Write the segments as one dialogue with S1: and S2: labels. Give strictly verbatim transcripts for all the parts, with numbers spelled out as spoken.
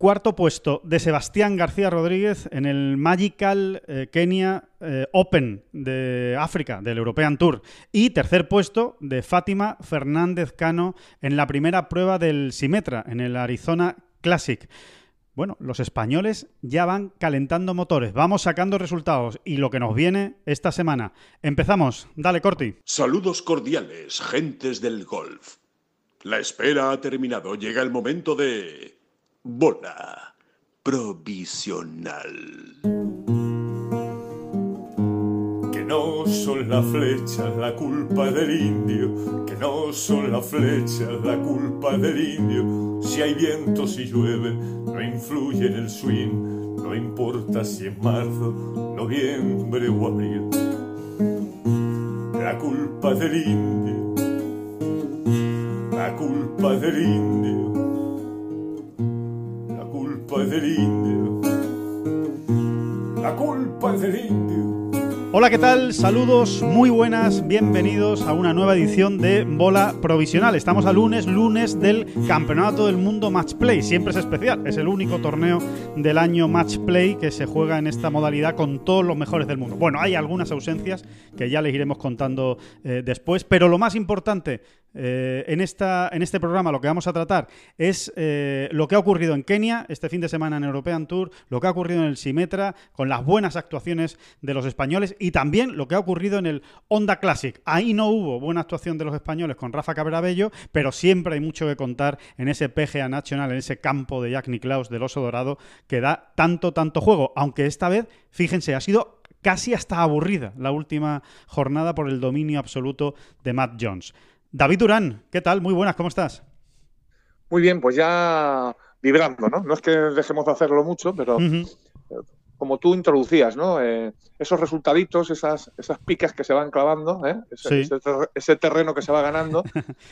S1: cuarto puesto de Sebastián García Rodríguez en el Magical eh, Kenya eh, Open de África, del European Tour. Y tercer puesto de Fátima Fernández Cano en la primera prueba del Symetra, en el Arizona Classic. Bueno, los españoles ya van calentando motores, vamos sacando resultados y lo que nos viene esta semana. Empezamos, dale Corti.
S2: Saludos cordiales, gentes del golf. La espera ha terminado, llega el momento de... bola provisional.
S3: Que no son las flechas la culpa del indio, que no son las flechas la culpa del indio. Si hay viento, si llueve, no influye en el swing, no importa si es marzo, noviembre o abril. La culpa del indio, la culpa del indio, la culpa del indio, la culpa del indio.
S1: Hola, ¿qué tal? Saludos, muy buenas, bienvenidos a una nueva edición de Bola Provisional. Estamos a lunes, lunes del Campeonato del Mundo Match Play. Siempre es especial, es el único torneo del año Match Play que se juega en esta modalidad con todos los mejores del mundo. Bueno, hay algunas ausencias que ya les iremos contando eh, después, pero lo más importante eh, en, esta, en este programa, lo que vamos a tratar es eh, lo que ha ocurrido en Kenia este fin de semana en European Tour, lo que ha ocurrido en el Symetra, con las buenas actuaciones de los españoles y también lo que ha ocurrido en el Honda Classic. Ahí no hubo buena actuación de los españoles con Rafa Cabrabello, pero siempre hay mucho que contar en ese P G A National, en ese campo de Jack Nicklaus del Oso Dorado que da tanto, tanto juego. Aunque esta vez, fíjense, ha sido casi hasta aburrida la última jornada por el dominio absoluto de Matt Jones. David Durán, ¿qué tal? Muy buenas, ¿cómo estás?
S4: Muy bien, pues ya vibrando, ¿no? No es que dejemos de hacerlo mucho, pero... Uh-huh. Como tú introducías, ¿no? Eh, esos resultaditos, esas, esas picas que se van clavando, ¿eh? ese, sí. ese, ter- ese terreno que se va ganando.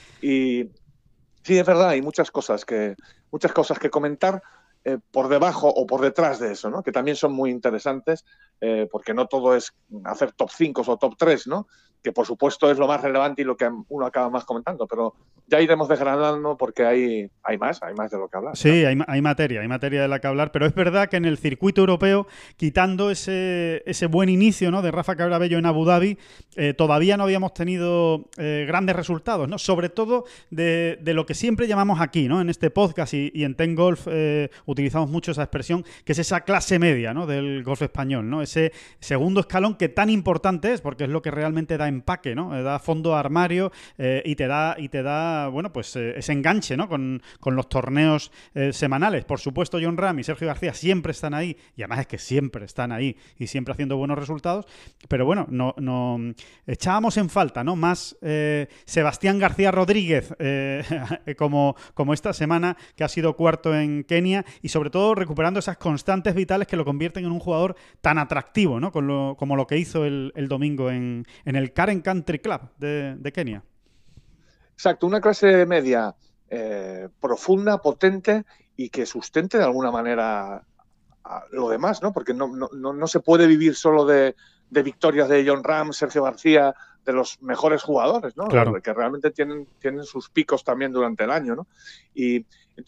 S4: Y sí, es verdad, hay muchas cosas que, muchas cosas que comentar eh, por debajo o por detrás de eso, ¿no? Que también son muy interesantes, eh, porque no todo es hacer top cinco o top tres, ¿no? Que por supuesto es lo más relevante y lo que uno acaba más comentando, pero ya iremos desgranando porque hay, hay más, hay más de lo que hablar.
S1: Sí, ¿no? hay, hay materia, hay materia de la que hablar, pero es verdad que en el circuito europeo, quitando ese, ese buen inicio, ¿no?, de Rafa Cabrabello en Abu Dhabi, eh, todavía no habíamos tenido eh, grandes resultados, ¿no? Sobre todo de, de lo que siempre llamamos aquí, ¿no?, en este podcast y, y en Ten Golf eh, utilizamos mucho esa expresión, que es esa clase media, ¿no?, del golf español, ¿no? Ese segundo escalón que tan importante es, porque es lo que realmente da empaque, ¿no? Da fondo a armario eh, y te da, y te da bueno, pues eh, ese enganche, ¿no?, con, con los torneos eh, semanales. Por supuesto, Jon Rahm y Sergio García siempre están ahí, y además es que siempre están ahí y siempre haciendo buenos resultados, pero bueno, no, no echábamos en falta, ¿no?, más eh, Sebastián García Rodríguez eh, como, como esta semana, que ha sido cuarto en Kenia, y sobre todo recuperando esas constantes vitales que lo convierten en un jugador tan atractivo, ¿no?, con lo, como lo que hizo el, el domingo en, en el Karen Country Club de, de Kenia.
S4: Exacto, una clase media eh, profunda, potente y que sustente de alguna manera a lo demás, ¿no? Porque no, no, no se puede vivir solo de, de victorias de Jon Rahm, Sergio García, de los mejores jugadores, ¿no?
S1: Claro.
S4: Que realmente tienen, tienen sus picos también durante el año, ¿no? Y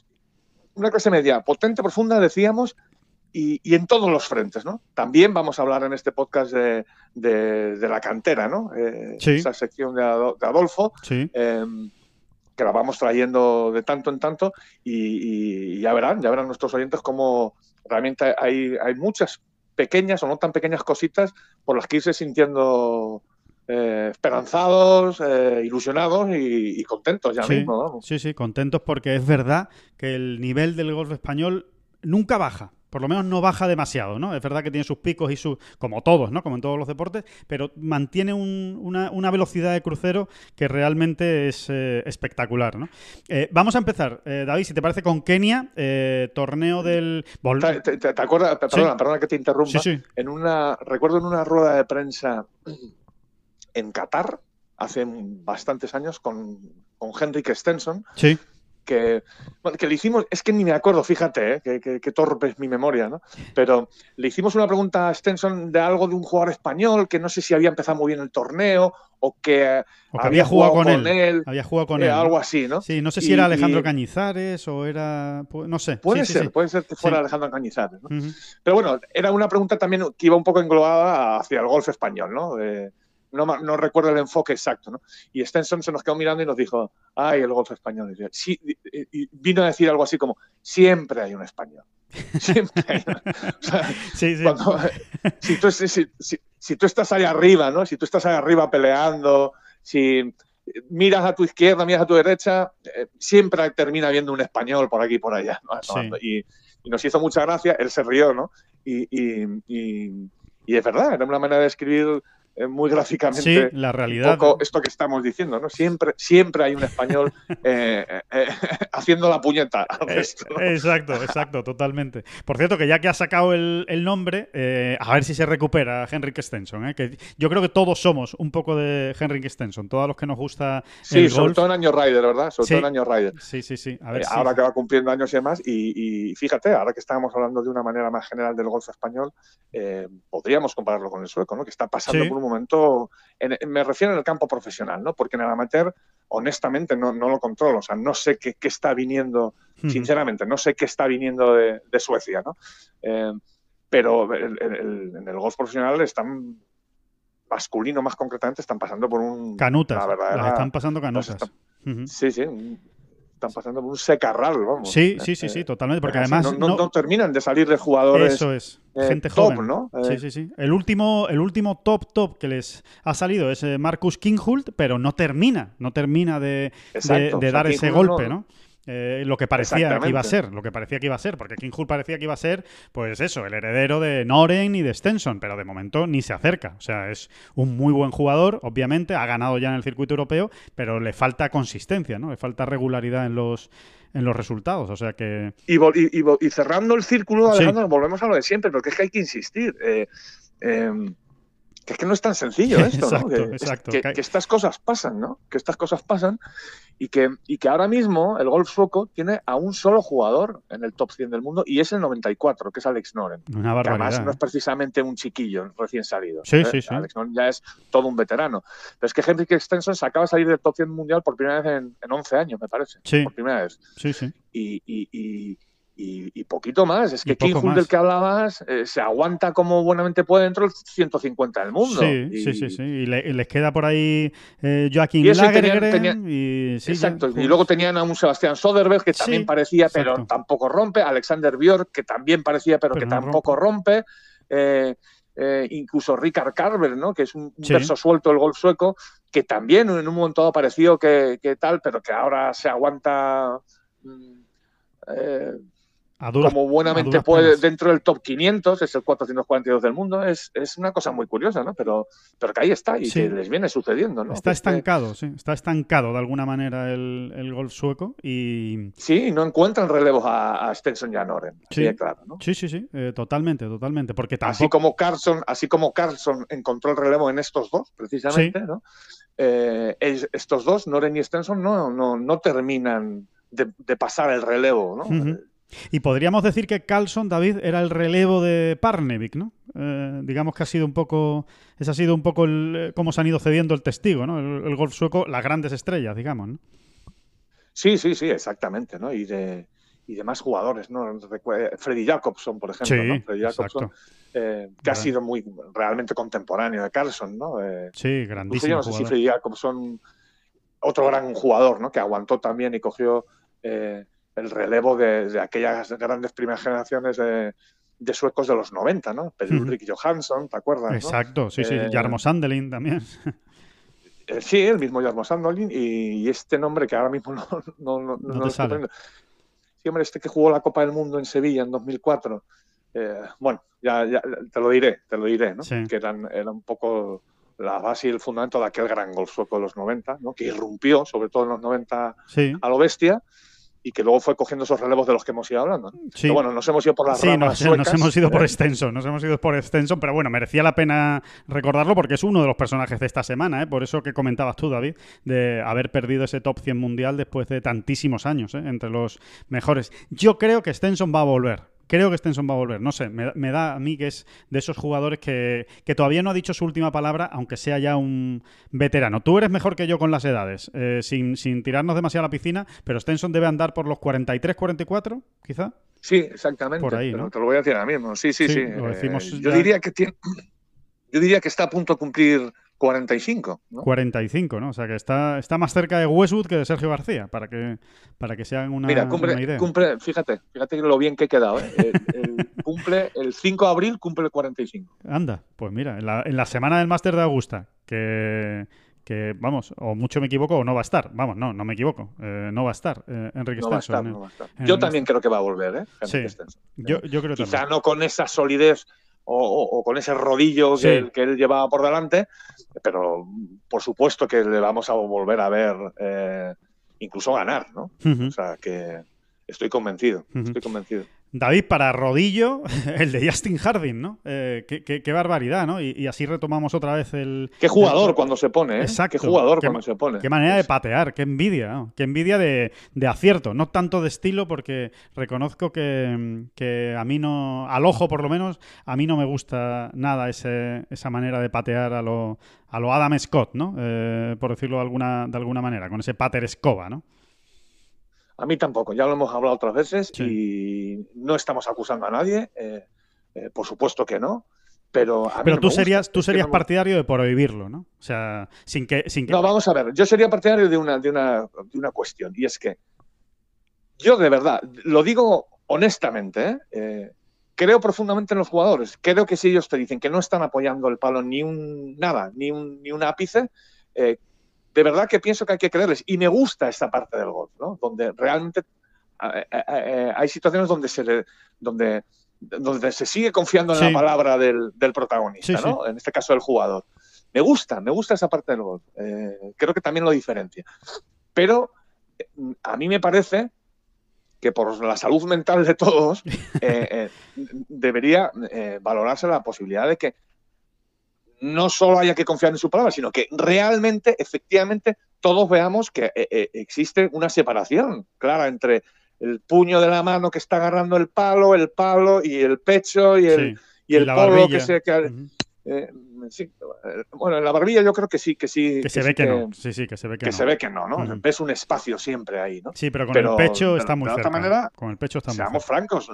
S4: una clase media potente, profunda, decíamos, y, y en todos los frentes, ¿no? También vamos a hablar en este podcast de, de, de la cantera, ¿no? Eh,
S1: sí.
S4: Esa sección de, Ado- de Adolfo,
S1: sí.
S4: eh, que la vamos trayendo de tanto en tanto y, y ya verán, ya verán nuestros oyentes cómo realmente hay, hay muchas pequeñas o no tan pequeñas cositas por las que irse sintiendo eh, esperanzados, eh, ilusionados y, y contentos ya
S1: sí,
S4: mismo, vamos.
S1: Sí, sí, contentos porque es verdad que el nivel del golf español nunca baja. Por lo menos no baja demasiado, ¿no? Es verdad que tiene sus picos y sus... como todos, ¿no? Como en todos los deportes, pero mantiene un, una, una velocidad de crucero que realmente es eh, espectacular, ¿no? Eh, vamos a empezar, eh, David, si te parece, con Kenia, eh, torneo del...
S4: ¿Te, te, te acuerdas? Perdona,
S1: sí.
S4: perdona que te interrumpa.
S1: Sí, sí.
S4: En una, recuerdo en una rueda de prensa en Qatar, hace bastantes años, con, con Henrik Stenson,
S1: sí.
S4: que, bueno, que le hicimos, es que ni me acuerdo, fíjate, ¿eh? que, que, que torpe es mi memoria, ¿no? Pero le hicimos una pregunta a Stenson de algo de un jugador español que no sé si había empezado muy bien el torneo o que,
S1: o que
S4: había,
S1: había jugado, jugado con,
S4: con
S1: él.
S4: él.
S1: Había jugado con
S4: eh,
S1: él. ¿no?
S4: Algo así, ¿no?
S1: Sí, no sé si
S4: y,
S1: era Alejandro
S4: y,
S1: Cañizares o era... No sé.
S4: Puede
S1: sí,
S4: ser,
S1: sí, sí.
S4: puede ser que fuera
S1: sí.
S4: Alejandro Cañizares, ¿no?
S1: Uh-huh.
S4: Pero bueno, era una pregunta también que iba un poco englobada hacia el golf español, ¿no? Eh, No, no recuerdo el enfoque exacto, ¿no? Y Stenson se nos quedó mirando y nos dijo, ay, el golf español. Y, sí, y vino a decir algo así como, siempre hay un español. Siempre hay un... O sea,
S1: sí, sí.
S4: Cuando, si, tú, si, si, si tú estás ahí arriba, ¿no? Si tú estás ahí arriba peleando, si miras a tu izquierda, miras a tu derecha, eh, siempre termina habiendo un español por aquí y por allá, ¿no?
S1: Sí.
S4: Y, y nos hizo mucha gracia, él se rió, ¿no? Y, y, y, y es verdad, era una manera de escribir Eh, muy gráficamente
S1: sí, la realidad.
S4: un poco esto que estamos diciendo, ¿no? Siempre, siempre hay un español eh, eh, eh, haciendo la puñeta al resto, ¿no?
S1: Exacto, exacto, totalmente. Por cierto, que ya que ha sacado el, el nombre, eh, a ver si se recupera Henrik Stenson, ¿eh? Que yo creo que todos somos un poco de Henrik Stenson, todos los que nos gusta
S4: sí,
S1: el
S4: sobre
S1: golf.
S4: todo en año Ryder, ¿verdad? Sobre
S1: sí.
S4: todo en año Ryder.
S1: Sí, sí, sí. A ver
S4: eh,
S1: si...
S4: Ahora que va cumpliendo años y demás, y, y fíjate, ahora que estábamos hablando de una manera más general del golf español, eh, podríamos compararlo con el sueco, ¿no? Que está pasando
S1: sí.
S4: por un momento... En, me refiero en el campo profesional, ¿no? Porque en el amateur, honestamente, no, no lo controlo. O sea, no sé qué, qué está viniendo, uh-huh. sinceramente, no sé qué está viniendo de, de Suecia, ¿no? Eh, pero el, el, en el golf profesional están, masculino más concretamente, están pasando por un...
S1: Canutas,
S4: la verdadera,
S1: las están pasando canutas.
S4: Están,
S1: uh-huh.
S4: Sí, sí, están pasando por un secarral, vamos.
S1: Sí, sí, sí, sí, totalmente, porque además...
S4: No, no, no, no terminan de salir de jugadores...
S1: Eso es,
S4: eh,
S1: gente
S4: top,
S1: joven.
S4: ¿no?
S1: Sí,
S4: Eh,
S1: sí, sí. El último, el último top top que les ha salido es Marcus Kinghult, pero no termina, no termina de,
S4: Exacto,
S1: de, de
S4: o sea,
S1: dar ese
S4: Kinghult
S1: golpe,
S4: no...
S1: ¿no? Eh, lo que parecía que iba a ser, lo que parecía que iba a ser, porque Kinghult parecía que iba a ser, pues eso, el heredero de Noren y de Stenson, pero de momento ni se acerca. O sea, es un muy buen jugador, obviamente, ha ganado ya en el circuito europeo, pero le falta consistencia, ¿no? Le falta regularidad en los en los resultados, o sea que...
S4: Y, y, y, y cerrando el círculo, Alejandro,
S1: sí.
S4: volvemos a lo de siempre, porque es que hay que insistir. Eh, eh, que es que no es tan sencillo esto,
S1: exacto,
S4: ¿no? Que,
S1: exacto.
S4: Que, que estas cosas pasan, ¿no? Que estas cosas pasan y que, y que ahora mismo el golf sueco tiene a un solo jugador en el top cien del mundo y es el noventa y cuatro, que es Alex Noren.
S1: Una barbaridad.
S4: Que además no es precisamente un chiquillo recién salido.
S1: Sí,
S4: ¿eh?
S1: sí, sí.
S4: Alex Noren ya es todo un veterano. Pero es que Henrik Stenson se acaba de salir del top cien mundial por primera vez en, en once años, me parece.
S1: Sí.
S4: Por primera vez.
S1: Sí, sí.
S4: Y... y, y Y, y poquito más. Es que
S1: Kinghult,
S4: del que hablabas, eh, se aguanta como buenamente puede dentro del ciento cincuenta del mundo.
S1: Sí,
S4: y,
S1: sí, sí, sí. Y, le, y les queda por ahí eh, Joaquín
S4: y
S1: Lagergren.
S4: Tenía,
S1: y, sí,
S4: exacto.
S1: Ya, pues...
S4: Y luego tenían a un Sebastián Soderbergh que también
S1: sí,
S4: parecía,
S1: exacto.
S4: pero tampoco rompe. Alexander Björk, que también parecía, pero, pero que no tampoco rompe. rompe. Eh, eh, incluso Rikard Karver, ¿no? Que es un, un sí. verso suelto del golf sueco, que también en un momento dado pareció que, que tal, pero que ahora se aguanta... Eh, Duras, como buenamente puede penas. Dentro del top quinientos, es el cuatrocientos cuarenta y dos del mundo, es, es una cosa muy curiosa, ¿no? Pero, pero que ahí está y sí. que les viene sucediendo, ¿no?
S1: Está
S4: que
S1: estancado, que... sí, está estancado de alguna manera el, el golf sueco y...
S4: Sí, no encuentran relevos a, a Stenson y a Noren,
S1: sí.
S4: sí, claro, ¿no?
S1: Sí, sí, sí, eh, totalmente, totalmente, porque tampoco...
S4: Así como Carlson, así como Carlson encontró el relevo en estos dos, precisamente, sí. ¿no? Eh, estos dos, Noren y Stenson, no, no, no terminan de, de pasar el relevo, ¿no?
S1: Uh-huh. Y podríamos decir que Carlson, David, era el relevo de Parnevik, ¿no? Eh, digamos que ha sido un poco, ese ha sido un poco el, cómo se han ido cediendo el testigo, ¿no? El, el golf sueco, las grandes estrellas, digamos, ¿no?
S4: Sí, sí, sí, exactamente, ¿no? Y de, y de más jugadores, ¿no? Freddy Jacobson, por ejemplo,
S1: sí,
S4: ¿no? Freddy Jacobson, eh, que ha sido muy realmente contemporáneo de Carlson, ¿no? Eh,
S1: sí, grandísimo.
S4: Yo no sé jugador. Si Freddy Jacobson, otro gran jugador, ¿no? Que aguantó también y cogió eh, el relevo de, de aquellas grandes primeras generaciones de, de suecos de los noventa, ¿no? Pero Ulrich uh-huh. Johansson, ¿te acuerdas?
S1: Exacto,
S4: ¿no?
S1: sí, sí. Eh, Jarmo Sandelin también.
S4: Eh, sí, el mismo Jarmo Sandelin y, y este nombre que ahora mismo no, no, no, no,
S1: no te sale.
S4: Estoy sí, hombre, este que jugó la Copa del Mundo en Sevilla en dos mil cuatro. Eh, bueno, ya, ya te lo diré, te lo diré, ¿no?
S1: Sí.
S4: Que eran, era un poco la base y el fundamento de aquel gran gol sueco de los noventa, ¿no? Que irrumpió, sobre todo en los noventa,
S1: sí.
S4: a lo bestia. y que luego fue cogiendo esos relevos de los que hemos ido hablando.
S1: Sí.
S4: Pero bueno, nos hemos ido por las
S1: sí,
S4: ramas
S1: nos,
S4: suecas.
S1: nos hemos ido por
S4: ¿eh?
S1: extenso, nos hemos ido por extenso, pero bueno, merecía la pena recordarlo porque es uno de los personajes de esta semana, ¿eh? Por eso que comentabas tú, David, de haber perdido ese top cien mundial después de tantísimos años, ¿eh? Entre los mejores. Yo creo que Stenson va a volver. Creo que Stenson va a volver. No sé, me, me da a mí que es de esos jugadores que, que todavía no ha dicho su última palabra, aunque sea ya un veterano. Tú eres mejor que yo con las edades, eh, sin, sin tirarnos demasiado a la piscina, pero Stenson debe andar por los cuarenta y tres, cuarenta y cuatro, quizá.
S4: Sí, exactamente.
S1: Por ahí,
S4: pero
S1: ¿no?
S4: te lo voy a decir ahora mismo. Sí, sí,
S1: Sí,
S4: sí.
S1: lo decimos
S4: Eh, yo
S1: ya.
S4: diría que tiene, yo diría que está a punto de cumplir cuarenta y cinco, ¿no?
S1: cuarenta y cinco, ¿no? O sea que está, está más cerca de Westwood que de Sergio García, para que, para que se hagan una,
S4: Mira,
S1: una
S4: cumple,
S1: idea.
S4: cumple, fíjate, fíjate lo bien que he quedado, ¿eh? El, el, cumple el cinco de abril, cumple el cuarenta y cinco.
S1: Anda, pues mira, en la, en la semana del Máster de Augusta, que, que, vamos, o mucho me equivoco o no va a estar. Vamos, no, no me equivoco. Eh, no va a estar eh, Enrique
S4: No va a
S1: Stenson.
S4: estar,
S1: en-
S4: no va a estar.
S1: en
S4: Yo
S1: el
S4: también
S1: Máster.
S4: creo que va a volver, ¿eh?
S1: Sí,
S4: Henrik Stenson.
S1: yo, yo creo
S4: Quizá
S1: también.
S4: no con esa solidez o, o- o con ese rodillo
S1: Sí.
S4: que, él- que él llevaba por delante, pero por supuesto que le vamos a volver a ver eh, incluso ganar, ¿no?
S1: Ujú.
S4: O sea que estoy convencido,
S1: Ujú.
S4: estoy convencido.
S1: David, para rodillo, el de Justin Harding, ¿no? Eh, qué, qué- qué barbaridad, ¿no? Y, y así retomamos otra vez el...
S4: Qué jugador
S1: el-
S4: cuando se pone, ¿eh?
S1: Exacto.
S4: Qué jugador
S1: Qué
S4: cuando
S1: ma-
S4: se pone.
S1: Qué manera de
S4: Es-
S1: patear, qué envidia, ¿no? Qué envidia de, de acierto, no tanto de estilo, porque reconozco que, que a mí no, al ojo por lo menos, a mí no me gusta nada ese, esa manera de patear a lo, a lo Adam Scott, ¿no? Eh, por decirlo de alguna, de alguna manera, con ese pater escoba, ¿no?
S4: A mí tampoco, ya lo hemos hablado otras veces
S1: Sí.
S4: y no estamos acusando a nadie, eh, eh, por supuesto que no, pero a mí
S1: Pero
S4: no
S1: tú
S4: me gusta,
S1: serías, tú
S4: es que
S1: serías
S4: no me-
S1: partidario de prohibirlo, ¿no? O sea, sin que... Sin que...
S4: No, vamos a ver, yo sería partidario de una, de una, de una cuestión, y es que yo de verdad, lo digo honestamente, ¿eh? Eh, creo profundamente en los jugadores. Creo que si ellos te dicen que no están apoyando el palo ni un nada, ni un, ni un ápice, eh, de verdad que pienso que hay que creerles. Y me gusta esta parte del golf, ¿no? Donde realmente eh, eh, eh, hay situaciones donde se, le, donde, donde se sigue confiando en
S1: Sí.
S4: la palabra del, del protagonista,
S1: Sí,
S4: ¿no? En este caso, del jugador. Me gusta, me gusta esa parte del golf. Eh, creo que también lo diferencia. Pero eh, a mí me parece que por la salud mental de todos eh, eh, debería eh, valorarse la posibilidad de que no solo haya que confiar en su palabra, sino que realmente, efectivamente, todos veamos que eh, eh, existe una separación clara entre el puño de la mano que está agarrando el palo, el palo y el pecho y el,
S1: Sí.
S4: y el
S1: la
S4: codo
S1: barbilla.
S4: que se... Que,
S1: Ujú.
S4: eh, sí, eh, bueno, en la barbilla yo creo que sí, que sí.
S1: Que se
S4: sí
S1: ve que no. Sí, sí, que se ve que
S4: Que
S1: no.
S4: se ve que no, ¿no?
S1: Ujú.
S4: Ves un espacio siempre ahí, ¿no?
S1: Sí, pero con
S4: Pero
S1: el pecho
S4: de-
S1: está muy
S4: de
S1: cerca.
S4: otra manera,
S1: Con el pecho está muy
S4: Seamos
S1: cerca.
S4: francos,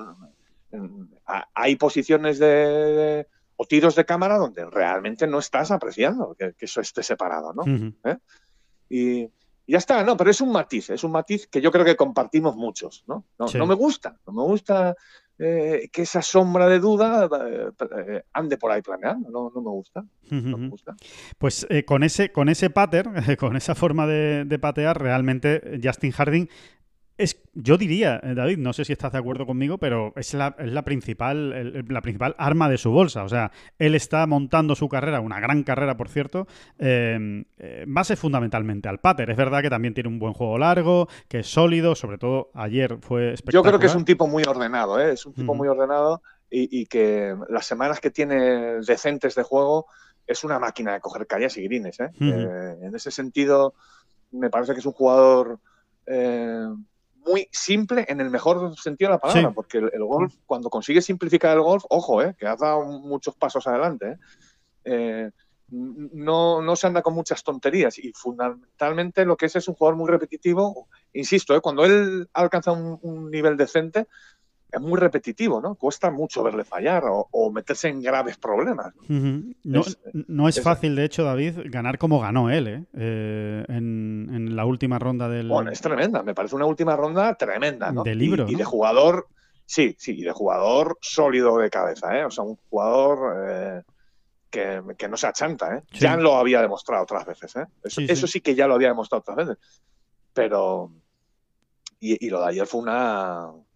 S4: hay posiciones de, de- o tiros de cámara donde realmente no estás apreciando que, que eso esté separado, ¿no?
S1: Ujú.
S4: Y, y ya está, no, pero es un matiz, es un matiz que yo creo que compartimos muchos, ¿no? No,
S1: Sí.
S4: no me gusta, no me gusta eh, que esa sombra de duda eh, eh, ande por ahí planeando, no, no me gusta, no me
S1: Ujú.
S4: gusta.
S1: Pues eh, con ese con ese pater, con esa forma de, de patear, realmente Justin Harding es, yo diría, eh, David, no sé si estás de acuerdo conmigo, pero es la, es la principal el- el- la principal arma de su bolsa. O sea, él está montando su carrera, una gran carrera, por cierto, eh, eh, en base fundamentalmente al pater. Es verdad que también tiene un buen juego largo, que es sólido, sobre todo ayer fue espectacular.
S4: Yo creo que es un tipo muy ordenado, ¿eh? Es un tipo
S1: Ujú.
S4: muy ordenado y, y que las semanas que tiene decentes de juego es una máquina de coger calles y grines, ¿eh?
S1: Ujú.
S4: Eh, en ese sentido, me parece que es un jugador eh, muy simple en el mejor sentido de la palabra,
S1: Sí.
S4: porque el, el golf, cuando consigue simplificar el golf, ojo, ¿eh? Que has dado muchos pasos adelante, ¿eh? Eh, no, no se anda con muchas tonterías y fundamentalmente lo que es es un jugador muy repetitivo. Insisto, ¿eh? Cuando él alcanza un, un nivel decente es muy repetitivo, ¿no? Cuesta mucho verle fallar o, o meterse en graves problemas, ¿no?
S1: Ujú. No
S4: Es-
S1: no es
S4: es-
S1: fácil, de hecho, David, ganar como ganó él, ¿eh? Eh, en, en la última ronda del...
S4: Bueno, es tremenda, me parece una última ronda tremenda, ¿no?
S1: De libro,
S4: y, y
S1: ¿no?
S4: de jugador, sí, sí, y de jugador sólido de cabeza, ¿eh? O sea, un jugador eh, que, que no se achanta, ¿eh?
S1: Sí.
S4: Ya lo había demostrado otras veces, ¿eh? Eso
S1: Sí,
S4: eso
S1: sí.
S4: sí que ya lo había demostrado otras veces. Pero, y, y lo de ayer fue una,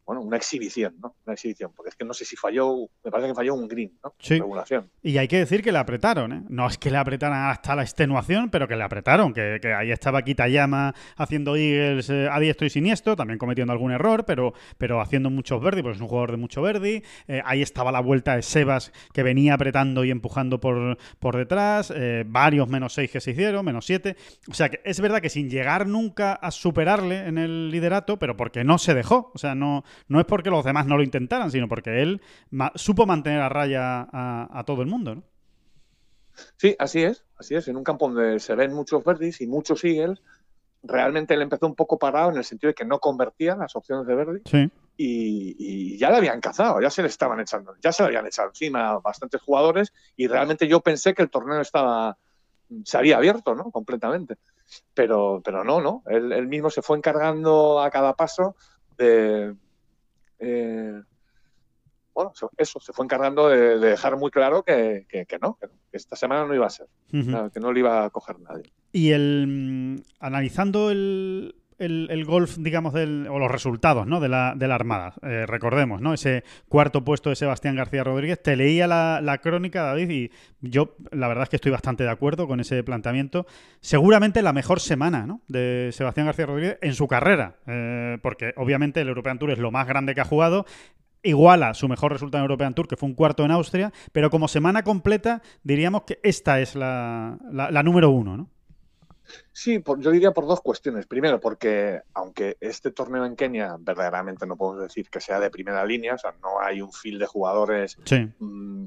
S4: bueno, una exhibición, ¿no? Una exhibición, porque es que no sé si falló, me parece que falló un green, ¿no?
S1: Sí.
S4: Regulación.
S1: Y hay que decir que le apretaron, ¿eh? No es que le apretaran hasta la extenuación, pero que le apretaron, que, que ahí estaba Kitayama haciendo eagles eh, a diestro y siniestro, también cometiendo algún error, pero, pero haciendo muchos verdi, porque es un jugador de mucho verdi. Eh, ahí estaba la vuelta de Sebas, que venía apretando y empujando por, por detrás, eh, varios menos seis que se hicieron, menos siete. O sea, que es verdad que sin llegar nunca a superarle en el liderato, pero porque no se dejó. O sea, no... No es porque los demás no lo intentaran, sino porque él ma- supo mantener a raya a, a todo el mundo, ¿no?
S4: Sí, así es, así es. En un campo donde se ven muchos verdis y muchos eagles, realmente él empezó un poco parado en el sentido de que no convertía las opciones de verdi
S1: Sí.
S4: y, y ya le habían cazado, ya se le estaban echando, ya se le habían echado encima bastantes jugadores y realmente yo pensé que el torneo estaba se había abierto, ¿no? Completamente. Pero, pero no, no. Él, él mismo se fue encargando a cada paso de... Eh, bueno, eso, se fue encargando de, de dejar muy claro que, que, que no, que esta semana no iba a ser,
S1: Uh-huh.
S4: que no le iba a coger nadie.
S1: Y el analizando el, el, el golf, digamos, del, o los resultados, ¿no? de, la, de la Armada, eh, recordemos, ¿no? Ese cuarto puesto de Sebastián García Rodríguez, te leía la, la crónica, David, y yo la verdad es que estoy bastante de acuerdo con ese planteamiento. Seguramente la mejor semana, ¿no? de Sebastián García Rodríguez en su carrera, eh, porque obviamente el European Tour es lo más grande que ha jugado. Iguala su mejor resultado en European Tour, que fue un cuarto en Austria, pero como semana completa diríamos que esta es la, la, la número uno, ¿no?
S4: Sí, por, yo diría por dos cuestiones. Primero, porque aunque este torneo en Kenia verdaderamente no podemos decir que sea de primera línea, o sea, no hay un field de jugadores
S1: sí.
S4: mmm,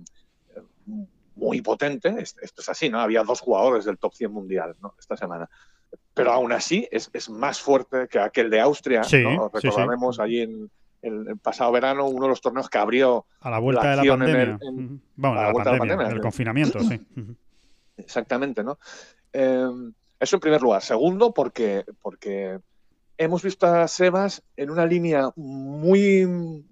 S4: muy potente, esto es así, ¿no? Había dos jugadores del top cien mundial, ¿no? Esta semana. Pero aún así es, es más fuerte que aquel de Austria,
S1: sí,
S4: ¿no? Recordaremos
S1: sí, sí.
S4: allí en el, el pasado verano, uno de los torneos que abrió
S1: a la vuelta
S4: la
S1: de la pandemia.
S4: En el, en,
S1: uh-huh. Bueno, de la, la pandemia, de la pandemia, del confinamiento, sí. Uh-huh.
S4: Exactamente, ¿no? Eh, eso en primer lugar. Segundo, porque, porque hemos visto a Sebas en una línea muy,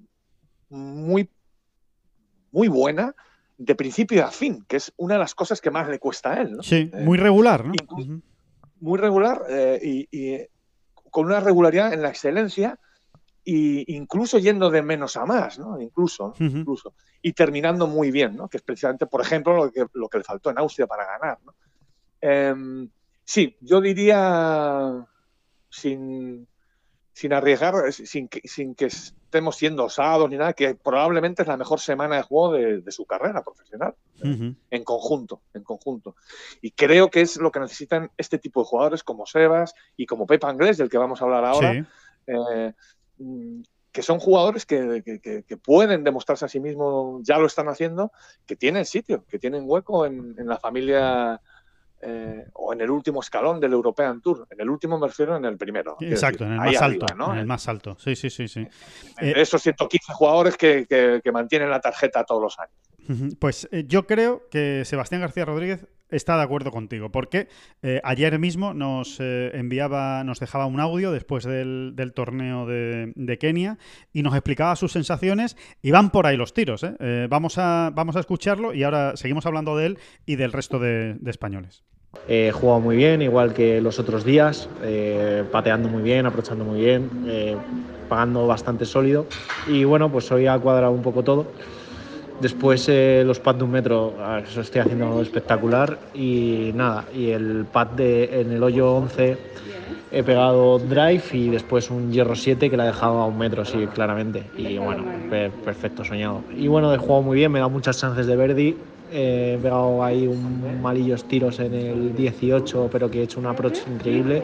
S4: muy, muy buena de principio a fin, que es una de las cosas que más le cuesta a él, ¿no?
S1: Sí, muy regular, ¿no?
S4: Incluso, uh-huh. Muy regular eh, y, y con una regularidad en la excelencia e incluso yendo de menos a más, ¿no? Incluso,
S1: uh-huh.
S4: incluso. Y terminando muy bien, ¿no? Que es precisamente, por ejemplo, lo que, lo que le faltó en Austria para ganar, ¿no? Eh, sí, yo diría, sin, sin arriesgar, sin que, sin que estemos siendo osados ni nada, que probablemente es la mejor semana de juego de, de su carrera profesional,
S1: uh-huh.
S4: eh, en conjunto, en conjunto. Y creo que es lo que necesitan este tipo de jugadores como Sebas y como Pepa Anglés, del que vamos a hablar ahora,
S1: sí.
S4: eh, que son jugadores que, que, que, que pueden demostrarse a sí mismos, ya lo están haciendo, que tienen sitio, que tienen hueco en, en la familia eh, o en el último escalón del European Tour. En el último me refiero en el primero.
S1: Exacto,
S4: decir,
S1: en el más
S4: arriba,
S1: alto,
S4: ¿no?
S1: en el más alto, sí, sí, sí. sí.
S4: Eh, esos ciento quince jugadores que, que, que mantienen la tarjeta todos los años.
S1: Pues eh, yo creo que Sebastián García Rodríguez está de acuerdo contigo, porque eh, ayer mismo nos eh, enviaba, nos dejaba un audio después del, del torneo de, de Kenia y nos explicaba sus sensaciones y van por ahí los tiros. ¿eh? Eh, vamos, a, vamos a escucharlo y ahora seguimos hablando de él y del resto de, de españoles.
S5: He jugado muy bien, igual que los otros días, eh, pateando muy bien, aprovechando muy bien, eh, pagando bastante sólido y bueno, pues hoy ha cuadrado un poco todo. Después eh, los pads de un metro, eso estoy haciendo espectacular y nada, y el pad de, en el hoyo once he pegado drive y después un hierro siete que la he dejado a un metro, sí, claramente, y bueno, per, perfecto, soñado. Y bueno, he jugado muy bien, me da muchas chances de birdie, eh, he pegado ahí un malillos tiros en el dieciocho, pero que he hecho un approach increíble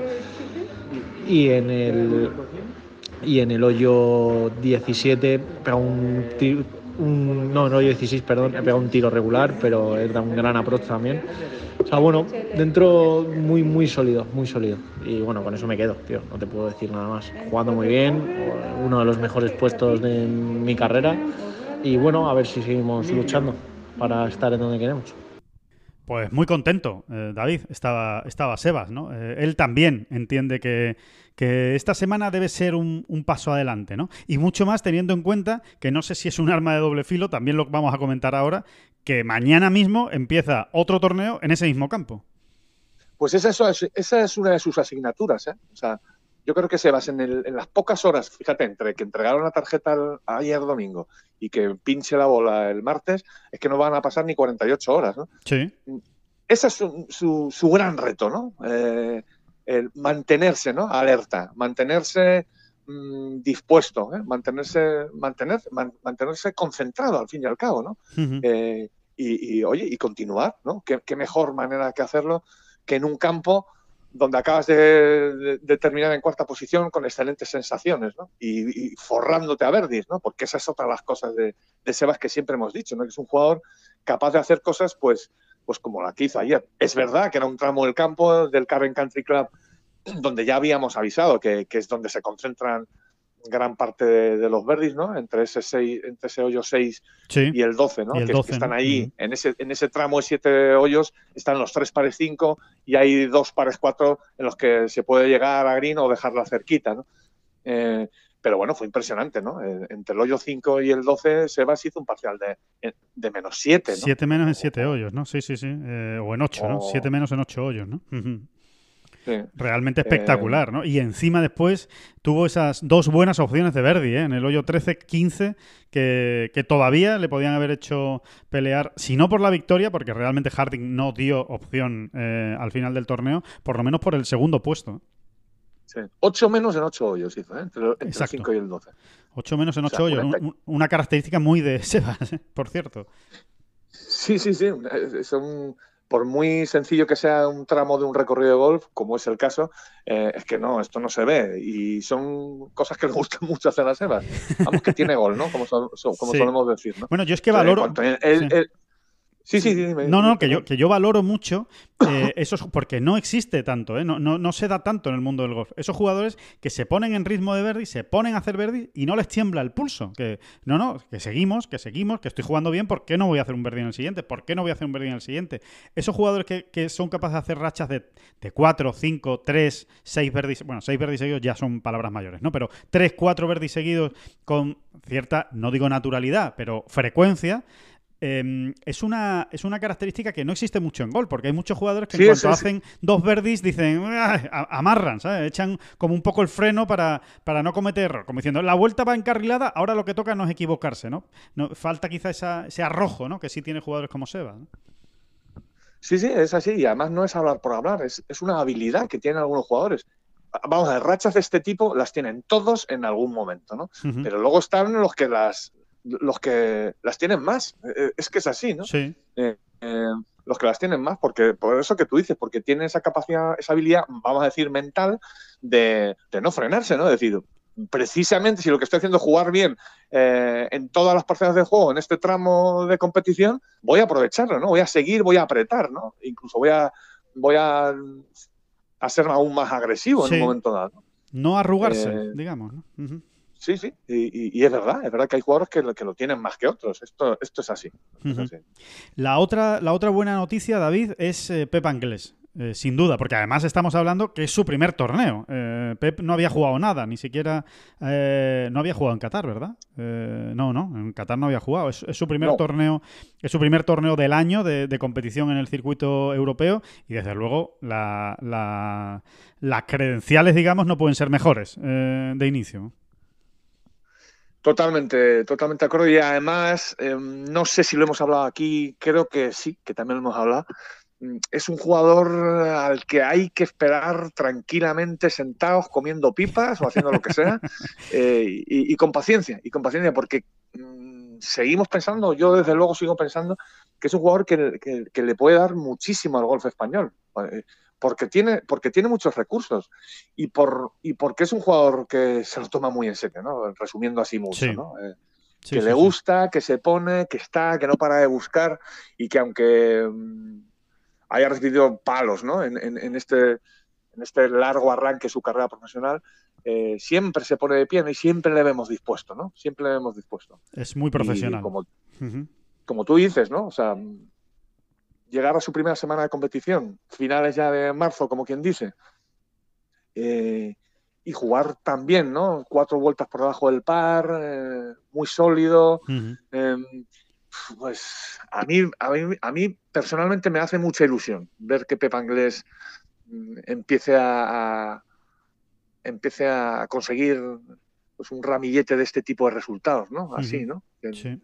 S5: y en el, y en el hoyo diecisiete he pegado un tiro, Un, no, no, dieciséis, perdón, he pegado un tiro regular, pero he dado un gran approach también. O sea, bueno, dentro muy, muy sólido, muy sólido. Y bueno, con eso me quedo, tío, no te puedo decir nada más. Jugando muy bien, uno de los mejores puestos de mi carrera. Y bueno, a ver si seguimos luchando para estar en donde queremos.
S1: Pues muy contento, eh, David, estaba, estaba Sebas, ¿no? Eh, él también entiende que, que esta semana debe ser un, un paso adelante, ¿no? Y mucho más teniendo en cuenta que no sé si es un arma de doble filo, también lo vamos a comentar ahora, que mañana mismo empieza otro torneo en ese mismo campo.
S4: Pues esa es, esa es una de sus asignaturas, ¿eh? O sea, yo creo que Sebas, en, el, en las pocas horas, fíjate, entre que entregaron la tarjeta al, ayer domingo y que pinche la bola el martes, es que no van a pasar ni cuarenta y ocho horas, ¿no?
S1: Sí.
S4: Ese es su, su, su gran reto, ¿no? Eh, el mantenerse, ¿no? Alerta, mantenerse mmm, dispuesto, ¿eh? mantenerse, mantener, man, mantenerse concentrado al fin y al cabo, ¿no? Uh-huh. Eh, y, y, oye, y continuar, ¿no? ¿Qué, qué mejor manera que hacerlo que en un campo donde acabas de, de, de terminar en cuarta posición con excelentes sensaciones, ¿no? Y, y forrándote a Verdis, ¿no? Porque esa es otra de las cosas de, de Sebas que siempre hemos dicho, ¿no? Que es un jugador capaz de hacer cosas, pues, pues como la que hizo ayer. Es verdad que era un tramo del campo del Carren Country Club donde ya habíamos avisado que, que es donde se concentran gran parte de, de los Verdis, ¿no? Entre ese, seis, entre ese hoyo seis sí. y el doce, ¿no?
S1: El
S4: que,
S1: doce,
S4: que están
S1: ¿no?
S4: ahí,
S1: Uh-huh.
S4: en, ese, en ese tramo de siete hoyos, están los tres pares cinco y hay dos pares cuatro en los que se puede llegar a green o dejarla cerquita, ¿no? Eh, pero bueno, fue impresionante, ¿no? Eh, entre el hoyo cinco y el doce, Sebas hizo un parcial de, de menos siete, ¿no?
S1: siete menos en siete hoyos, ¿no? Sí, sí, sí. Eh, o en ocho, o... ¿no? siete menos en ocho hoyos, ¿no? Uh-huh. Sí. Realmente espectacular, eh... ¿no? Y encima después tuvo esas dos buenas opciones de Verdi, ¿eh? En el hoyo trece quince, que, que todavía le podían haber hecho pelear, si no por la victoria, porque realmente Harding no dio opción eh, al final del torneo, por lo menos por el segundo puesto.
S4: Sí. ocho menos en ocho hoyos hizo, ¿eh? Entre, entre el cinco y el doce.
S1: ocho menos en ocho o sea, hoyos, una, una característica muy de Sebas, ¿eh? Por cierto.
S4: Sí, sí, sí. Son... Por muy sencillo que sea un tramo de un recorrido de golf, como es el caso, eh, es que no, esto no se ve. Y son cosas que le gustan mucho hacer a Sebas. Vamos, que tiene gol, ¿no? Como, so, so, como sí. solemos decir, ¿no?
S1: Bueno, yo es que valoro...
S4: O sea, él,
S1: sí.
S4: él, Sí, sí, sí. Dime,
S1: no, no,
S4: dime,
S1: que yo, que yo valoro mucho eh, esos, porque no existe tanto, ¿eh? no, no, no se da tanto en el mundo del golf. Esos jugadores que se ponen en ritmo de Verdi, se ponen a hacer Verdi y no les tiembla el pulso. Que no, no, que seguimos, que seguimos, que estoy jugando bien, ¿por qué no voy a hacer un Verdi en el siguiente? ¿Por qué no voy a hacer un Verdi en el siguiente? Esos jugadores que, que son capaces de hacer rachas de, de cuatro, cinco, tres, seis Verdis, bueno, seis Verdis seguidos ya son palabras mayores, ¿no? Pero tres, cuatro Verdis seguidos con cierta, no digo naturalidad, pero frecuencia. Eh, es, una, es una característica que no existe mucho en golf, porque hay muchos jugadores que sí, en cuanto sí, hacen sí. dos verdis dicen, amarran, ¿sabes? Echan como un poco el freno para, para no cometer error, como diciendo, la vuelta va encarrilada, ahora lo que toca no es equivocarse, ¿no? no falta quizá esa, ese arrojo, ¿no? Que sí tiene jugadores como Sebas, ¿no?
S4: Sí, sí, es así, y además no es hablar por hablar, es, es una habilidad que tienen algunos jugadores. Vamos a ver, rachas de este tipo las tienen todos en algún momento, ¿no? Uh-huh. Pero luego están los que las... los que las tienen más, es que es así, ¿no?
S1: Sí.
S4: Eh, eh, los que las tienen más, porque por eso que tú dices, porque tienen esa capacidad, esa habilidad, vamos a decir, mental, de, de no frenarse, ¿no? Es decir, precisamente si lo que estoy haciendo es jugar bien eh, en todas las parcelas del juego, en este tramo de competición, voy a aprovecharlo, ¿no? Voy a seguir, voy a apretar, ¿no? Incluso voy a, voy a, a ser aún más agresivo sí. en un momento dado.
S1: No arrugarse, eh, digamos, ¿no? Uh-huh.
S4: Sí, sí, y, y es verdad, es verdad que hay jugadores que lo, que lo tienen más que otros. Esto, esto es así. Esto
S1: uh-huh.
S4: es así.
S1: La otra, la otra buena noticia, David, es eh, Pep Anglès. Eh, sin duda, porque además estamos hablando que es su primer torneo. Eh, Pep no había jugado nada, ni siquiera eh, no había jugado en Qatar, ¿verdad? Eh, no, no, en Qatar no había jugado. Es, es su primer
S4: no.
S1: torneo, es su primer torneo del año de, de competición en el circuito europeo y desde luego la, la, las credenciales, digamos, no pueden ser mejores eh, de inicio.
S4: Totalmente, totalmente de acuerdo. Y además, eh, no sé si lo hemos hablado aquí, creo que sí, que también lo hemos hablado. Es un jugador al que hay que esperar tranquilamente sentados, comiendo pipas o haciendo lo que sea, eh, y, y con paciencia, y con paciencia, porque mmm, seguimos pensando, yo desde luego sigo pensando que es un jugador que, que, que le puede dar muchísimo al golf español. Porque tiene, porque tiene muchos recursos y, por, y porque es un jugador que se lo toma muy en serio, ¿no? Resumiendo así mucho,
S1: sí.
S4: ¿no? Eh,
S1: sí,
S4: que
S1: sí,
S4: le
S1: sí.
S4: gusta, que se pone, que está, que no para de buscar y que aunque um, haya recibido palos, ¿no? En, en, en, este, en este largo arranque de su carrera profesional, eh, siempre se pone de pie, ¿no? Y siempre le vemos dispuesto, ¿no? Siempre le vemos dispuesto.
S1: Es muy profesional.
S4: Y como,
S1: uh-huh.
S4: como tú dices, ¿no? O sea, llegar a su primera semana de competición, finales ya de marzo, como quien dice, eh, y jugar también, ¿no? Cuatro vueltas por debajo del par, eh, muy sólido.
S1: Uh-huh.
S4: Eh, pues a mí, a mí, a mí personalmente me hace mucha ilusión ver que Pep Anglès empiece a, a, empiece a conseguir pues un ramillete de este tipo de resultados, ¿no? Así, ¿no?
S1: Sí.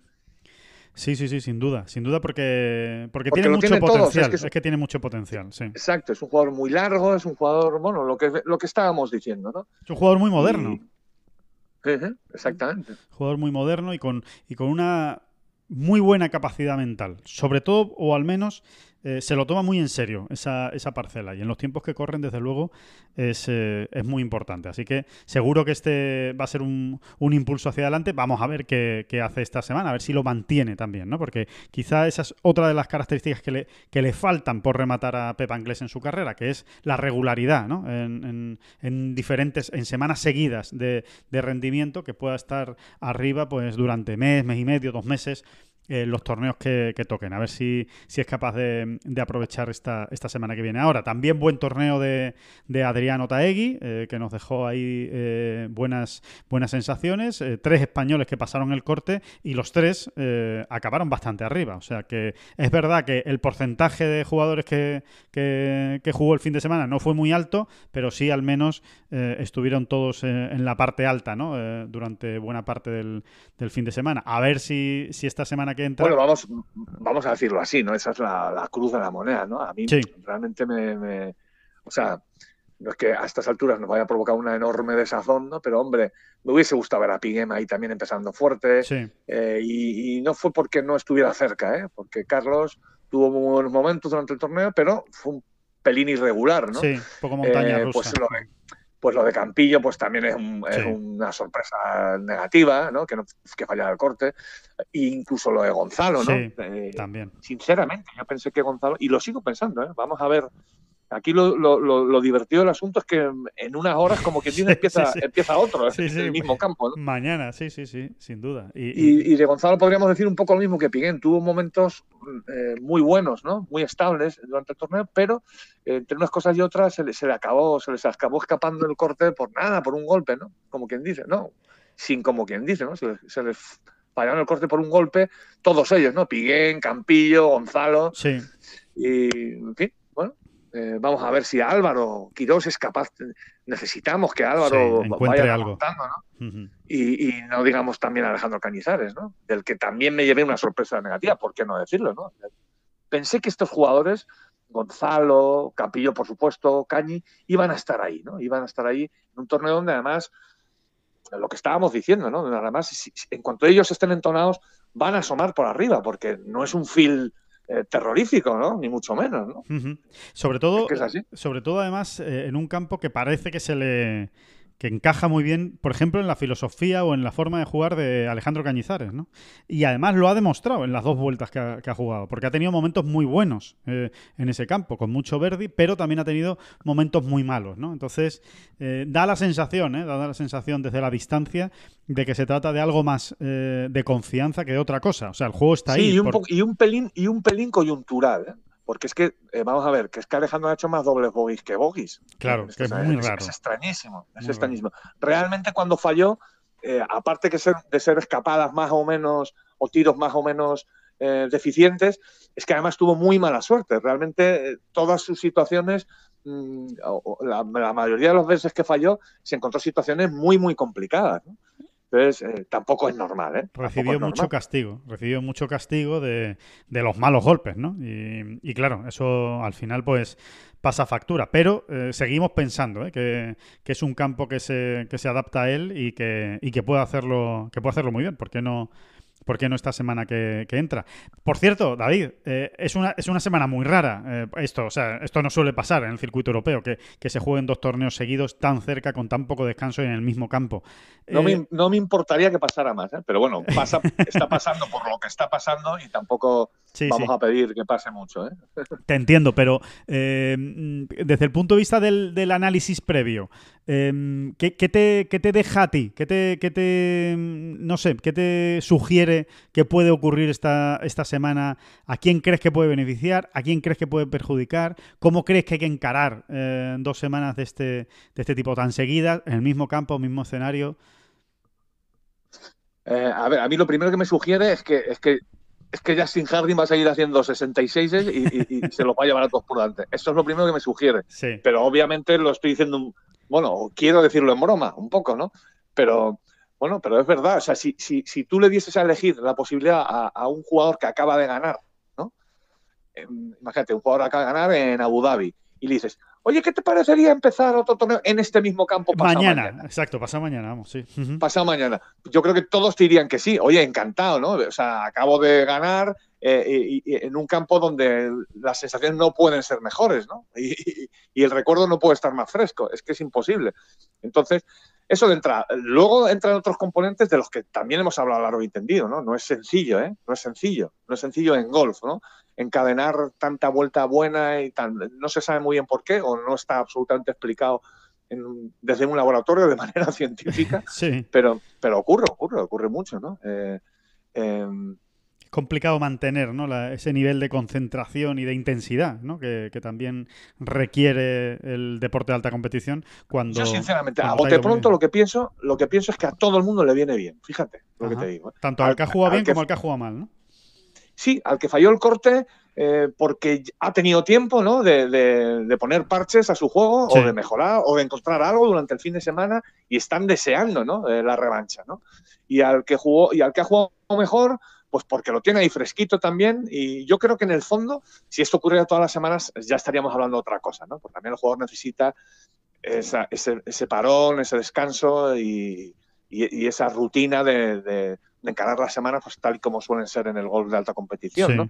S1: Sí, sí, sí, sin duda, sin duda porque, porque,
S4: porque
S1: tiene mucho
S4: tiene
S1: potencial,
S4: todos, es, que es,
S1: es que tiene mucho potencial, sí.
S4: Exacto, es un jugador muy largo, es un jugador, bueno, lo que, lo que estábamos diciendo, ¿no?
S1: Es un jugador muy moderno.
S4: Y... Uh-huh, exactamente.
S1: Jugador muy moderno y con, y con una muy buena capacidad mental, sobre todo, o al menos eh, se lo toma muy en serio esa, esa parcela, y en los tiempos que corren, desde luego, es, eh, es muy importante. Así que seguro que este va a ser un, un impulso hacia adelante. Vamos a ver qué, qué hace esta semana, a ver si lo mantiene también, ¿no? Porque quizá esa es otra de las características que le, que le faltan por rematar a Pep Anglès en su carrera, que es la regularidad, ¿no? En, en, en diferentes, en semanas seguidas de, de rendimiento, que pueda estar arriba pues durante mes, mes y medio, dos meses, Eh, los torneos que, que toquen, a ver si, si es capaz de, de aprovechar esta, esta semana que viene. Ahora, también buen torneo de, de Adriano Taegui, eh, que nos dejó ahí eh, buenas, buenas sensaciones, eh, tres españoles que pasaron el corte y los tres eh, acabaron bastante arriba, o sea que es verdad que el porcentaje de jugadores que, que, que jugó el fin de semana no fue muy alto, pero sí al menos eh, estuvieron todos eh, en la parte alta, ¿no? Eh, durante buena parte del, del fin de semana. A ver si, si esta semana que entra...
S4: Bueno, vamos, vamos a decirlo así, ¿no? Esa es la, la cruz de la moneda, ¿no? A mí
S1: sí.
S4: realmente me, me... O sea, no es que a estas alturas nos vaya a provocar una enorme desazón, ¿no? Pero, hombre, me hubiese gustado ver a Piguem ahí también empezando fuerte.
S1: Sí.
S4: Eh, y, y no fue porque no estuviera cerca, ¿eh? Porque Carlos tuvo muy buenos momentos durante el torneo, pero fue un pelín irregular, ¿no?
S1: Sí, un poco montaña
S4: eh,
S1: rusa.
S4: Pues lo de, Pues lo de Campillo pues también es, un, sí. es una sorpresa negativa, ¿no? Que, no, que fallara el corte. E incluso lo de Gonzalo, ¿no?
S1: Sí,
S4: eh,
S1: también.
S4: Sinceramente, yo pensé que Gonzalo, y lo sigo pensando, ¿eh? Vamos a ver. Aquí lo, lo, lo, lo divertido del asunto es que en unas horas, como quien dice, empieza, sí, sí. empieza otro,
S1: sí, sí.
S4: en el mismo campo, ¿no?
S1: Mañana, sí, sí, sí, sin duda.
S4: Y, y... y de Gonzalo podríamos decir un poco lo mismo que Piguem. Tuvo momentos eh, muy buenos, ¿no? Muy estables durante el torneo, pero eh, entre unas cosas y otras se, le, se le acabó, se les acabó escapando el corte por nada, por un golpe, ¿no? Como quien dice, ¿no? Sin como quien dice, ¿no? Se, se les fallaron el corte por un golpe, todos ellos, ¿no? Piguem, Campillo, Gonzalo.
S1: Sí.
S4: Y, en fin, bueno. Eh, vamos a ver si Álvaro Quirós es capaz. Necesitamos que Álvaro
S1: sí, encuentre
S4: vaya
S1: algo.
S4: ¿no? Uh-huh. y, y no digamos también a Alejandro Cañizares, ¿no? Del que también me llevé una sorpresa negativa, ¿por qué no decirlo, no? Pensé que estos jugadores, Gonzalo, Campillo, por supuesto, Cañi, iban a estar ahí, ¿no? Iban a estar ahí en un torneo donde además, lo que estábamos diciendo, ¿no? Además, si, en cuanto ellos estén entonados, van a asomar por arriba, porque no es un feel Eh, terrorífico, ¿no? Ni mucho menos, ¿no?
S1: Uh-huh. Sobre todo,
S4: es que es así.
S1: sobre todo además eh, en un campo que parece que se le que encaja muy bien, por ejemplo, en la filosofía o en la forma de jugar de Alejandro Cañizares, ¿no? Y además lo ha demostrado en las dos vueltas que ha, que ha jugado, porque ha tenido momentos muy buenos eh, en ese campo, con mucho Verdi, pero también ha tenido momentos muy malos, ¿no? Entonces, eh, da la sensación, ¿eh? Da la sensación desde la distancia de que se trata de algo más eh, de confianza que de otra cosa. O sea, el juego está
S4: sí,
S1: ahí.
S4: Y un,
S1: por...
S4: po- y un pelín, y un pelín coyuntural, ¿eh? Porque es que, eh, vamos a ver, que es que Alejandro ha hecho más dobles bogies que bogies.
S1: Claro, que es muy raro.
S4: Es extrañísimo, es
S1: muy
S4: extrañísimo. Raro. Realmente cuando falló, eh, aparte que ser, de ser escapadas más o menos, o tiros más o menos eh, deficientes, es que además tuvo muy mala suerte. Realmente eh, todas sus situaciones, mmm, la, la mayoría de las veces que falló, se encontró situaciones muy, muy complicadas, ¿no? Entonces, eh, tampoco es normal, ¿eh?
S1: Recibió
S4: es
S1: mucho
S4: normal.
S1: castigo, recibió mucho castigo de, de los malos golpes, ¿no? Y, y claro, eso al final pues pasa factura, pero eh, seguimos pensando ¿eh? que, que es un campo que se, que se adapta a él y que, y que puede hacerlo, que puede hacerlo muy bien. ¿Por qué no? ¿Por qué no esta semana que, que entra? Por cierto, David, eh, es, una, es una semana muy rara. Eh, esto, o sea, esto no suele pasar en el circuito europeo, que, que se jueguen dos torneos seguidos tan cerca, con tan poco descanso y en el mismo campo.
S4: No,
S1: eh,
S4: me, no me importaría que pasara más, ¿eh? Pero bueno, pasa, está pasando por lo que está pasando y tampoco
S1: sí,
S4: vamos
S1: sí.
S4: a pedir que pase mucho, ¿eh?
S1: Te entiendo, pero eh, desde el punto de vista del, del análisis previo, eh, ¿qué, qué, te, ¿qué te deja a ti? ¿Qué te, qué te, no sé, qué te sugiere que puede ocurrir esta, esta semana? ¿A quién crees que puede beneficiar? ¿A quién crees que puede perjudicar? ¿Cómo crees que hay que encarar eh, dos semanas de este, de este tipo tan seguidas, en el mismo campo, mismo escenario?
S4: Eh, a ver, a mí lo primero que me sugiere es que, es que es que Justin Harding va a seguir haciendo sesenta y seis y, y, y se los va a llevar a todos por delante. Eso es lo primero que me sugiere.
S1: Sí.
S4: Pero obviamente lo estoy diciendo bueno, quiero decirlo en broma, un poco, ¿no? Pero, bueno, pero es verdad, o sea, si, si, si tú le dieses a elegir la posibilidad a, a un jugador que acaba de ganar, ¿no? Eh, imagínate, un jugador acaba de ganar en Abu Dhabi y le dices, oye, ¿qué te parecería empezar otro torneo en este mismo campo pasado
S1: mañana?
S4: mañana?
S1: Exacto, pasado mañana, vamos, sí. Uh-huh.
S4: Pasado mañana. Yo creo que todos te dirían que sí. Oye, encantado, ¿no? O sea, acabo de ganar eh, y, y en un campo donde las sensaciones no pueden ser mejores, ¿no? Y, y, y el recuerdo no puede estar más fresco. Es que es imposible. Entonces, eso de entrada. Luego entran otros componentes de los que también hemos hablado a largo y tendido, ¿no? No es sencillo, ¿eh? No es sencillo. No es sencillo en golf, ¿no? Encadenar tanta vuelta buena y tan... No se sabe muy bien por qué o no está absolutamente explicado en, desde un laboratorio de manera científica,
S1: sí.
S4: pero, pero ocurre, ocurre, ocurre mucho, ¿no? Eh, eh,
S1: es complicado mantener, ¿no? La, ese nivel de concentración y de intensidad, ¿no? Que, que también requiere el deporte de alta competición cuando...
S4: Yo sinceramente,
S1: cuando
S4: a bote pronto lo que pienso lo que pienso es que a todo el mundo le viene bien, fíjate lo Ajá. que te digo.
S1: Tanto al, al que ha jugado bien que, como al que ha jugado mal, ¿no?
S4: Sí, al que falló el corte eh, porque ha tenido tiempo, ¿no? De, de, de poner parches a su juego sí. o de mejorar o de encontrar algo durante el fin de semana y están deseando, ¿no? Eh, la revancha, ¿no? Y al que jugó y al que ha jugado mejor, pues porque lo tiene ahí fresquito también. Y yo creo que en el fondo, si esto ocurriera todas las semanas, ya estaríamos hablando de otra cosa, ¿no? Porque también el jugador necesita esa, ese, ese parón, ese descanso y, y, y esa rutina de, de de encarar las semanas pues tal y como suelen ser en el golf de alta competición, sí. ¿no?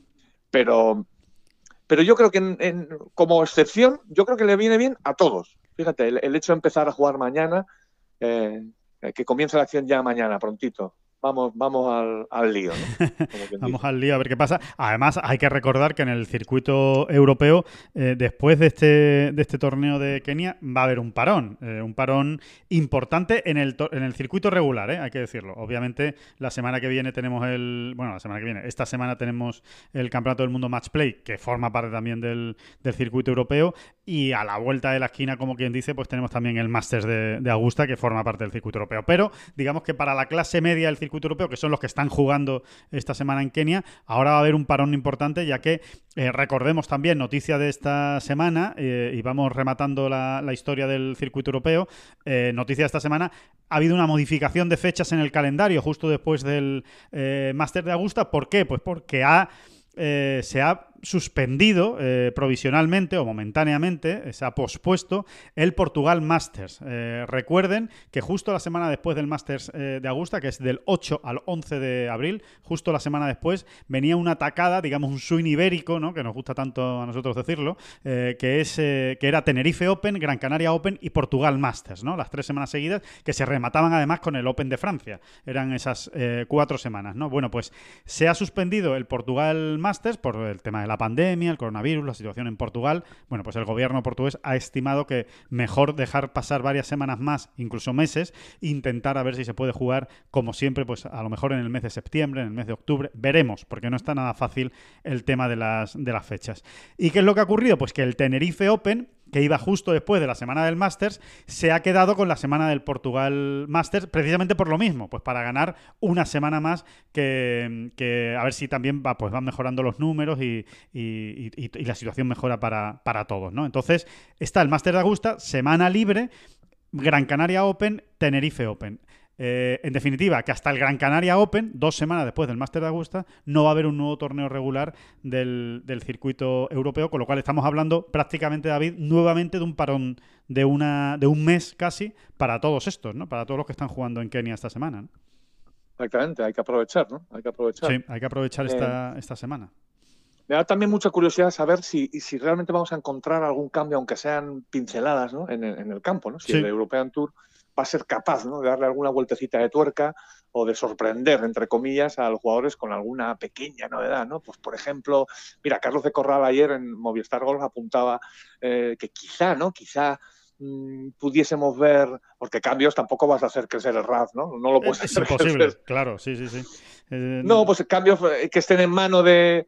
S4: Pero, pero yo creo que en, en, como excepción, yo creo que le viene bien a todos. Fíjate, el, el hecho de empezar a jugar mañana, eh, que comience la acción ya mañana, prontito. Vamos, vamos al, al lío, ¿no?
S1: Vamos al lío a ver qué pasa. Además, hay que recordar que en el circuito europeo, eh, después de este, de este torneo de Kenia, va a haber un parón. Eh, un parón importante en el, en el circuito regular, ¿eh? Hay que decirlo. Obviamente, la semana que viene tenemos el... Bueno, la semana que viene, esta semana tenemos el Campeonato del Mundo Match Play, que forma parte también del, del circuito europeo. Y a la vuelta de la esquina, como quien dice, pues tenemos también el Masters de, de Augusta, que forma parte del circuito europeo. Pero, digamos que para la clase media del circuito europeo, que son los que están jugando esta semana en Kenia, ahora va a haber un parón importante, ya que eh, recordemos también, noticia de esta semana, eh, y vamos rematando la, la historia del circuito europeo, eh, noticia de esta semana, ha habido una modificación de fechas en el calendario justo después del eh, Masters de Augusta. ¿Por qué? Pues porque ha, eh, se ha suspendido eh, provisionalmente o momentáneamente, eh, se ha pospuesto el Portugal Masters. Eh, recuerden que justo la semana después del Masters eh, de Augusta, que es del ocho al once de abril, justo la semana después venía una atacada, digamos un swing ibérico, ¿no? Que nos gusta tanto a nosotros decirlo, eh, que es eh, que era Tenerife Open, Gran Canaria Open y Portugal Masters, ¿no? Las tres semanas seguidas, que se remataban además con el Open de Francia. Eran esas eh, cuatro semanas, ¿no? Bueno, pues se ha suspendido el Portugal Masters por el tema de la pandemia, el coronavirus, la situación en Portugal. Bueno, pues el gobierno portugués ha estimado que mejor dejar pasar varias semanas más, incluso meses, intentar a ver si se puede jugar, como siempre, pues a lo mejor en el mes de septiembre, en el mes de octubre. Veremos, porque no está nada fácil el tema de las, de las fechas. ¿Y qué es lo que ha ocurrido? Pues que el Tenerife Open, que iba justo después de la semana del Masters, se ha quedado con la semana del Portugal Masters, precisamente por lo mismo, pues para ganar una semana más, que, que a ver si también va, pues van mejorando los números y, y, y, y la situación mejora para, para todos, ¿no? Entonces, está el Masters de Augusta, semana libre, Gran Canaria Open, Tenerife Open. Eh, en definitiva, que hasta el Gran Canaria Open, dos semanas después del Masters de Augusta, no va a haber un nuevo torneo regular del, del circuito europeo, con lo cual estamos hablando prácticamente, David, nuevamente de un parón de una de un mes casi para todos estos, ¿no? Para todos los que están jugando en Kenia esta semana, ¿no?
S4: Exactamente, hay que aprovechar, ¿no? Hay que aprovechar.
S1: Sí, hay que aprovechar eh, esta, esta semana.
S4: Me da también mucha curiosidad saber si, si realmente vamos a encontrar algún cambio, aunque sean pinceladas, ¿no? En el, en el campo, ¿no? Si sí. El European Tour va a ser capaz, ¿no? De darle alguna vueltecita de tuerca o de sorprender, entre comillas, a los jugadores con alguna pequeña novedad, ¿no? Pues, por ejemplo, mira, Carlos de Corral ayer en Movistar Golf apuntaba eh, que quizá, ¿no? Quizá mmm, pudiésemos ver, porque cambios tampoco vas a hacer crecer el R A F, ¿no? No lo puedes
S1: es
S4: hacer
S1: imposible,
S4: crecer.
S1: Claro, sí, sí, sí. Eh,
S4: no, pues cambios que estén en mano de...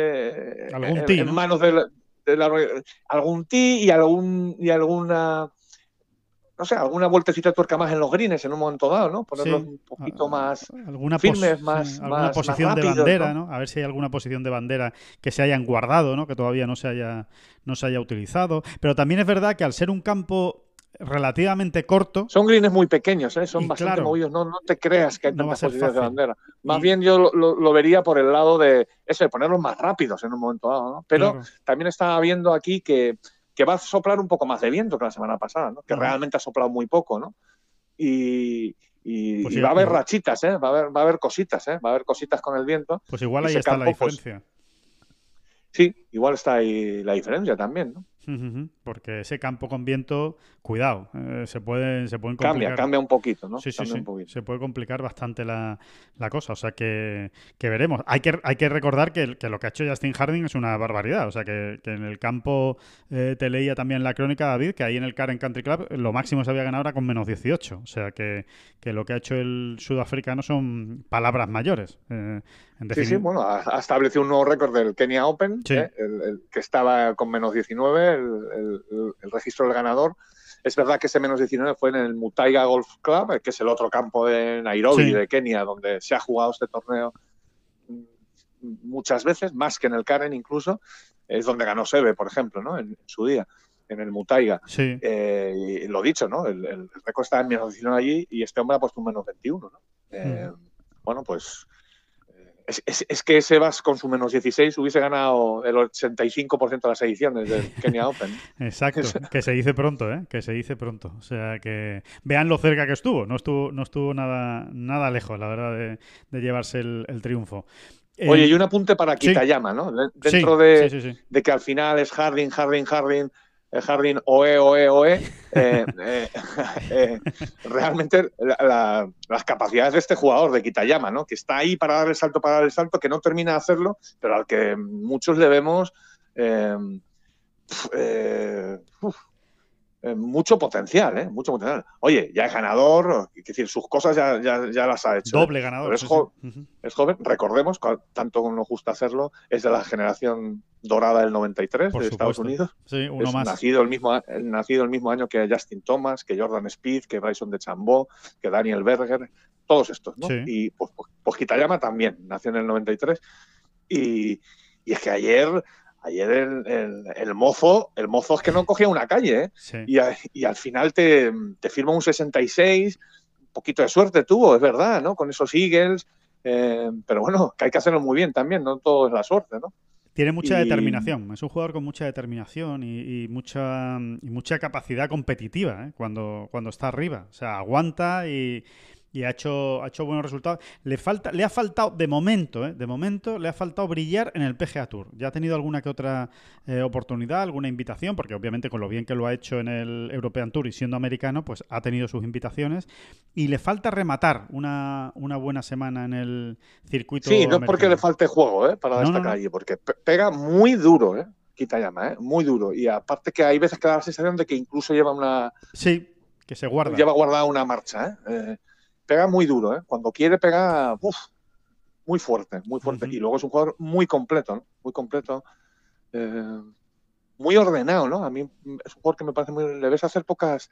S4: Eh,
S1: algún
S4: en,
S1: tee,
S4: en
S1: ¿no?
S4: manos de, la, de la, algún tee y, algún, y alguna... no sé, alguna vueltecita de tuerca más en los greens en un momento dado, ¿no? Ponerlos sí. un poquito más
S1: alguna
S4: firmes, más,
S1: sí, alguna
S4: más,
S1: posición
S4: más rápidos,
S1: de bandera,
S4: ¿no?
S1: ¿no? A ver si hay alguna posición de bandera que se hayan guardado, ¿no? Que todavía no se haya, no se haya utilizado. Pero también es verdad que al ser un campo relativamente corto.
S4: Son greens muy pequeños, ¿eh? Son
S1: y
S4: bastante
S1: claro,
S4: movidos. No, no te creas que hay
S1: no va a
S4: tantas
S1: ser
S4: posiciones de
S1: fácil.
S4: bandera. Más
S1: Y-
S4: bien yo lo, lo- lo vería por el lado de eso, de ponerlos más rápidos en un momento dado, ¿no? Pero
S1: Claro.
S4: también estaba viendo aquí que, que va a soplar un poco más de viento que la semana pasada, ¿no? Que
S1: Ujú.
S4: realmente ha soplado muy poco, ¿no? Y, y-
S1: Pues
S4: y
S1: sí,
S4: va a haber
S1: igual-
S4: rachitas, ¿eh? Va a haber, va a haber cositas, ¿eh? Va a haber cositas con el viento.
S1: Pues igual
S4: Y
S1: ahí
S4: ese
S1: está la
S4: campo, pues,
S1: diferencia.
S4: sí, igual está ahí la diferencia también, ¿no?
S1: Ujú, porque ese campo con viento, cuidado, eh, se pueden, se pueden
S4: Cambia,
S1: complicar.
S4: cambia un poquito, ¿no?
S1: Sí, sí,
S4: Cambia
S1: sí.
S4: un poquito.
S1: Se puede complicar bastante la, la cosa. O sea que, que veremos. Hay que, hay que recordar que, que lo que ha hecho Justin Harding es una barbaridad. O sea que, que en el campo eh, te leía también la crónica, David, que ahí en el Karen Country Club lo máximo se había ganado era con menos dieciocho. O sea que, que lo que ha hecho el sudafricano son palabras mayores. Eh, en
S4: Sí, sí,
S1: defini-
S4: bueno, ha, ha establecido un nuevo récord del Kenya Open,
S1: Sí.
S4: ¿eh? el, el que estaba con menos diecinueve, el, el- el- el registro del ganador. Es verdad que ese menos diecinueve fue en el Mutaiga Golf Club, eh, que es el otro campo de Nairobi,
S1: Sí.
S4: de Kenia, donde se ha jugado este torneo mm, muchas veces, más que en el Karen incluso. Es donde ganó Seve, por ejemplo, ¿no? En, en su día, en el Mutaiga.
S1: Sí.
S4: Eh, y lo dicho, ¿no? El, el récord está en menos diecinueve allí y este hombre ha puesto un menos veintiuno, ¿no? Eh, Bueno, pues eh, es, es, es que Sebas con su menos dieciséis hubiese ganado el ochenta y cinco por ciento de las ediciones del Kenya Open.
S1: Exacto, que se dice pronto, ¿eh? Que se dice pronto. O sea que vean lo cerca que estuvo. No estuvo, no estuvo nada, nada lejos, la verdad, de, de llevarse el, el triunfo.
S4: Oye,
S1: Eh,
S4: y un apunte para
S1: sí.
S4: Kitayama, ¿no? De-
S1: sí,
S4: Dentro de,
S1: sí, sí, sí.
S4: de que al final es Harding, Harding, Harding, eh, Harding, oe, oe, oe, eh, eh, eh, realmente la- la- las capacidades de este jugador, de Kitayama, ¿no? Que está ahí para dar el salto, para dar el salto, que no termina de hacerlo, pero al que muchos le vemos eh, pf, eh, uf, eh, mucho potencial, ¿eh? Mucho potencial. Oye, ya es ganador, es decir, sus cosas ya, ya, ya las ha hecho. ¿eh?
S1: Doble ganador.
S4: Pero es
S1: sí,
S4: jo-
S1: sí. Ujú.
S4: Es joven, recordemos, cual- tanto como nos gusta hacerlo, es de la generación dorada del noventa y tres
S1: Por
S4: de Estados
S1: supuesto.
S4: Unidos.
S1: Sí, uno
S4: Es
S1: más.
S4: nacido el, mismo, a- nacido el mismo año que Justin Thomas, que Jordan Spieth, que Bryson de Chambó, que Daniel Berger, todos estos, ¿no?
S1: Sí.
S4: Y pues, pues, pues Kitayama también, nació en el noventa y tres. Y, y es que ayer, ayer el, el, el mozo, el mozo es que no cogía una calle, ¿eh?
S1: Sí.
S4: Y, a- y al final te, te firma un sesenta y seis, un poquito de suerte tuvo, es verdad, ¿no? Con esos Eagles, eh, pero bueno, que hay que hacerlo muy bien también, no todo es la suerte, ¿no?
S1: Tiene mucha
S4: Y-
S1: determinación. Es un jugador con mucha determinación y, y mucha y mucha capacidad competitiva, ¿eh? cuando, cuando está arriba. O sea, aguanta y, y ha hecho, ha hecho buenos resultados. Le falta, le ha faltado, de momento, ¿eh? de momento, le ha faltado brillar en el P G A Tour. Ya ha tenido alguna que otra eh, oportunidad, alguna invitación, porque obviamente con lo bien que lo ha hecho en el European Tour y siendo americano, pues ha tenido sus invitaciones. Y le falta rematar una, una buena semana en el circuito
S4: Sí, no es porque
S1: americano.
S4: le falte juego, ¿eh? Para
S1: No, no,
S4: destacar
S1: no.
S4: allí, porque pe- pega muy duro, ¿eh? Kitayama, ¿eh? Muy duro. Y aparte que hay veces que da la sensación de que incluso lleva una
S1: Sí, que se guarda.
S4: lleva guardada una marcha, ¿eh? Eh, pega muy duro, ¿eh? Cuando quiere pega, uf, muy fuerte, muy fuerte.
S1: Ujú.
S4: Y luego es un jugador muy completo, ¿no? Muy completo. Eh, muy ordenado, ¿no? A mí mm, es un jugador que me parece muy... Le ves hacer pocas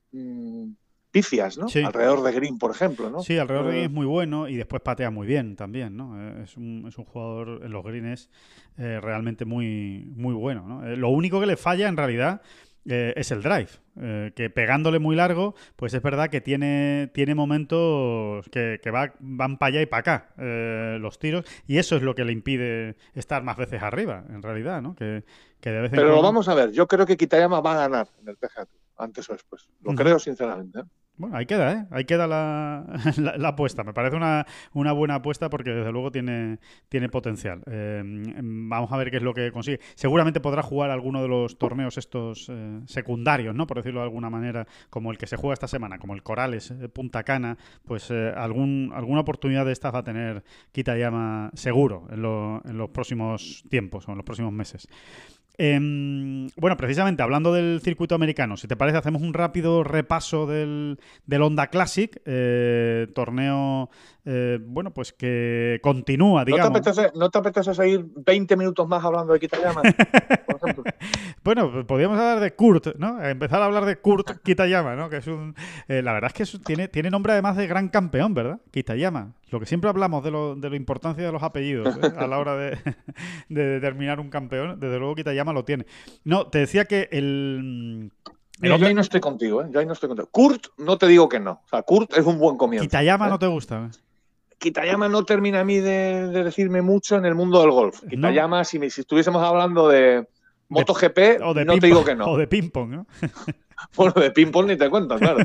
S4: mm, pifias, ¿no?
S1: Sí.
S4: Alrededor de Green, por ejemplo, ¿no?
S1: Sí, alrededor de
S4: Eh,
S1: Green es muy bueno y después patea muy bien también, ¿no? Eh, Es un, es un jugador en los greens eh, realmente muy, muy bueno, ¿no? Eh, lo único que le falla en realidad eh, es el drive, eh, que pegándole muy largo, pues es verdad que tiene, tiene momentos que, que va, van para allá y para acá eh, los tiros y eso es lo que le impide estar más veces arriba, en realidad, ¿no? Que, que de vez en
S4: Pero lo
S1: cuando...
S4: vamos a ver. Yo creo que Kitayama va a ganar en el P G A Tour, antes o después. Lo
S1: Ujú.
S4: creo sinceramente, ¿eh?
S1: Bueno, ahí queda, ¿eh? Ahí queda la, la, la apuesta. Me parece una, una buena apuesta porque desde luego tiene, tiene potencial. Eh, vamos a ver qué es lo que consigue. Seguramente podrá jugar alguno de los torneos estos eh, secundarios, ¿no? Por decirlo de alguna manera, como el que se juega esta semana, como el Corales, eh, Punta Cana, pues eh, algún, alguna oportunidad de estas va a tener Kitayama seguro en, lo, en los próximos tiempos o en los próximos meses. Eh, bueno, precisamente hablando del circuito americano, si te parece, hacemos un rápido repaso del, del Honda Classic, eh, torneo, eh, bueno, pues que continúa,
S4: ¿No te,
S1: digamos.
S4: apetece, ¿No te apetece seguir veinte minutos más hablando de Kitayama? Por ejemplo.
S1: Bueno, podríamos hablar de Kurt, ¿no? Empezar a hablar de Kurt Kitayama, ¿no? Que es un, eh, la verdad es que es, tiene, tiene nombre además de gran campeón, ¿verdad? Kitayama. Lo que siempre hablamos de, lo, de la importancia de los apellidos ¿eh? a la hora de, de determinar un campeón, desde luego Kitayama lo tiene. No, te decía que el,
S4: Mira, yo ahí no estoy contigo, ¿eh? Yo ahí no estoy contigo. Kurt, no te digo que no. O sea, Kurt es un buen comienzo.
S1: Kitayama
S4: ¿eh?
S1: no te gusta. ¿eh?
S4: Kitayama no termina a mí de, de decirme mucho en el mundo del golf. Kitayama, ¿no? si, si estuviésemos hablando de MotoGP,
S1: de, o de
S4: no te digo que no.
S1: O de ping-pong, ¿no?
S4: Bueno, de ping-pong ni te cuento, claro.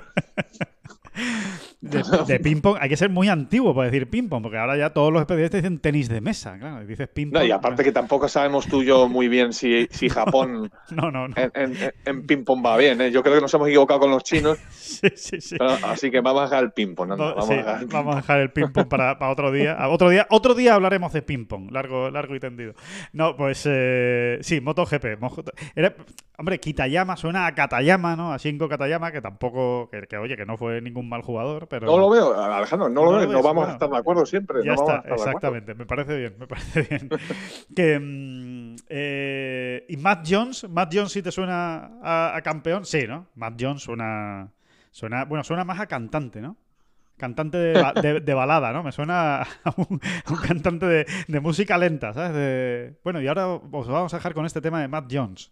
S1: De, de ping-pong, hay que ser muy antiguo para decir ping-pong, porque ahora ya todos los especialistas dicen tenis de mesa, claro, y dices ping-pong.
S4: No, y aparte claro. que tampoco sabemos tú y yo muy bien si, si Japón
S1: no, no, no.
S4: en, en, en ping-pong va bien, ¿eh? Yo creo que nos hemos equivocado con los chinos.
S1: Sí, sí, sí.
S4: Pero, así que vamos a dejar el ping-pong. ¿no?
S1: No,
S4: vamos,
S1: sí,
S4: a dejar el ping-pong.
S1: vamos a dejar el ping-pong para, para otro día. Otro día. Otro día hablaremos de ping-pong, largo, largo y tendido. No, pues eh, sí, MotoGP. Era, hombre, Kitayama suena a Katayama, ¿no? A Shingo Katayama, que tampoco, que, que oye, que no fue ningún mal jugador, pero...
S4: No lo veo, Alejandro, no, no lo veo, no vamos bueno, a estar de acuerdo siempre.
S1: Ya
S4: no
S1: está,
S4: vamos a estar
S1: exactamente, me parece bien, me parece bien. que, mm, eh, ¿Y Matt Jones? ¿Matt Jones sí te suena a, a campeón? Sí, ¿no? Matt Jones suena, suena, bueno, suena más a cantante, ¿no? Cantante de, de, de balada, ¿no? Me suena a un, a un cantante de, de música lenta, ¿sabes? De... Bueno, y ahora os vamos a dejar con este tema de Matt Jones.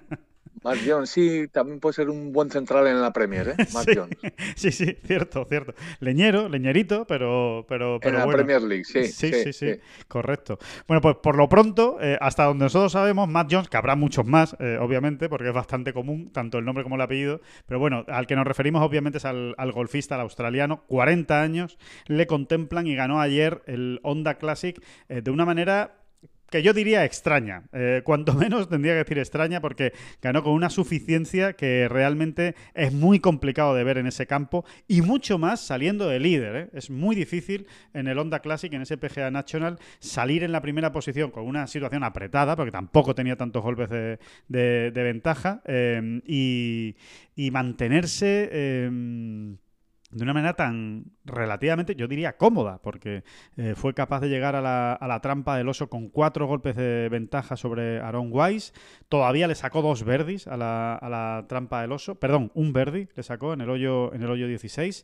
S4: Matt Jones, sí, también puede ser un buen central en la Premier, ¿eh? Matt
S1: sí,
S4: Jones.
S1: Sí, sí, cierto, cierto. Leñero, leñerito, pero, pero, pero
S4: en la
S1: bueno.
S4: Premier League, sí.
S1: Sí,
S4: sí,
S1: sí, sí,
S4: sí.
S1: correcto. Bueno, pues por lo pronto, eh, hasta donde nosotros sabemos, Matt Jones, que habrá muchos más, eh, obviamente, porque es bastante común, tanto el nombre como el apellido, pero bueno, al que nos referimos obviamente es al, al golfista, al australiano, cuarenta años, le contemplan y ganó ayer el Honda Classic eh, de una manera... que yo diría extraña, eh, cuanto menos tendría que decir extraña, porque ganó con una suficiencia que realmente es muy complicado de ver en ese campo y mucho más saliendo de líder. ¿eh? Es muy difícil en el Honda Classic, en ese P G A National, salir en la primera posición con una situación apretada, porque tampoco tenía tantos golpes de, de, de ventaja, eh, y, y mantenerse... Eh, de una manera tan relativamente, yo diría, cómoda, porque eh, fue capaz de llegar a la, a la trampa del oso con cuatro golpes de ventaja sobre Aaron Wise. Todavía le sacó dos birdies a la, a la trampa del oso. Perdón, un birdie le sacó en el hoyo, en el hoyo dieciséis.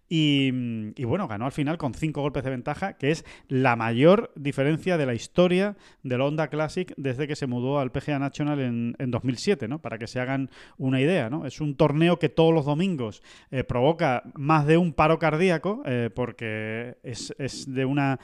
S1: Y, y bueno, ganó al final con cinco golpes de ventaja, que es la mayor diferencia de la historia del Honda Classic desde que se mudó al P G A National en, en dos mil siete, ¿no? Para que se hagan una idea, ¿no? Es un torneo que todos los domingos eh, provoca más de un paro cardíaco, eh, porque es, es de una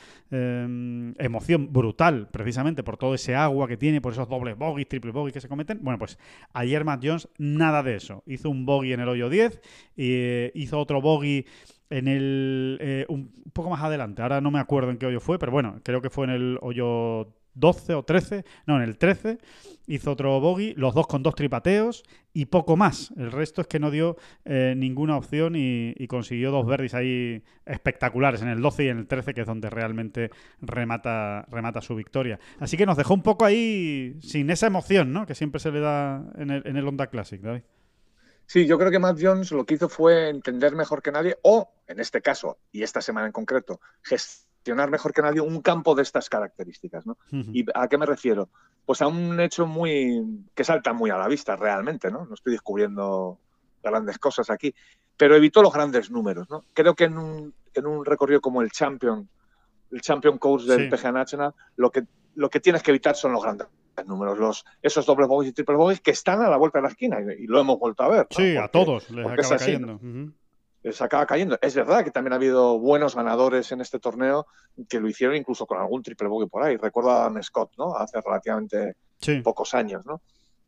S1: eh, emoción brutal, precisamente por todo ese agua que tiene, por esos dobles bogies, triple bogies que se cometen. Bueno, pues ayer Matt Jones, nada de eso. Hizo un bogey en el hoyo diez, y eh, hizo otro bogey en el eh, un poco más adelante, ahora no me acuerdo en qué hoyo fue, pero bueno, creo que fue en el hoyo doce o trece, no, en el trece, hizo otro bogey, los dos con dos tripateos y poco más. El resto es que no dio eh, ninguna opción y, y consiguió dos birdies ahí espectaculares en el doce y en el trece, que es donde realmente remata, remata su victoria. Así que nos dejó un poco ahí sin esa emoción, ¿no? Que siempre se le da en el, en el Honda Classic, David.
S4: Sí, yo creo que Matt Jones lo que hizo fue entender mejor que nadie, o en este caso, y esta semana en concreto, gestionar mejor que nadie un campo de estas características, ¿no? Uh-huh. ¿Y a qué me refiero? Pues a un hecho muy que salta muy a la vista realmente, ¿no? No estoy descubriendo grandes cosas aquí, pero evitó los grandes números, ¿no? Creo que en un, en un recorrido como el Champion, el Champion Course del sí. P G A National, lo que, lo que tienes que evitar son los grandes números, los, esos dobles bogies y triple bogies que están a la vuelta de la esquina y, y lo hemos vuelto a ver, ¿no?
S1: Sí, porque, a todos les acaba
S4: así,
S1: cayendo.
S4: ¿no? Uh-huh. Les acaba cayendo. Es verdad que también ha habido buenos ganadores en este torneo que lo hicieron incluso con algún triple bogey por ahí. Recuerdo a Adam Scott, ¿no? Hace relativamente sí. pocos años, ¿no?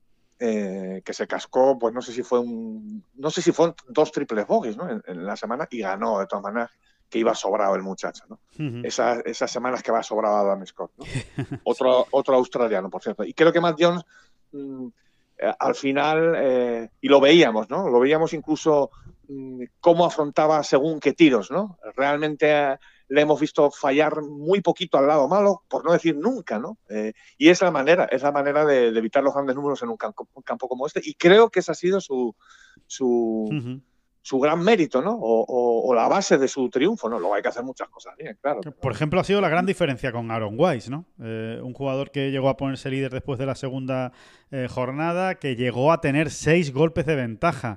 S4: Eh, que se cascó, pues no sé si fue un, no sé si fueron dos triples bogies, ¿no? En, en la semana y ganó de todas maneras, que iba sobrado el muchacho, ¿no? Uh-huh. Esas, esas semanas que va sobrado Adam Scott, ¿no? otro, otro australiano, por cierto. Y creo que Matt Jones, mmm, eh, al final, eh, y lo veíamos, ¿no? Lo veíamos incluso mmm, cómo afrontaba según qué tiros, ¿no? Realmente eh, le hemos visto fallar muy poquito al lado malo, por no decir nunca, ¿no? Eh, y es la manera, es la manera de, de evitar los grandes números en un campo, un campo como este, y creo que ese ha sido su... su uh-huh. su gran mérito, ¿no? O, o, o la base de su triunfo, ¿no? Luego hay que hacer muchas cosas bien, claro.
S1: Por ejemplo, ha sido la gran diferencia con Aaron Wise, ¿no? Eh, un jugador que llegó a ponerse líder después de la segunda eh, jornada, que llegó a tener seis golpes de ventaja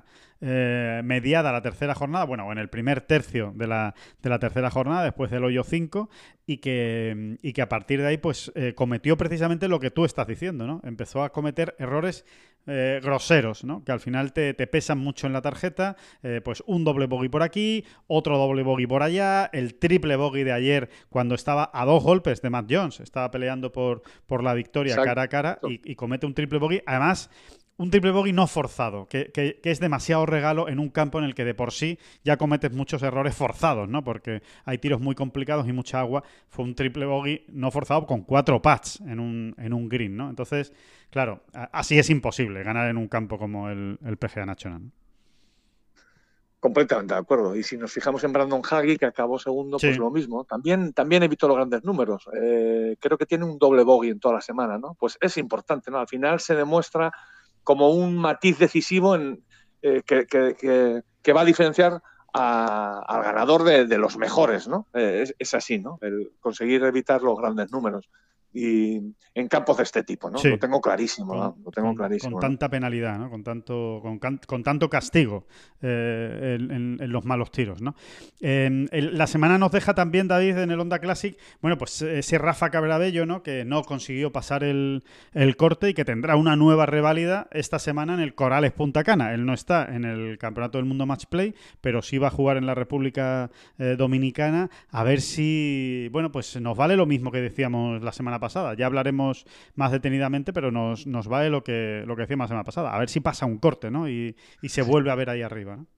S1: eh, mediada la tercera jornada, bueno, en el primer tercio de la, de la tercera jornada, después del hoyo cinco, y que, y que a partir de ahí pues eh, cometió precisamente lo que tú estás diciendo, ¿no? Empezó a cometer errores eh, groseros, ¿no? Que al final te, te pesan mucho en la tarjeta, eh, pues un doble bogey por aquí, otro doble bogey por allá, el triple bogey de ayer cuando estaba a dos golpes de Matt Jones, estaba peleando por, por la victoria Exacto. cara a cara y, y comete un triple bogey, además un triple bogey no forzado, que, que, que es demasiado regalo en un campo en el que de por sí ya cometes muchos errores forzados, ¿no? Porque hay tiros muy complicados y mucha agua. Fue un triple bogey no forzado con cuatro putts en un, en un green, ¿no? Entonces, claro, así es imposible ganar en un campo como el, el P G A National, ¿no?
S4: Completamente de acuerdo. Y si nos fijamos en Brandon Hagy, que acabó segundo, sí. pues lo mismo. También, también evitó los grandes números. Eh, creo que tiene un doble bogey en toda la semana, ¿no? Pues es importante, ¿no? Al final se demuestra como un matiz decisivo en, eh, que, que, que, que va a diferenciar a, al ganador de, de los mejores, ¿no? Eh, es, es así, ¿no? El conseguir evitar los grandes números. Y en campos de este tipo, ¿no? Sí. Lo tengo clarísimo, con, ¿no? Lo tengo
S1: con,
S4: clarísimo.
S1: Con
S4: ¿no?
S1: tanta penalidad, ¿no? Con tanto, con, con tanto castigo eh, en, en, en los malos tiros, ¿no? Eh, el, la semana nos deja también, David, en el Honda Classic, bueno, pues ese Rafa Cabrabello, ¿no? Que no consiguió pasar el, el corte y que tendrá una nueva reválida esta semana en el Corales Punta Cana. Él no está en el Campeonato del Mundo Match Play, pero sí va a jugar en la República eh, Dominicana, a ver si, bueno, pues nos vale lo mismo que decíamos la semana pasada. pasada. Ya hablaremos más detenidamente, pero nos, nos vale lo que, lo que decíamos la semana pasada. A ver si pasa un corte, ¿no? Y, y se vuelve a ver ahí arriba, ¿no?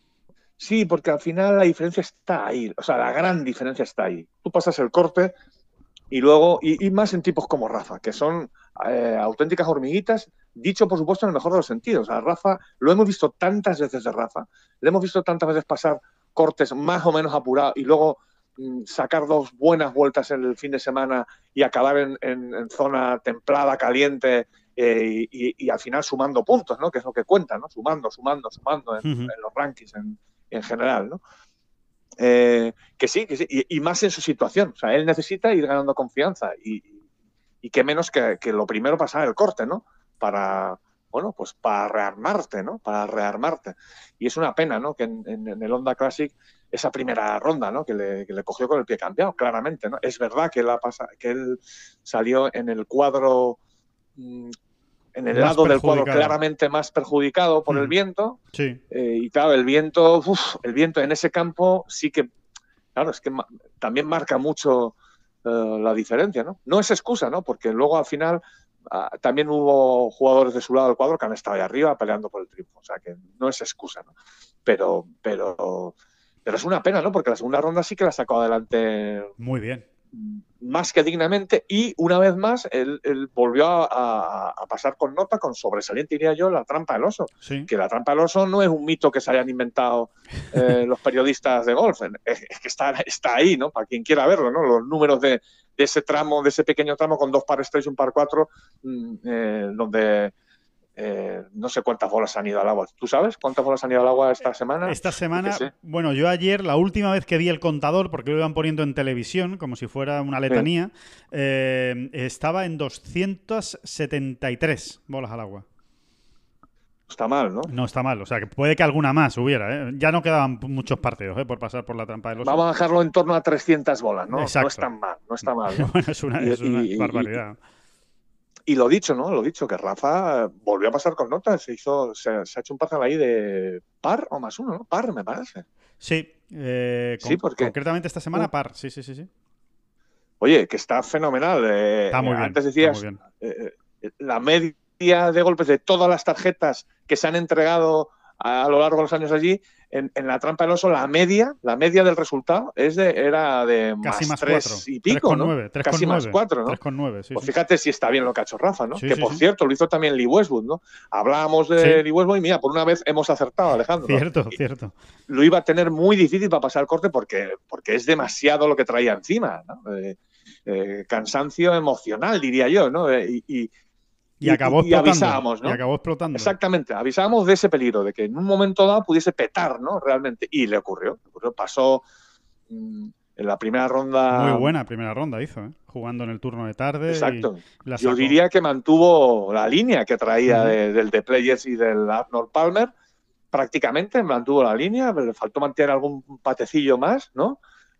S4: Sí, porque al final la diferencia está ahí. O sea, la gran diferencia está ahí. Tú pasas el corte y luego, y, y más en tipos como Rafa, que son eh, auténticas hormiguitas, dicho por supuesto en el mejor de los sentidos. A Rafa lo hemos visto tantas veces de Rafa, le hemos visto tantas veces pasar cortes más o menos apurados y luego sacar dos buenas vueltas en el fin de semana y acabar en, en, en zona templada, caliente eh, y, y al final sumando puntos, ¿no? Que es lo que cuenta, ¿no? Sumando, sumando, sumando en, uh-huh. en los rankings en, en general, ¿no? Eh, que sí, que sí, y, y más en su situación. O sea, él necesita ir ganando confianza y, y qué menos que, que lo primero pasar el corte, ¿no? Para, bueno, pues para rearmarte, ¿no? Para rearmarte. Y es una pena, ¿no? Que en, en, en el Honda Classic esa primera ronda, ¿no? Que le, que le cogió con el pie cambiado, claramente, ¿no? Es verdad que, la pasa, que él salió en el cuadro, en el más lado del cuadro claramente más perjudicado por mm. el viento.
S1: Sí.
S4: Eh, y claro, el viento, uf, el viento en ese campo sí que, claro, es que ma también marca mucho uh, la diferencia, ¿no? No es excusa, ¿no? Porque luego al final uh, también hubo jugadores de su lado del cuadro que han estado ahí arriba peleando por el triunfo. O sea, que no es excusa, ¿no? Pero, pero... Pero es una pena, ¿no? Porque la segunda ronda sí que la sacó adelante
S1: muy bien,
S4: más que dignamente, y una vez más él, él volvió a, a, a pasar con nota, con sobresaliente, diría yo, la trampa del oso.
S1: Sí.
S4: Que la trampa del oso no es un mito que se hayan inventado eh, los periodistas de golf, es, es que está, está ahí, ¿no? Para quien quiera verlo, ¿no? Los números de, de ese tramo, de ese pequeño tramo con dos pares tres y un par cuatro, eh, donde... Eh, no sé cuántas bolas han ido al agua. ¿Tú sabes cuántas bolas han ido al agua esta semana?
S1: Esta semana, bueno, yo ayer, la última vez que vi el contador, porque lo iban poniendo en televisión, como si fuera una letanía, sí. eh, estaba en doscientas setenta y tres bolas al agua.
S4: Está mal, ¿no?
S1: No está mal, o sea, que puede que alguna más hubiera, ¿eh? Ya no quedaban muchos partidos, ¿eh? Por pasar por la trampa de los...
S4: Vamos a dejarlo en torno a trescientas bolas, ¿no? Exacto. No es tan mal, no está mal, ¿no?
S1: Bueno, es una, es una y, barbaridad.
S4: Y, Y lo dicho, ¿no? Lo dicho, que Rafa volvió a pasar con notas, se hizo, se, se ha hecho un parcial ahí de par o más uno, ¿no? Par, me parece.
S1: Sí, eh,
S4: sí
S1: con,
S4: porque
S1: concretamente esta semana par, sí, sí, sí, sí.
S4: Oye, que está fenomenal. Eh,
S1: está muy bien.
S4: Antes decías,
S1: muy bien.
S4: Eh, la media de golpes de todas las tarjetas que se han entregado a, a lo largo de los años allí, en, en la trampa del oso, la media, la media del resultado es de, era de
S1: casi
S4: más, más
S1: tres
S4: cuatro. Y pico,
S1: tres
S4: ¿no?
S1: nueve, tres
S4: casi
S1: nueve,
S4: más cuatro, ¿no?
S1: tres coma nueve, sí,
S4: pues
S1: sí.
S4: fíjate si está bien lo que ha hecho Rafa, ¿no?
S1: Sí,
S4: que
S1: sí,
S4: por
S1: sí.
S4: cierto, lo hizo también Lee Westwood, ¿no? Hablábamos de
S1: sí.
S4: Lee Westwood y mira, por una vez hemos acertado, Alejandro.
S1: Cierto,
S4: y
S1: cierto.
S4: Lo iba a tener muy difícil para pasar el corte porque, porque es demasiado lo que traía encima, ¿no? Eh, eh, cansancio emocional, diría yo, ¿no? Eh, y, y
S1: Y acabó
S4: y, y avisábamos, ¿no?
S1: Y acabó explotando.
S4: Exactamente, avisábamos de ese peligro, de que en un momento dado pudiese petar, ¿no? Realmente. Y le ocurrió. Le ocurrió. Pasó mmm, en la primera ronda.
S1: Muy buena primera ronda hizo, ¿eh? Jugando en el turno de tarde.
S4: Exacto.
S1: Y la
S4: Yo diría que mantuvo la línea que traía uh-huh. de, del The Players y del Arnold Palmer. prácticamente mantuvo la línea, le faltó mantener algún patecillo más, ¿no?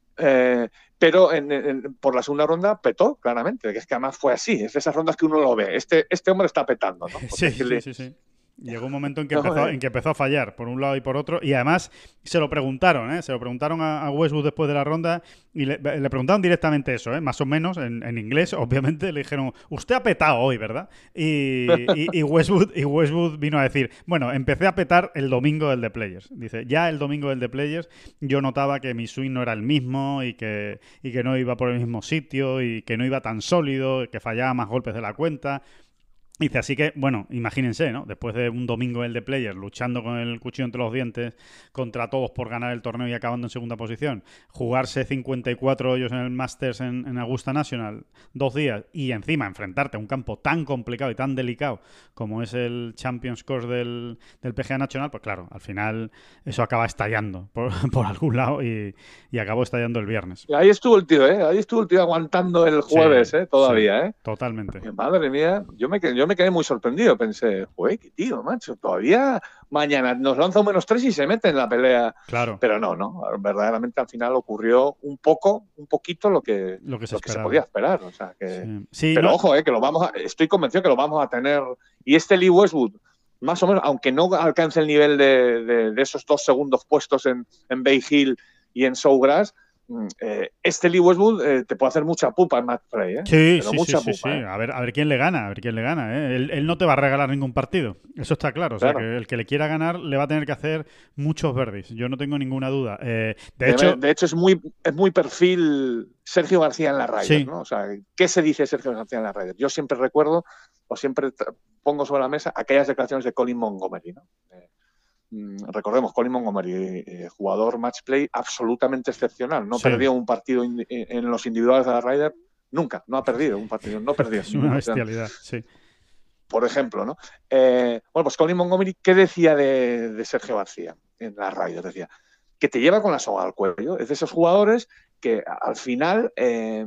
S4: Eh, pero en, en, por la segunda ronda petó, claramente, que es que además fue así, es de esas rondas que uno lo ve, este, este hombre está petando, ¿no?
S1: Sí, sí, le... sí, sí. Llegó un momento en que, empezó, en que empezó a fallar por un lado y por otro, y además se lo preguntaron, ¿eh? Se lo preguntaron a, a Westwood después de la ronda y le, le preguntaron directamente eso, ¿eh? Más o menos en, en inglés, obviamente, le dijeron, usted ha petado hoy, ¿verdad? Y, y, y, Westwood, y Westwood vino a decir, bueno, empecé a petar el domingo del The Players. Dice, ya el domingo del The Players yo notaba que mi swing no era el mismo y que, y que no iba por el mismo sitio y que no iba tan sólido, que fallaba más golpes de la cuenta. Dice, así que, bueno, imagínense, ¿no? Después de un domingo el de Players luchando con el cuchillo entre los dientes contra todos por ganar el torneo y acabando en segunda posición, jugarse cincuenta y cuatro hoyos en el Masters en, en Augusta National, dos días, y encima enfrentarte a un campo tan complicado y tan delicado como es el Champions Course del, del P G A Nacional, pues claro, al final eso acaba estallando por, por algún lado y, y acabó estallando el viernes.
S4: Y ahí estuvo el tío, ¿eh? Ahí estuvo el tío aguantando el jueves, sí, ¿eh? Todavía, sí, ¿eh?
S1: Totalmente.
S4: Madre mía, yo me quedé, yo me quedé muy sorprendido. Pensé, güey, qué tío, macho, todavía mañana nos lanza un menos tres y se mete en la pelea.
S1: Claro.
S4: Pero no, no, verdaderamente al final ocurrió un poco, un poquito lo que,
S1: lo que se,
S4: lo que se podía esperar. O sea, que...
S1: sí. Sí,
S4: pero
S1: no...
S4: ojo, eh, que lo vamos a... estoy convencido que lo vamos a tener. Y este Lee Westwood, más o menos, aunque no alcance el nivel de, de, de esos dos segundos puestos en, en Bay Hill y en Sawgrass, Eh, este Lee Westwood eh, te puede hacer mucha pupa en match play, ¿eh?
S1: Sí,
S4: Pero
S1: sí,
S4: mucha
S1: sí,
S4: pupa,
S1: sí,
S4: ¿eh?
S1: sí. A ver, a ver quién le gana, a ver quién le gana, ¿eh? Él, él no te va a regalar ningún partido, eso está claro. O sea,
S4: claro.
S1: que el que le quiera ganar le va a tener que hacer muchos birdies, yo no tengo ninguna duda. Eh, de,
S4: de,
S1: hecho,
S4: de hecho es muy, es muy perfil Sergio García en la Ryder, sí. ¿no? O sea, ¿qué se dice Sergio García en la Ryder? Yo siempre recuerdo o siempre pongo sobre la mesa aquellas declaraciones de Colin Montgomery, ¿no? Eh, Recordemos, Colin Montgomery, eh, jugador match play absolutamente excepcional. No sí. perdió un partido in, en los individuales de la Ryder, nunca. No ha perdido un partido, no perdió.
S1: Es una bestialidad, sí.
S4: Por ejemplo, ¿no? Eh, bueno, pues Colin Montgomery, ¿qué decía de, de Sergio García en la Ryder? Decía que te lleva con la soga al cuello. Es de esos jugadores que al final, eh,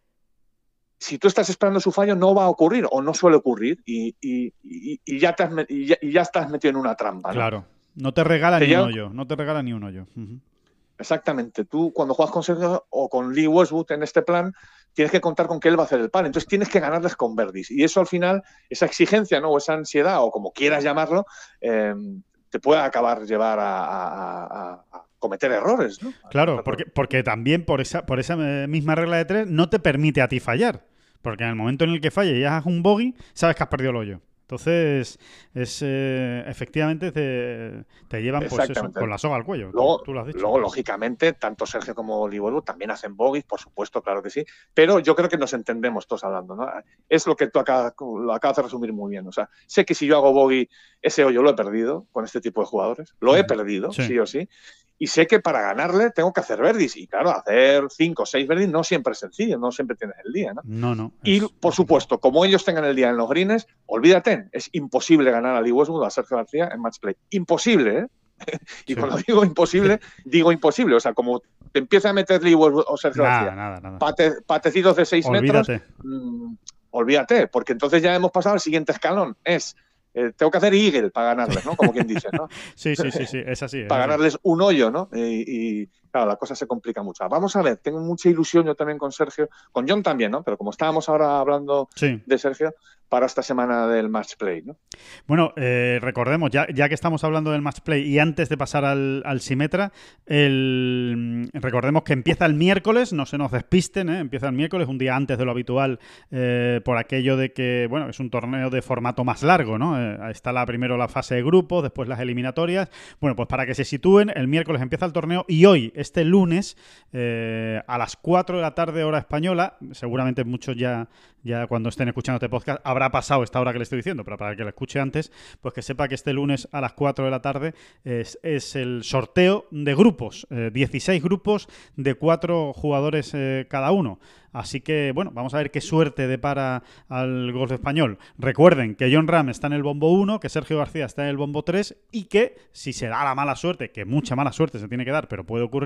S4: si tú estás esperando su fallo, no va a ocurrir o no suele ocurrir y, y, y, y, ya, te has, y, ya, y ya estás metido en una trampa, ¿no?
S1: Claro. No te regala
S4: te
S1: ni
S4: lleva...
S1: un hoyo, no te regala ni un hoyo. Uh-huh.
S4: Exactamente. Tú cuando juegas con Sergio o con Lee Westwood en este plan, tienes que contar con que él va a hacer el pan. Entonces tienes que ganarles con birdies. Y eso al final, esa exigencia, ¿no? O esa ansiedad, o como quieras llamarlo, eh, te puede acabar llevar a, a, a, a cometer errores, ¿no?
S1: Claro, porque, porque también por esa, por esa misma regla de tres no te permite a ti fallar. Porque en el momento en el que falles y hagas un bogey, sabes que has perdido el hoyo. Entonces, es eh, efectivamente te, te llevan pues eso, con la soga al cuello.
S4: Luego,
S1: tú, tú lo has dicho.
S4: Luego, lógicamente, tanto Sergio como Lee Westwood también hacen bogies, por supuesto, claro que sí. Pero yo creo que nos entendemos todos hablando, ¿no? Es lo que tú acabas, lo acabas de resumir muy bien. O sea, sé que si yo hago bogey, ese hoyo lo he perdido con este tipo de jugadores. Lo he perdido, sí, sí o sí. Y sé que para ganarle tengo que hacer birdies. Y claro, hacer cinco o seis birdies no siempre es sencillo, no siempre tienes el día, ¿no?
S1: No, no.
S4: Y,
S1: es...
S4: por supuesto, como ellos tengan el día en los greens, olvídate, es imposible ganar a Lee Westwood o a Sergio García en match play. Imposible, ¿eh? Y sí. Cuando digo imposible, digo imposible. O sea, como te empieza a meter Lee Westwood o Sergio
S1: nada,
S4: García,
S1: nada, nada.
S4: Pate, patecitos de seis
S1: olvídate.
S4: metros, mmm, olvídate, porque entonces ya hemos pasado al siguiente escalón. Es... Eh, tengo que hacer eagle para ganarles, ¿no? Como quien dice, ¿no?
S1: Sí, sí, sí, sí, es así. Es
S4: para
S1: así.
S4: ganarles un hoyo, ¿no? Y, y, claro, la cosa se complica mucho. Vamos a ver, tengo mucha ilusión yo también con Sergio, con John también, ¿no? Pero como estábamos ahora hablando
S1: sí.
S4: de Sergio, para esta semana del match play, ¿no?
S1: Bueno, eh, recordemos, ya, ya que estamos hablando del match play y antes de pasar al, al Symetra, el, recordemos que empieza el miércoles, no se nos despisten, ¿eh? Empieza el miércoles, un día antes de lo habitual, eh, por aquello de que, bueno, es un torneo de formato más largo, ¿no? Eh, está la, primero la fase de grupos, después las eliminatorias. Bueno, pues para que se sitúen, el miércoles empieza el torneo y hoy, este lunes, eh, a las cuatro de la tarde hora española, seguramente muchos ya, ya cuando estén escuchando este podcast habrá pasado esta hora que le estoy diciendo, pero para que lo escuche antes, pues que sepa que este lunes a las cuatro de la tarde es, es el sorteo de grupos, eh, dieciséis grupos de cuatro jugadores eh, cada uno. Así que, bueno, vamos a ver qué suerte depara al golf español. Recuerden que Jon Rahm está en el bombo uno, que Sergio García está en el bombo tres y que, si se da la mala suerte, que mucha mala suerte se tiene que dar, pero puede ocurrir,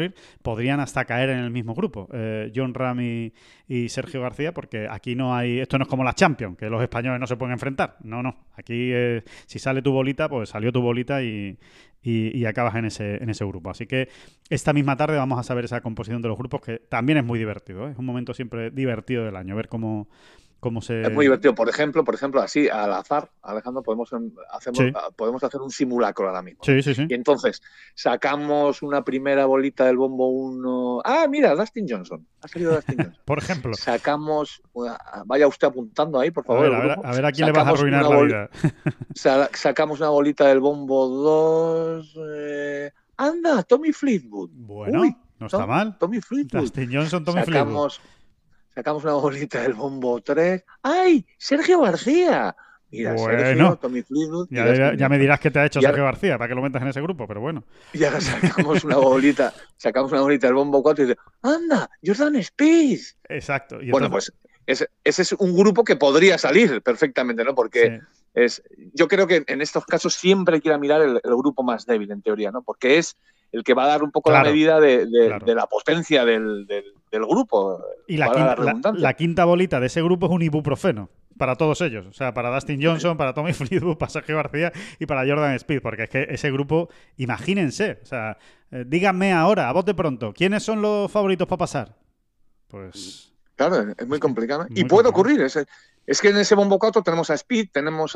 S1: ocurrir, podrían hasta caer en el mismo grupo, eh, Jon Rahm y, y Sergio García, porque aquí no hay, esto no es como la Champions, que los españoles no se pueden enfrentar. No, no. Aquí eh, si sale tu bolita, pues salió tu bolita y, y, y acabas en ese, en ese grupo. Así que esta misma tarde vamos a saber esa composición de los grupos, que también es muy divertido, ¿eh? Es un momento siempre divertido del año, ver cómo... Cómo se...
S4: Es muy divertido. Por ejemplo, por ejemplo, así al azar, Alejandro, podemos, hacemos,
S1: Sí.
S4: podemos hacer un simulacro ahora mismo.
S1: Sí, sí, sí.
S4: Y entonces sacamos una primera bolita del bombo uno. Ah, mira, Dustin Johnson. Ha salido Dustin Johnson.
S1: Por ejemplo.
S4: Sacamos, vaya usted apuntando ahí, por
S1: A
S4: favor.
S1: ver,
S4: el
S1: a ver,
S4: grupo.
S1: a ver a quién
S4: Sacamos
S1: le vas a arruinar
S4: una
S1: la
S4: bol-
S1: vida.
S4: Sa- Sacamos una bolita del bombo dos. Eh... Anda, Tommy Fleetwood.
S1: Bueno,
S4: Uy,
S1: no está
S4: Tom-
S1: mal.
S4: Tommy Fleetwood.
S1: Dustin Johnson, Tommy Fleetwood.
S4: Sacamos, sacamos una bolita del bombo tres. ¡Ay! Sergio García. Mira,
S1: Bueno.
S4: Sergio, Tommy Fleetwood. y
S1: Ya,
S4: Dustin
S1: ya- ya me
S4: Johnson.
S1: dirás qué te ha hecho
S4: Y ahora-
S1: Sergio García para que lo metas en ese grupo, pero bueno.
S4: Y ahora sacamos una bolita, sacamos una bolita del bombo cuatro y dice, ¡anda! Jordan Spieth.
S1: Exacto. Y
S4: Bueno,
S1: entonces-
S4: pues ese, ese es un grupo que podría salir perfectamente, ¿no? Porque
S1: sí.
S4: es, yo creo que en estos casos siempre hay que ir a mirar el, el grupo más débil, en teoría, ¿no? Porque es el que va a dar un poco
S1: Claro,
S4: la medida de, de-
S1: claro.
S4: de la potencia del, del- del grupo.
S1: Y la
S4: valga
S1: quinta, la-
S4: redundancia.
S1: la quinta bolita de ese grupo es un ibuprofeno para todos ellos. O sea, para Dustin Johnson, para Tommy Fleetwood, para Sergio García y para Jordan Spieth. Porque es que ese grupo, imagínense, o sea, eh, díganme ahora, a bote pronto, ¿quiénes son los favoritos para pasar? Pues...
S4: Claro, es muy complicado.
S1: Muy
S4: y puede
S1: complicado.
S4: ocurrir. Es, es que en ese bombo cuatro tenemos a Speed, tenemos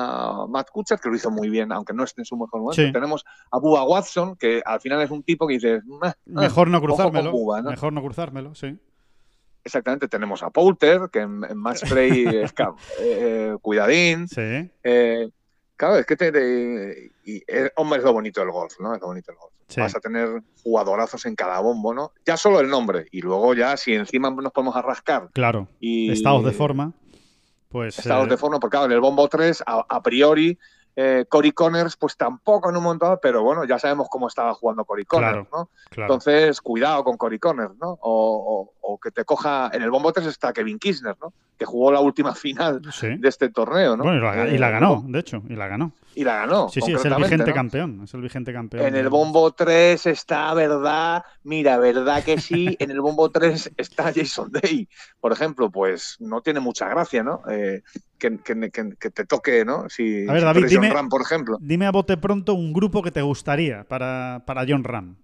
S4: a Matt Kuchar, que lo hizo muy bien, aunque no esté en su mejor momento.
S1: Sí.
S4: Tenemos a Bubba Watson, que al final es un tipo que dices... "Ah,
S1: Mejor no
S4: ojo con
S1: cruzármelo.
S4: Bubba", ¿no?
S1: Mejor no cruzármelo, sí.
S4: Exactamente. Tenemos a Poulter, que en, en match play es ca- eh, cuidadín.
S1: Sí.
S4: Eh, claro, es que te... te- y, eh, hombre, es lo bonito del golf, ¿no? Es lo bonito del golf.
S1: Sí.
S4: Vas a tener jugadorazos en cada bombo, ¿no? Ya solo el nombre. Y luego ya, si encima nos podemos arrascar
S1: Claro.
S4: y...
S1: Estados de forma. Pues.
S4: Estados
S1: eh,
S4: de forma, porque claro, en el bombo tres, a, a priori, eh, Corey Connors, pues tampoco en un momento dado, pero bueno, ya sabemos cómo estaba jugando Corey Connors,
S1: Claro,
S4: ¿no?
S1: claro.
S4: Entonces, cuidado con Corey Connors, ¿no? O, o- o que te coja, en el bombo tres está Kevin Kisner, ¿no? Que jugó la última final
S1: Sí.
S4: de este torneo, ¿no?
S1: Bueno, y la, y la
S4: Eh,
S1: ganó, de hecho, y la ganó.
S4: Y la ganó.
S1: Sí, sí, es el
S4: concretamente,
S1: vigente
S4: ¿no?
S1: campeón. Es el vigente campeón.
S4: En
S1: de-
S4: el bombo tres está, ¿verdad? Mira, ¿verdad que sí? En el bombo tres está Jason Day, por ejemplo, pues no tiene mucha gracia, ¿no? Eh, que, que- que- que te toque, ¿no? Si,
S1: A ver,
S4: si
S1: David,
S4: tú eres Jon
S1: dime-
S4: Rahm, por ejemplo.
S1: Dime a bote pronto un grupo que te gustaría para, para Jon Rahm.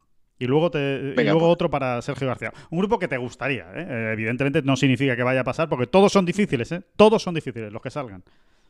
S1: Y luego, te, y
S4: Venga,
S1: luego
S4: pues.
S1: otro para Sergio García. Un grupo que te gustaría, ¿eh? Eh, Evidentemente no significa que vaya a pasar, porque todos son difíciles, ¿eh? Todos son difíciles los que salgan.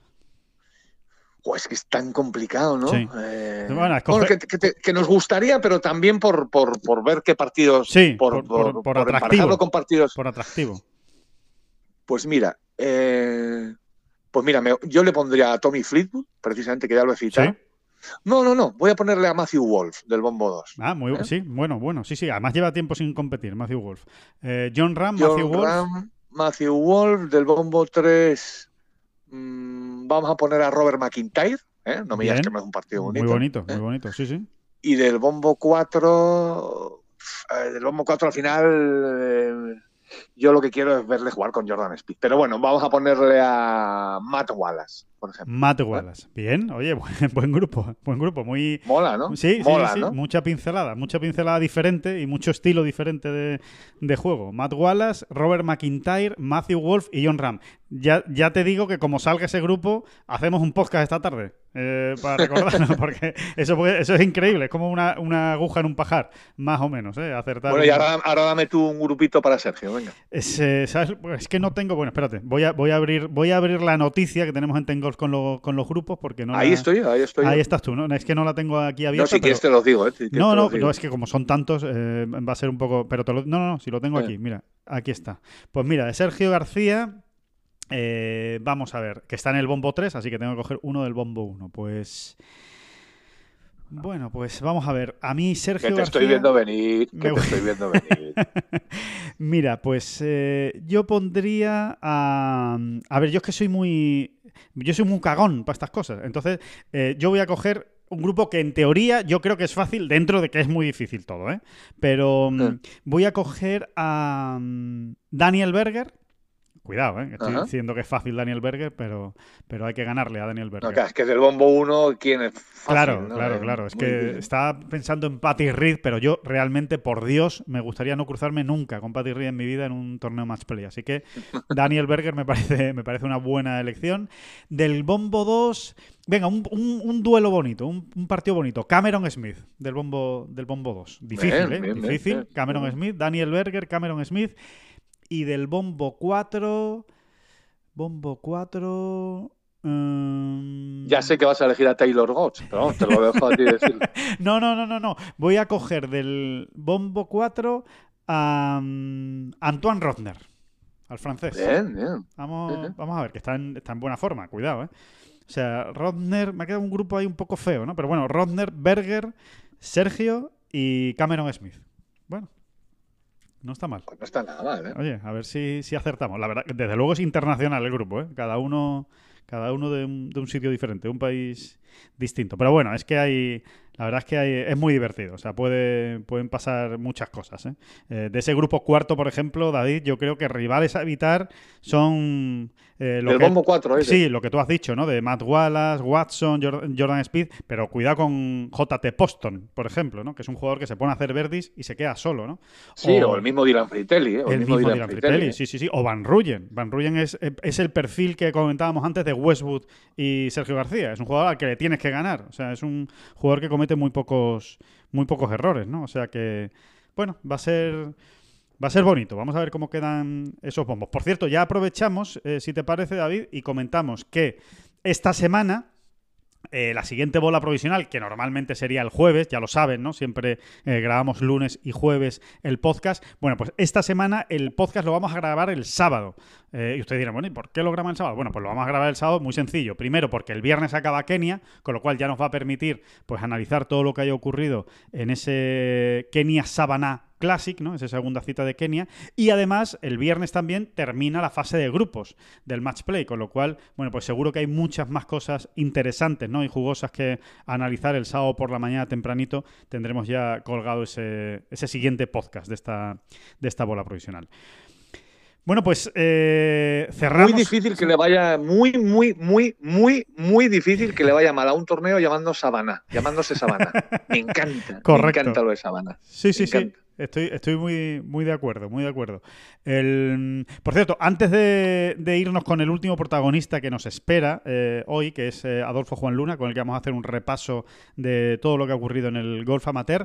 S4: Pues que es tan complicado, ¿no?
S1: Sí.
S4: Eh,
S1: Bueno, escoge-
S4: bueno, que, que te- que nos gustaría, pero también por, por, por ver qué partidos,
S1: Sí,
S4: por,
S1: por- por- por atractivo.
S4: emparejarlo con partidos.
S1: Por atractivo.
S4: Pues mira, eh, pues mira, me- yo le pondría a Tommy Fleetwood, precisamente, que ya lo he citado.
S1: ¿Sí?
S4: No, no, no, voy a ponerle a Matthew Wolf del bombo dos.
S1: Ah, muy
S4: ¿Eh?
S1: sí, bueno, bueno. Sí, sí. Además lleva tiempo sin competir, Matthew Wolf. Eh, Jon Rahm,
S4: Jon
S1: Matthew Wolf.
S4: Rahm, Matthew Wolf del bombo tres. mm, vamos a poner a Robert McIntyre. ¿eh? No me digas
S1: Bien.
S4: que no es un partido bonito.
S1: Muy bonito,
S4: ¿eh?
S1: muy bonito. Sí, sí.
S4: Y del bombo cuatro, eh, del bombo cuatro al final, eh, yo lo que quiero es verle jugar con Jordan Spieth. Pero bueno, vamos a ponerle a Matt Wallace, por ejemplo.
S1: Matt Wallace. Bien, oye, buen, buen grupo. Buen grupo. Muy.
S4: Mola, ¿no?
S1: Sí,
S4: Mola,
S1: sí, sí.
S4: ¿no?
S1: Mucha pincelada. Mucha pincelada diferente y mucho estilo diferente de, de juego. Matt Wallace, Robert McIntyre, Matthew Wolf y Jon Rahm. Ya, ya te digo que como salga ese grupo, hacemos un podcast esta tarde. Eh, para recordarnos, porque eso, puede- eso es increíble. Es como una, una aguja en un pajar, más o menos, ¿eh? Acertar.
S4: Bueno, y
S1: un-
S4: ahora, ahora dame tú un grupito para Sergio, venga.
S1: Es, eh, ¿sabes? Es que no tengo. Bueno, espérate. Voy a, voy a abrir, voy a abrir la noticia que tenemos en Tengolf con, lo- con los grupos porque no.
S4: Ahí
S1: la-
S4: estoy, ahí estoy.
S1: Ahí estás tú, ¿no? Es que no la tengo aquí abierta.
S4: No, si
S1: pero-
S4: quieres te los digo, ¿eh? Si quieres
S1: No,
S4: te
S1: no,
S4: los digo.
S1: no, es que como son tantos, eh, va a ser un poco. Pero te lo- no, no, no, si lo tengo
S4: Sí.
S1: aquí, mira, aquí está. Pues mira, de Sergio García, eh, vamos a ver, que está en el bombo tres, así que tengo que coger uno del bombo uno. Pues. Bueno, pues vamos a ver. A mí, Sergio
S4: Que te
S1: García.
S4: estoy viendo venir, que
S1: Me
S4: te
S1: voy-
S4: estoy viendo venir.
S1: Mira, pues eh, yo pondría a... A ver, yo es que soy muy... Yo soy muy cagón para estas cosas. Entonces, eh, yo voy a coger un grupo que en teoría yo creo que es fácil, dentro de que es muy difícil todo, ¿eh? Pero mm,
S4: Eh.
S1: voy a coger a mm, Daniel Berger. cuidado, ¿eh? Estoy
S4: Ajá.
S1: diciendo que es fácil Daniel Berger, pero, pero hay que ganarle a Daniel Berger.
S4: No, claro, es que del bombo uno, ¿quién es fácil?
S1: Claro,
S4: ¿no?
S1: claro,
S4: Es
S1: claro. Es
S4: muy
S1: que
S4: difícil.
S1: estaba pensando en Patty Reed, pero yo realmente, por Dios, me gustaría no cruzarme nunca con Patty Reed en mi vida en un torneo match play. Así que Daniel Berger me parece, me parece una buena elección. Del bombo dos, venga, un, un, un duelo bonito, un, un partido bonito. Cameron Smith, del bombo, del bombo dos. Difícil,
S4: Bien,
S1: ¿eh?
S4: bien, bien,
S1: Difícil.
S4: bien.
S1: Cameron
S4: Bien.
S1: Smith, Daniel Berger, Cameron Smith. Y del bombo cuatro... Bombo cuatro... um,
S4: Ya sé que vas a elegir a Taylor Gotts, pero vamos, te lo dejo a ti decirlo.
S1: No, no, no, no, no. Voy a coger del bombo cuatro a um, Antoine Rodner, al francés.
S4: Bien, bien.
S1: Vamos,
S4: Ujú.
S1: vamos a ver, que está en, está en buena forma, cuidado, ¿eh? O sea, Rodner, me ha quedado un grupo ahí un poco feo, ¿no? Pero bueno, Rodner, Berger, Sergio y Cameron Smith. Bueno, no está mal.
S4: Pues no está nada mal, ¿eh?
S1: Oye, a ver si, si acertamos. La verdad, desde luego es internacional el grupo, ¿eh? Cada uno, cada uno de un, de un sitio diferente, un país distinto. Pero bueno, es que hay, la verdad es que hay, es muy divertido. O sea, puede, pueden pasar muchas cosas, ¿eh? Eh, de ese grupo cuarto, por ejemplo, David, yo creo que rivales a evitar son eh, lo
S4: El
S1: que,
S4: bombo cuatro, ese.
S1: sí, lo que tú has dicho, ¿no? De Matt Wallace, Watson, Jordan, Jordan Speed, pero cuidado con J T Poston, por ejemplo, ¿no? Que es un jugador que se pone a hacer verdis y se queda solo, ¿no?
S4: Sí, o, o el mismo Dylan Fritelli, ¿eh? O
S1: el mismo Dylan
S4: Dylan
S1: Fritelli,
S4: Fritelli, ¿eh?
S1: sí, sí, sí. O Van Ruyen. Van Ruyen es, es el perfil que comentábamos antes de Westwood y Sergio García. Es un jugador al que le tienes que ganar. O sea, es un jugador que comete muy pocos, muy pocos errores, ¿no? O sea que, bueno, va a ser... Va a ser bonito. Vamos a ver cómo quedan esos bombos. Por cierto, ya aprovechamos, eh, si te parece, David, y comentamos que esta semana... Eh, la siguiente bola provisional, que normalmente sería el jueves, ya lo saben, ¿no? Siempre eh, grabamos lunes y jueves el podcast. Bueno, pues esta semana el podcast lo vamos a grabar el sábado. Eh, y ustedes dirán, bueno, ¿y por qué lo graban el sábado? Bueno, pues lo vamos a grabar el sábado muy sencillo. Primero, porque el viernes acaba Kenia, con lo cual ya nos va a permitir pues analizar todo lo que haya ocurrido en ese Kenia Savannah Classic, ¿no? Esa segunda cita de Kenia. Y además, el viernes también termina la fase de grupos del match play, con lo cual, bueno, pues seguro que hay muchas más cosas interesantes, ¿no? Y jugosas que analizar el sábado por la mañana tempranito. Tendremos ya colgado ese, ese siguiente podcast de esta, de esta bola provisional. Bueno, pues eh, cerramos.
S4: Muy difícil que le vaya, muy, muy, muy, muy, muy difícil que le vaya mal a un torneo llamando Sabana, llamándose Sabana. Me encanta,
S1: Correcto.
S4: me encanta lo de Sabana.
S1: Sí, sí,
S4: me
S1: sí.
S4: encanta.
S1: Estoy, estoy muy, muy de acuerdo, muy de acuerdo. El, por cierto, antes de, de irnos con el último protagonista que nos espera eh, hoy, que es eh, Adolfo Juan Luna, con el que vamos a hacer un repaso de todo lo que ha ocurrido en el golf amateur,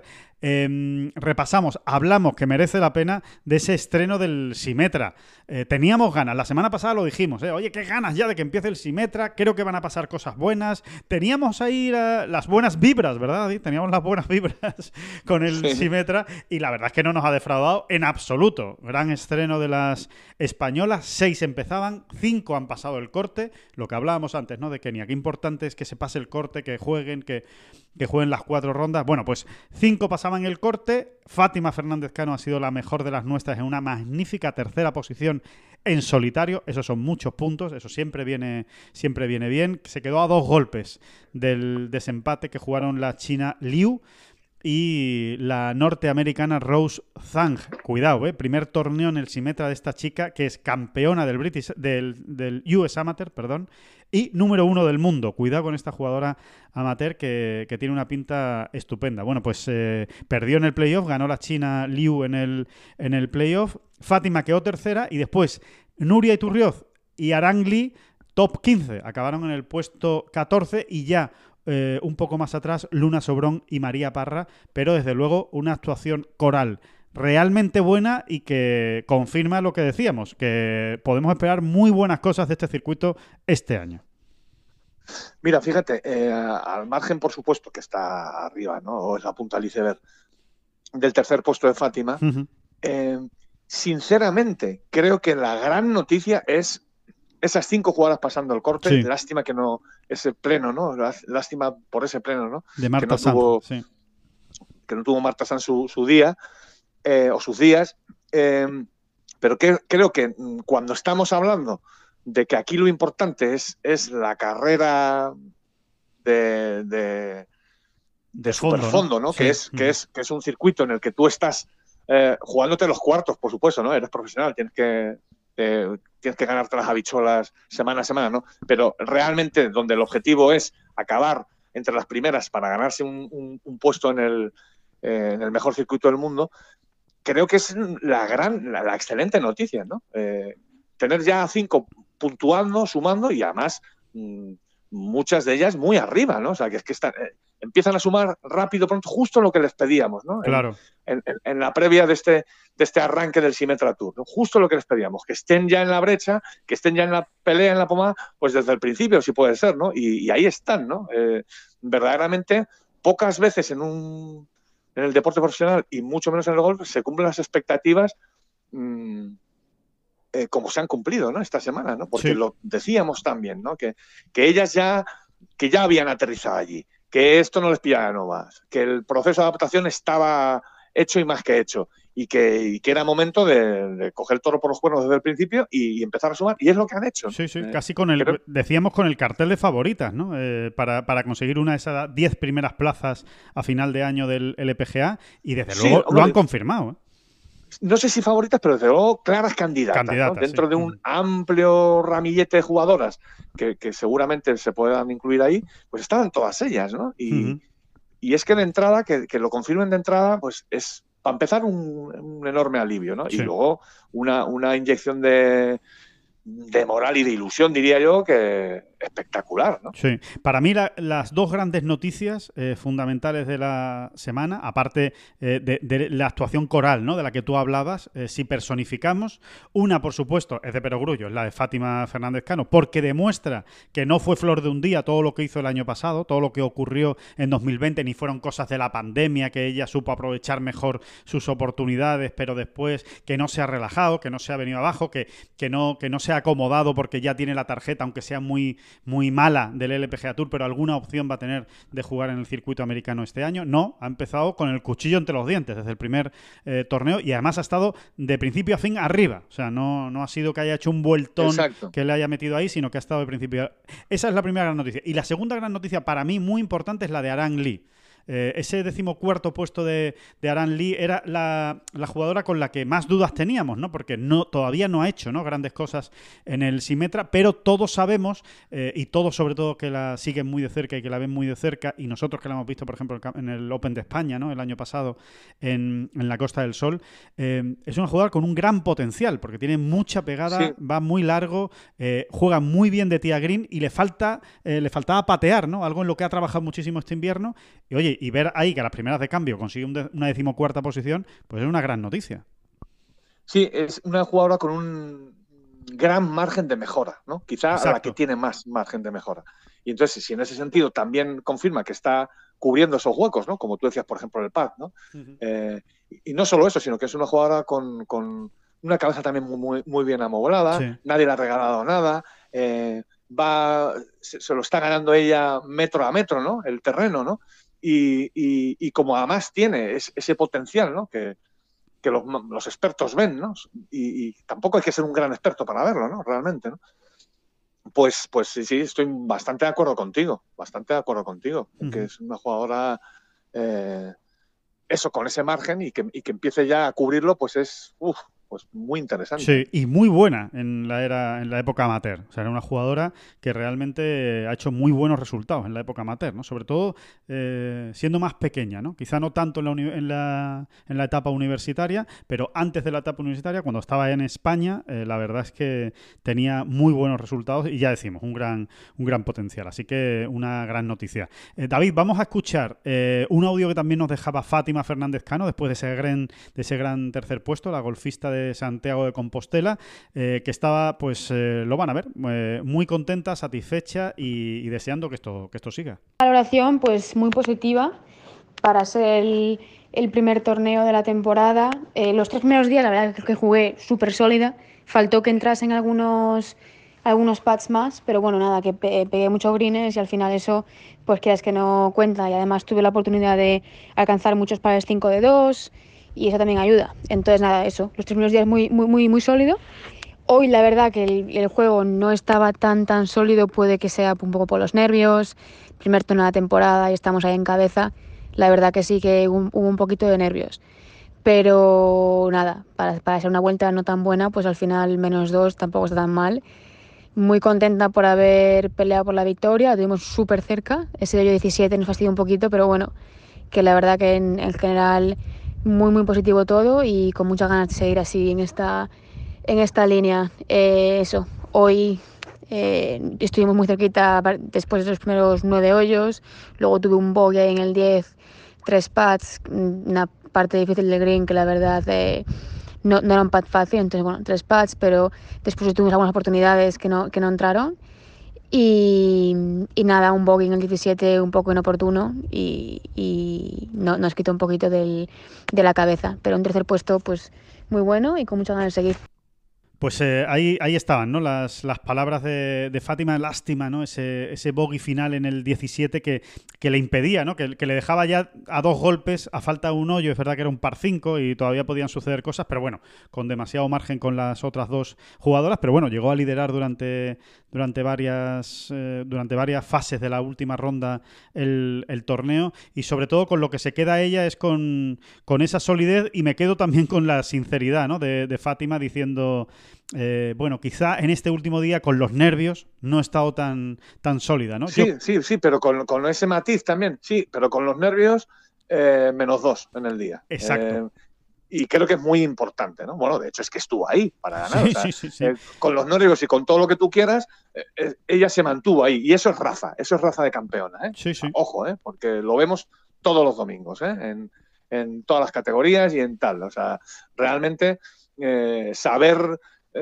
S1: eh, repasamos, hablamos, que merece la pena, de ese estreno del Symetra. Eh, teníamos ganas, la semana pasada lo dijimos, eh, oye, qué ganas ya de que empiece el Symetra, creo que van a pasar cosas buenas. Teníamos ahí la, las buenas vibras, ¿verdad, David? Teníamos las buenas vibras con el
S4: Sí.
S1: Symetra y la verdad es que no nos ha defraudado en absoluto. Gran estreno de las españolas, seis empezaban, cinco han pasado el corte, lo que hablábamos antes, ¿no? De Kenia, qué importante es que se pase el corte, que jueguen, que, que jueguen las cuatro rondas. Bueno, pues cinco pasaban el corte, Fátima Fernández Cano ha sido la mejor de las nuestras en una magnífica tercera posición en solitario, esos son muchos puntos, eso siempre viene, siempre viene bien. Se quedó a dos golpes del desempate que jugaron la china Liu y la norteamericana Rose Zhang. Cuidado, ¿eh? Primer torneo en el Symetra de esta chica, que es campeona del British, del, del U S Amateur, perdón, y número uno del mundo. Cuidado con esta jugadora amateur que, que tiene una pinta estupenda. Bueno, pues eh, perdió en el playoff, ganó la china Liu en el, en el playoff. Fátima quedó tercera y después Nuria Iturrioz y Arangli, top quince. Acabaron en el puesto catorce y ya Eh, un poco más atrás Luna Sobrón y María Parra, pero desde luego una actuación coral realmente buena y que confirma lo que decíamos, que podemos esperar muy buenas cosas de este circuito este año.
S4: Mira, fíjate, eh, al margen, por supuesto, que está arriba, ¿no? O es la punta del iceberg del tercer puesto de Fátima,
S1: Uh-huh.
S4: eh, sinceramente, creo que la gran noticia es esas cinco jugadoras pasando el corte.
S1: Sí.
S4: Lástima que no, ese pleno, ¿no? Lástima por ese pleno, ¿no?
S1: De Marta
S4: que no
S1: Sanz,
S4: tuvo,
S1: sí.
S4: que no tuvo Marta Sanz su, su día, eh, o sus días. Eh, pero que, creo que cuando estamos hablando de que aquí lo importante es, es la carrera de, de, de superfondo, ¿no? ¿no?
S1: Sí.
S4: Que, es, que, es, que es un circuito en el que tú estás eh, jugándote los cuartos, por supuesto, ¿no? Eres profesional, tienes que eh, tienes que ganarte las habichuelas semana a semana, ¿no? Pero realmente donde el objetivo es acabar entre las primeras para ganarse un, un, un puesto en el, eh, en el mejor circuito del mundo, creo que es la gran, la, la excelente noticia, ¿no? Eh, tener ya cinco puntuando, sumando y además mmm, muchas de ellas muy arriba, ¿no? O sea, que es que están, eh, empiezan a sumar rápido, pronto, justo lo que les pedíamos, ¿no?
S1: Claro.
S4: En, en, en la previa de este, de este arranque del Symetra Tour, ¿no? Justo lo que les pedíamos, que estén ya en la brecha, que estén ya en la pelea, en la pomada, pues desde el principio, si puede ser, ¿no? Y, y ahí están, ¿no? Eh, verdaderamente, pocas veces en un en el deporte profesional y mucho menos en el golf se cumplen las expectativas mmm, eh, como se han cumplido, ¿no? Esta semana, ¿no? Porque sí. Lo decíamos también, ¿no? Que, que ellas ya, que ya habían aterrizado allí, que esto no les pillaba novas, que el proceso de adaptación estaba hecho y más que hecho, y que, y que era momento de, de coger el toro por los cuernos desde el principio y, y empezar a sumar, y es lo que han hecho.
S1: Sí, sí, eh, casi con el, creo... decíamos con el cartel de favoritas, ¿no? Eh, para, para conseguir una de esas diez primeras plazas a final de año del L P G A, y desde sí, luego hombre, lo han confirmado, ¿eh?
S4: No sé si favoritas, pero desde luego claras candidatas, candidatas ¿no? Dentro sí. de un amplio ramillete de jugadoras que, que seguramente se puedan incluir ahí, pues estaban todas ellas, ¿no? Y, uh-huh. y es que de entrada, que, que lo confirmen de entrada, pues es, para empezar, un, un enorme alivio, ¿no? Sí. Y luego una, una inyección de, de moral y de ilusión, diría yo, que espectacular, ¿no?
S1: Sí. Para mí la, las dos grandes noticias eh, fundamentales de la semana, aparte eh, de, de la actuación coral, ¿no? De la que tú hablabas, eh, si personificamos, una, por supuesto, es de perogrullo, es la de Fátima Fernández Cano, porque demuestra que no fue flor de un día todo lo que hizo el año pasado, todo lo que ocurrió en dos mil veinte, ni fueron cosas de la pandemia, que ella supo aprovechar mejor sus oportunidades, pero después que no se ha relajado, que no se ha venido abajo, que, que, no, que no se ha acomodado porque ya tiene la tarjeta, aunque sea muy muy mala del L P G A Tour, pero alguna opción va a tener de jugar en el circuito americano este año. No, ha empezado con el cuchillo entre los dientes desde el primer eh, torneo, y además ha estado de principio a fin arriba. O sea, no, no ha sido que haya hecho un vueltón Exacto. que le haya metido ahí, sino que ha estado de principio a... Esa es la primera gran noticia. Y la segunda gran noticia para mí muy importante es la de Aran Lee. Eh, ese decimocuarto puesto de, de Aran Lee era la, la jugadora con la que más dudas teníamos, ¿no? Porque no, todavía no ha hecho, ¿no? grandes cosas en el Symetra, pero todos sabemos, eh, y todos sobre todo que la siguen muy de cerca y que la ven muy de cerca, y nosotros que la hemos visto, por ejemplo, en el Open de España, ¿no? el año pasado en, en la Costa del Sol, eh, es una jugadora con un gran potencial, porque tiene mucha pegada, sí. va muy largo, eh, juega muy bien de tía green, y le falta eh, le faltaba patear, ¿no? Algo en lo que ha trabajado muchísimo este invierno, y oye, y ver ahí que a las primeras de cambio consigue un de, una decimocuarta posición, pues es una gran noticia.
S4: Sí, es una jugadora con un gran margen de mejora, ¿no? Quizá Exacto. a la que tiene más margen de mejora. Y entonces, si en ese sentido también confirma que está cubriendo esos huecos, ¿no? Como tú decías, por ejemplo, en el pad, ¿no? Uh-huh. Eh, y no solo eso, sino que es una jugadora con, con una cabeza también muy, muy, muy bien amoblada, sí. nadie le ha regalado nada, eh, va, se, se lo está ganando ella metro a metro, ¿no? El terreno, ¿no? Y, y, y como además tiene es, ese potencial, ¿no? que, que los, los expertos ven, ¿no? Y, y tampoco hay que ser un gran experto para verlo, ¿no? Realmente, ¿no? Pues, pues sí, sí, estoy bastante de acuerdo contigo, bastante de acuerdo contigo, uh-huh. que es una jugadora eh, eso, con ese margen, y que, y que empiece ya a cubrirlo, pues es uf, pues muy interesante.
S1: Sí, y muy buena en la era en la época amateur. O sea, era una jugadora que realmente ha hecho muy buenos resultados en la época amateur, ¿no? Sobre todo eh, siendo más pequeña, ¿no? Quizá no tanto en la, uni- en, la, en la etapa universitaria, pero antes de la etapa universitaria, cuando estaba en España, eh, la verdad es que tenía muy buenos resultados y ya decimos, un gran, un gran potencial. Así que una gran noticia. Eh, David, vamos a escuchar eh, un audio que también nos dejaba Fátima Fernández Cano después de ese gran, de ese gran tercer puesto, la golfista de Santiago de Compostela, eh, que estaba, pues eh, lo van a ver, eh, muy contenta, satisfecha y, y deseando que esto, que esto siga.
S6: La valoración, pues muy positiva para ser el, el primer torneo de la temporada. Eh, los tres primeros días, la verdad, creo que jugué súper sólida. Faltó que entrasen algunos, algunos pads más, pero bueno, nada, que pe- pegué muchos greens y al final eso, pues quieras que no cuenta. Y además tuve la oportunidad de alcanzar muchos pares cinco de dos, y eso también ayuda. Entonces nada, eso, los tres primeros días muy, muy, muy, muy sólido. Hoy la verdad que el, el juego no estaba tan tan sólido, puede que sea un poco por los nervios, primer torneo de la temporada y estamos ahí en cabeza, la verdad que sí que hubo, hubo un poquito de nervios. pero nada, para, para ser una vuelta no tan buena, pues al final menos dos tampoco está tan mal. Muy contenta por haber peleado por la victoria, la tuvimos súper cerca, ese hoyo diecisiete nos fastidió un poquito, pero bueno, que la verdad que en, en general muy muy positivo todo y con muchas ganas de seguir así en esta, en esta línea. Eh, eso, hoy eh, estuvimos muy cerquita después de los primeros nueve hoyos, luego tuve un bogey ahí en el diez, tres putts, una parte difícil del green que la verdad eh, no, no era un putt fácil, entonces bueno, tres putts, pero después tuvimos algunas oportunidades que no, que no entraron. Y, y nada, un bogey en el diecisiete un poco inoportuno y, y no, nos quitó un poquito del, de la cabeza. Pero un tercer puesto pues muy bueno y con muchas ganas de seguir.
S1: Pues eh, ahí, ahí estaban, ¿no? Las, las palabras de, de Fátima, lástima, ¿no? Ese, ese bogey final en el diecisiete que, que le impedía, ¿no? Que, que le dejaba ya a dos golpes, a falta de un hoyo. Es verdad que era un par cinco y todavía podían suceder cosas, pero bueno, con demasiado margen con las otras dos jugadoras. Pero bueno, llegó a liderar durante, durante, varias, eh, durante varias fases de la última ronda el, el torneo y sobre todo con lo que se queda ella es con, con esa solidez y me quedo también con la sinceridad, ¿no? de, de Fátima diciendo... Eh, bueno, quizá en este último día con los nervios no he estado tan, tan sólida, ¿no?
S4: Sí,
S1: Yo...
S4: sí, sí, pero con, con ese matiz también, sí, pero con los nervios eh, menos dos en el día.
S1: Exacto.
S4: Eh, y creo que es muy importante, ¿no? Bueno, de hecho es que estuvo ahí para ganar.
S1: Sí,
S4: o sea,
S1: sí, sí, sí.
S4: Eh, con los nervios y con todo lo que tú quieras, eh, eh, ella se mantuvo ahí. Y eso es raza, eso es raza de campeona, ¿eh?
S1: Sí, sí.
S4: Ojo, ¿eh? Porque lo vemos todos los domingos, ¿eh? En, en todas las categorías y en tal. O sea, realmente eh, saber...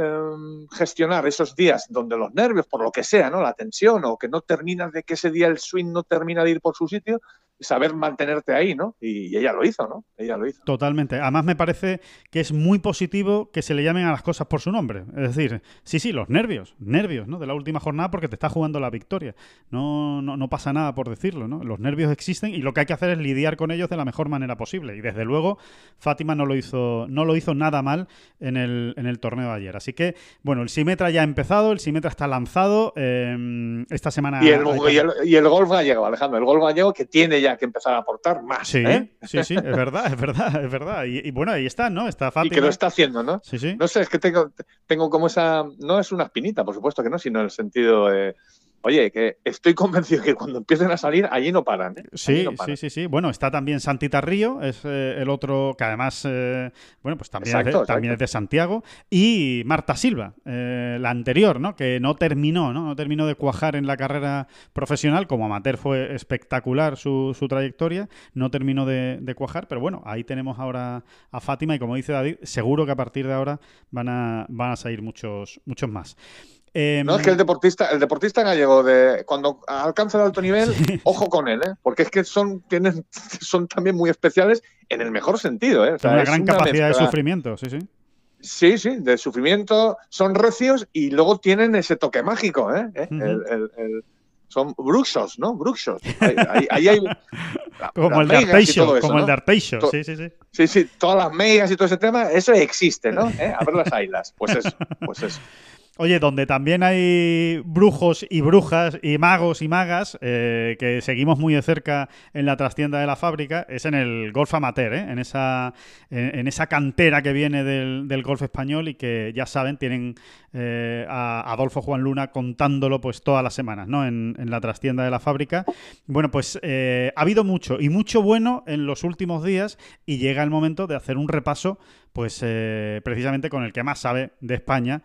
S4: gestionar esos días donde los nervios, por lo que sea, ¿no? La tensión o que no terminas de que ese día el swing no termina de ir por su sitio, saber mantenerte ahí, ¿no? Y ella lo hizo, ¿no? Ella lo hizo.
S1: Totalmente. Además me parece que es muy positivo que se le llamen a las cosas por su nombre. Es decir, sí, sí, los nervios, nervios, ¿no? De la última jornada porque te está jugando la victoria. No, no, no pasa nada por decirlo, ¿no? Los nervios existen y lo que hay que hacer es lidiar con ellos de la mejor manera posible. Y desde luego Fátima no lo hizo, no lo hizo nada mal en el, en el torneo de ayer. Así que, bueno, el Symetra ya ha empezado, el Symetra está lanzado. Eh, esta semana...
S4: Y el, y, el, y el golf gallego, Alejandro, el golf gallego que tiene ya que empezar a aportar más.
S1: Sí,
S4: ¿eh?
S1: sí, sí, es verdad, es verdad, es verdad. Y, y bueno, ahí está, ¿no? Está Fátima.
S4: Y que lo está haciendo, ¿no?
S1: Sí, sí.
S4: No sé, es que tengo, tengo como esa... No es una espinita, por supuesto que no, sino en el sentido de... Oye, que estoy convencido que cuando empiecen a salir, allí no paran, ¿eh?
S1: Sí,
S4: no paran.
S1: sí, sí, sí. Bueno, está también Santita Río, es eh, el otro que además, eh, bueno, pues también,
S4: exacto,
S1: es de,
S4: exacto.
S1: también es de Santiago. Y Marta Silva, eh, la anterior, ¿no? Que no terminó, ¿no? No terminó de cuajar en la carrera profesional. Como amateur fue espectacular su, su trayectoria. No terminó de, de cuajar, pero bueno, ahí tenemos ahora a Fátima y como dice David, seguro que a partir de ahora van a, van a salir muchos, muchos más. Eh,
S4: no, es que el deportista, el deportista gallego, de cuando alcanza el alto nivel, sí. Ojo con él, ¿eh? Porque es que son, tienen, son también muy especiales en el mejor sentido, ¿eh? O sea,
S1: Tiene una gran
S4: una
S1: capacidad
S4: mezcla.
S1: de sufrimiento, sí, sí.
S4: Sí, sí, de sufrimiento, son recios y luego tienen ese toque mágico, ¿eh? ¿Eh? Uh-huh. el, el, el, son bruxos, ¿no? Bruxos. Ahí, ahí, ahí hay... La,
S1: como el de Arteixo, como ¿no? el de Arteixo, to- sí, sí, sí.
S4: Sí, sí, todas las megas y todo ese tema, eso existe, ¿no? ¿Eh? A ver las ailas, pues eso, pues eso.
S1: Oye, donde también hay brujos y brujas y magos y magas eh, que seguimos muy de cerca en la trastienda de la fábrica es en el golf amateur, ¿eh? en, esa, en, en esa cantera que viene del, del golf español y que ya saben, tienen eh, a Adolfo Juan Luna contándolo pues todas las semanas, ¿no? en, en la trastienda de la fábrica. Bueno, pues eh, ha habido mucho y mucho bueno en los últimos días y llega el momento de hacer un repaso pues eh, precisamente con el que más sabe de España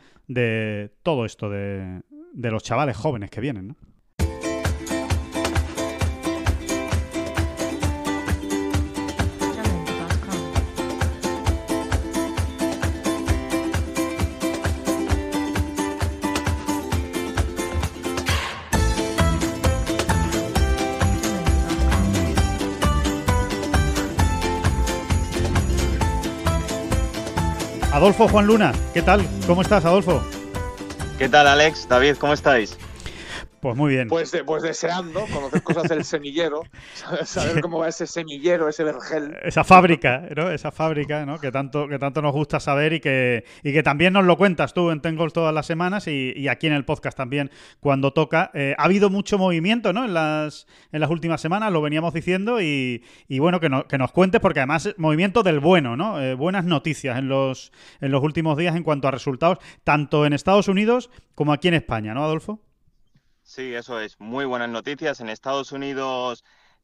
S1: de todo esto de, de los chavales jóvenes que vienen, ¿no? Adolfo Juan Luna, ¿qué tal? ¿Cómo estás, Adolfo?
S7: ¿Qué tal, Alex? David, ¿cómo estáis?
S1: Pues muy bien.
S4: Pues, de, pues deseando conocer cosas del semillero, saber, saber cómo va ese semillero, ese vergel.
S1: Esa fábrica, ¿no? Esa fábrica, ¿no? Que tanto, que tanto nos gusta saber y que, y que también nos lo cuentas tú en Ten Golf todas las semanas y, y aquí en el podcast también cuando toca. Eh, ha habido mucho movimiento, ¿no? En las, en las últimas semanas, lo veníamos diciendo y, y bueno, que, no, que nos cuentes porque además movimiento del bueno, ¿no? Eh, buenas noticias en los, en los últimos días en cuanto a resultados, tanto en Estados Unidos como aquí en España, ¿no, Adolfo?
S7: Sí, eso es. Muy buenas noticias. En Estados Unidos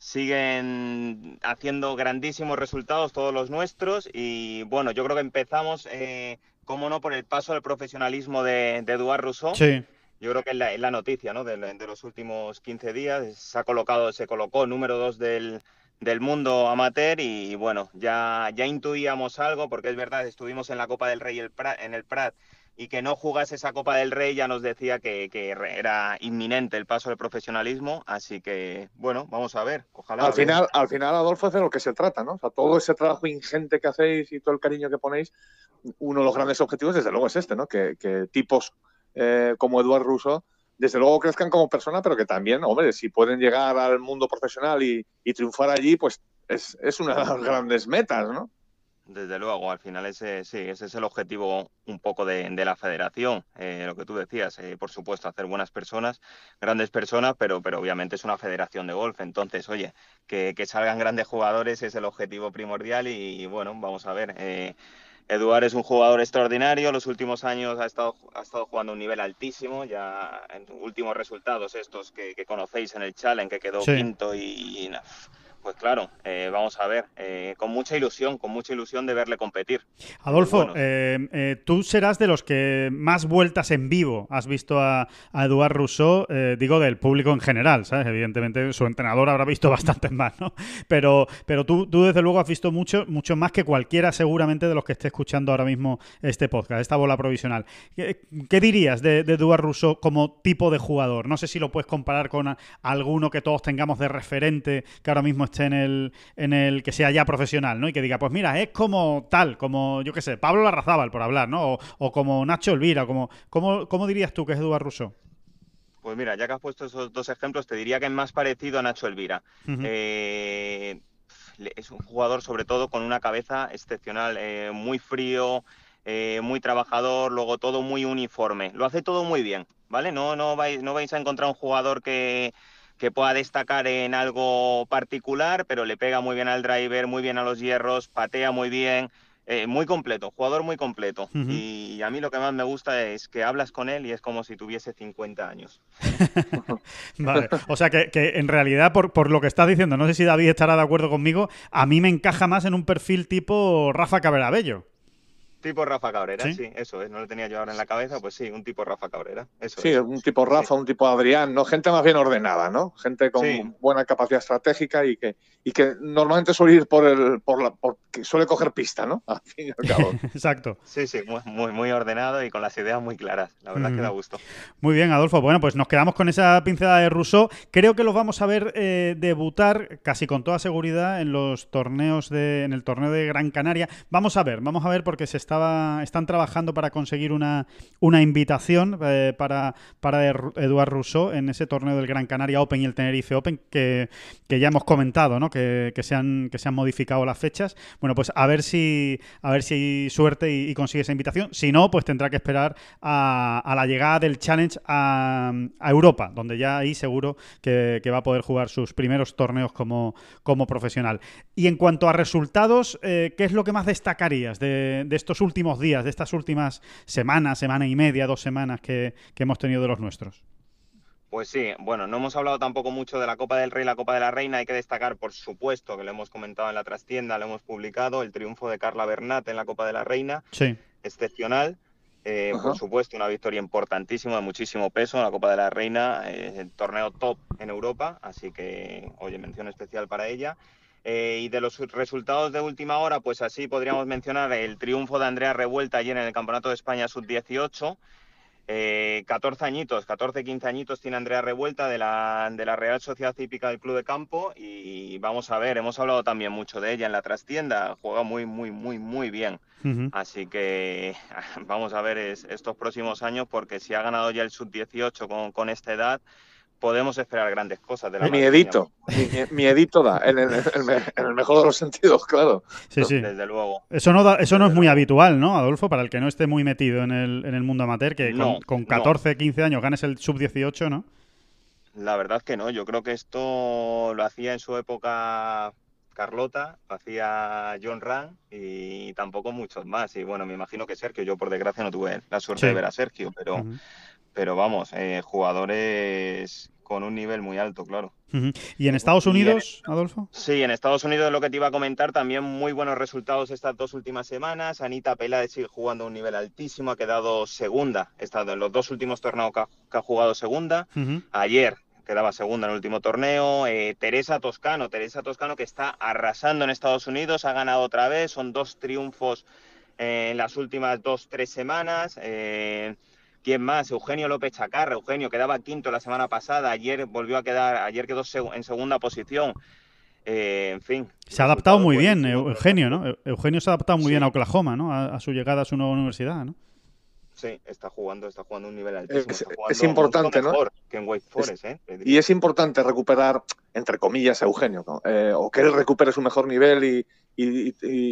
S7: siguen haciendo grandísimos resultados todos los nuestros y bueno, yo creo que empezamos, eh, cómo no, por el paso del profesionalismo de, de Eduard Rousseau.
S1: Sí.
S7: Yo creo que es la, es la noticia, ¿no? de, de los últimos quince días. Se ha colocado, se colocó número dos del, del mundo amateur y bueno, ya, ya intuíamos algo porque es verdad, estuvimos en la Copa del Rey el Prat, en el Prat y que no jugase esa Copa del Rey ya nos decía que, que era inminente el paso del profesionalismo, así que, bueno, vamos a ver, ojalá.
S4: Al final, al final, Adolfo, es de lo que se trata, ¿no? O sea, todo ese trabajo ingente que hacéis y todo el cariño que ponéis, uno de los grandes objetivos, desde luego, es este, ¿no? Que, que tipos eh, como Eduard Rousseau, desde luego crezcan como persona, pero que también, hombre, si pueden llegar al mundo profesional y, y triunfar allí, pues es, es una de las grandes metas, ¿no?
S7: Desde luego, al final ese sí, ese es el objetivo un poco de, de la federación, eh, lo que tú decías, eh, por supuesto, hacer buenas personas, grandes personas, pero, pero obviamente es una federación de golf, entonces, oye, que, que salgan grandes jugadores es el objetivo primordial y, y bueno, vamos a ver. Eh, Eduard es un jugador extraordinario, los últimos años ha estado, ha estado jugando a un nivel altísimo, ya en últimos resultados estos que, que conocéis en el Challenge, que quedó
S1: Sí.
S7: quinto y... y pues claro, eh, vamos a ver, eh, con mucha ilusión, con mucha ilusión de verle competir.
S1: Adolfo,
S7: Bueno.
S1: eh, eh, tú serás de los que más vueltas en vivo has visto a, a Eduard Rousseau, eh, digo del público en general, ¿sabes? Evidentemente su entrenador habrá visto bastantes más, ¿no? Pero, pero tú, tú desde luego has visto mucho, mucho más que cualquiera seguramente de los que esté escuchando ahora mismo este podcast, esta bola provisional. ¿Qué, qué dirías de, de Eduard Rousseau como tipo de jugador? No sé si lo puedes comparar con a, alguno que todos tengamos de referente que ahora mismo esté en el, en el que sea ya profesional, ¿no? Y que diga, pues mira, es como tal, como, yo qué sé, Pablo Larrazábal, por hablar, ¿no? O, o como Nacho Elvira, como, ¿cómo, ¿cómo dirías tú que es Eduard Rousseau?
S7: Pues mira, ya que has puesto esos dos ejemplos, te diría que es más parecido a Nacho Elvira.
S1: Uh-huh.
S7: Eh, es un jugador, sobre todo, con una cabeza excepcional, eh, muy frío, eh, muy trabajador, luego todo muy uniforme. Lo hace todo muy bien, ¿vale? No, no, vais, no vais a encontrar un jugador que... que pueda destacar en algo particular, pero le pega muy bien al driver, muy bien a los hierros, patea muy bien, eh, muy completo, jugador muy completo. Uh-huh. Y a mí lo que más me gusta es que hablas con él y es como si tuviese cincuenta años.
S1: Vale, o sea que, que en realidad, por, por lo que estás diciendo, no sé si David estará de acuerdo conmigo, a mí me encaja más en un perfil tipo Rafa Cabrera-Bello.
S7: Tipo Rafa Cabrera,
S1: ¿Sí?
S7: sí, eso es, no lo tenía yo ahora en la cabeza, pues sí, un tipo Rafa Cabrera, eso
S4: sí,
S7: es.
S4: un tipo Rafa, sí. Un tipo Adrián, ¿no? Gente más bien ordenada, ¿no? Gente con sí. buena capacidad estratégica y que, y que normalmente suele ir por el, por la, por, que suele coger pista, ¿no? Al fin y al cabo.
S1: Exacto.
S7: Sí, sí, muy, muy, muy ordenado y con las ideas muy claras, la verdad mm. que da gusto.
S1: Muy bien, Adolfo, bueno, pues nos quedamos con esa pincelada de Rousseau. Creo que los vamos a ver eh, debutar casi con toda seguridad en los torneos de, en el torneo de Gran Canaria. Vamos a ver, vamos a ver porque se estaba, están trabajando para conseguir una, una invitación eh, para, para Eduard Rousseau en ese torneo del Gran Canaria Open y el Tenerife Open que, que ya hemos comentado, ¿no? Que, que, se han, que se han modificado las fechas. Bueno, pues a ver si, a ver si hay suerte y, y consigue esa invitación. Si no, pues tendrá que esperar a, a la llegada del Challenge a, a Europa, donde ya ahí seguro que, que va a poder jugar sus primeros torneos como, como profesional. Y en cuanto a resultados, eh, ¿qué es lo que más destacarías de, de estos últimos días, de estas últimas semanas, semana y media, dos semanas que, que hemos tenido de los nuestros?
S7: Pues sí, bueno, no hemos hablado tampoco mucho de la Copa del Rey y la Copa de la Reina. Hay que destacar, por supuesto, que lo hemos comentado en la trastienda, lo hemos publicado, el triunfo de Carla Bernat en la Copa de la Reina.
S1: Sí.
S7: Excepcional. Eh, por supuesto, una victoria importantísima, de muchísimo peso en la Copa de la Reina, eh, el torneo top en Europa, así que, oye, mención especial para ella. Eh, y de los resultados de última hora, pues así podríamos mencionar el triunfo de Andrea Revuelta ayer en el Campeonato de España sub dieciocho. Eh, catorce añitos, catorce, quince añitos tiene Andrea Revuelta de la, de la Real Sociedad Hípica del Club de Campo y vamos a ver, hemos hablado también mucho de ella en la trastienda, juega muy, muy, muy, muy bien. Uh-huh. Así que vamos a ver es, estos próximos años porque si ha ganado ya el sub dieciocho con, con esta edad, podemos esperar grandes cosas de la
S4: Miedito, miedito da, en el, en, el, en el mejor de los sentidos, claro.
S1: Sí, sí.
S7: Desde luego.
S1: Eso no, da, eso no es muy habitual, ¿no, Adolfo? Para el que no esté muy metido en el, en el mundo amateur, que
S7: no,
S1: con, con catorce, quince años ganes el sub dieciocho, ¿no?
S7: La verdad que no. Yo creo que esto lo hacía en su época Carlota, lo hacía John Ram y tampoco muchos más. Y bueno, me imagino que Sergio, yo por desgracia no tuve la suerte sí. de ver a Sergio, pero, uh-huh. pero vamos, eh, jugadores con un nivel muy alto, claro.
S1: Uh-huh. ¿Y en Estados Unidos, en, Adolfo?
S7: Sí, en Estados Unidos, lo que te iba a comentar, también muy buenos resultados estas dos últimas semanas. Anita Peláez sigue jugando a un nivel altísimo, ha quedado segunda, ha estado en los dos últimos torneos que ha, que ha jugado segunda. Uh-huh. Ayer quedaba segunda en el último torneo. Eh, Teresa Toscano, Teresa Toscano que está arrasando en Estados Unidos, ha ganado otra vez, son dos triunfos eh, en las últimas dos, tres semanas. Eh, ¿Quién más? Eugenio López Chacarra. Eugenio quedaba quinto la semana pasada, ayer volvió a quedar, ayer quedó en segunda posición. Eh, en fin.
S1: Se ha adaptado muy bien, Eugenio, ¿no? Eugenio se ha adaptado muy sí. bien a Oklahoma, ¿no? A, a su llegada a su nueva universidad, ¿no?
S7: Sí, está jugando, está jugando un nivel altísimo.
S4: Es, es importante, ¿no?
S7: Que en Wake Forest,
S4: es,
S7: ¿eh?
S4: Y es importante recuperar, entre comillas, a Eugenio, ¿no? eh, o que él recupere su mejor nivel y, y,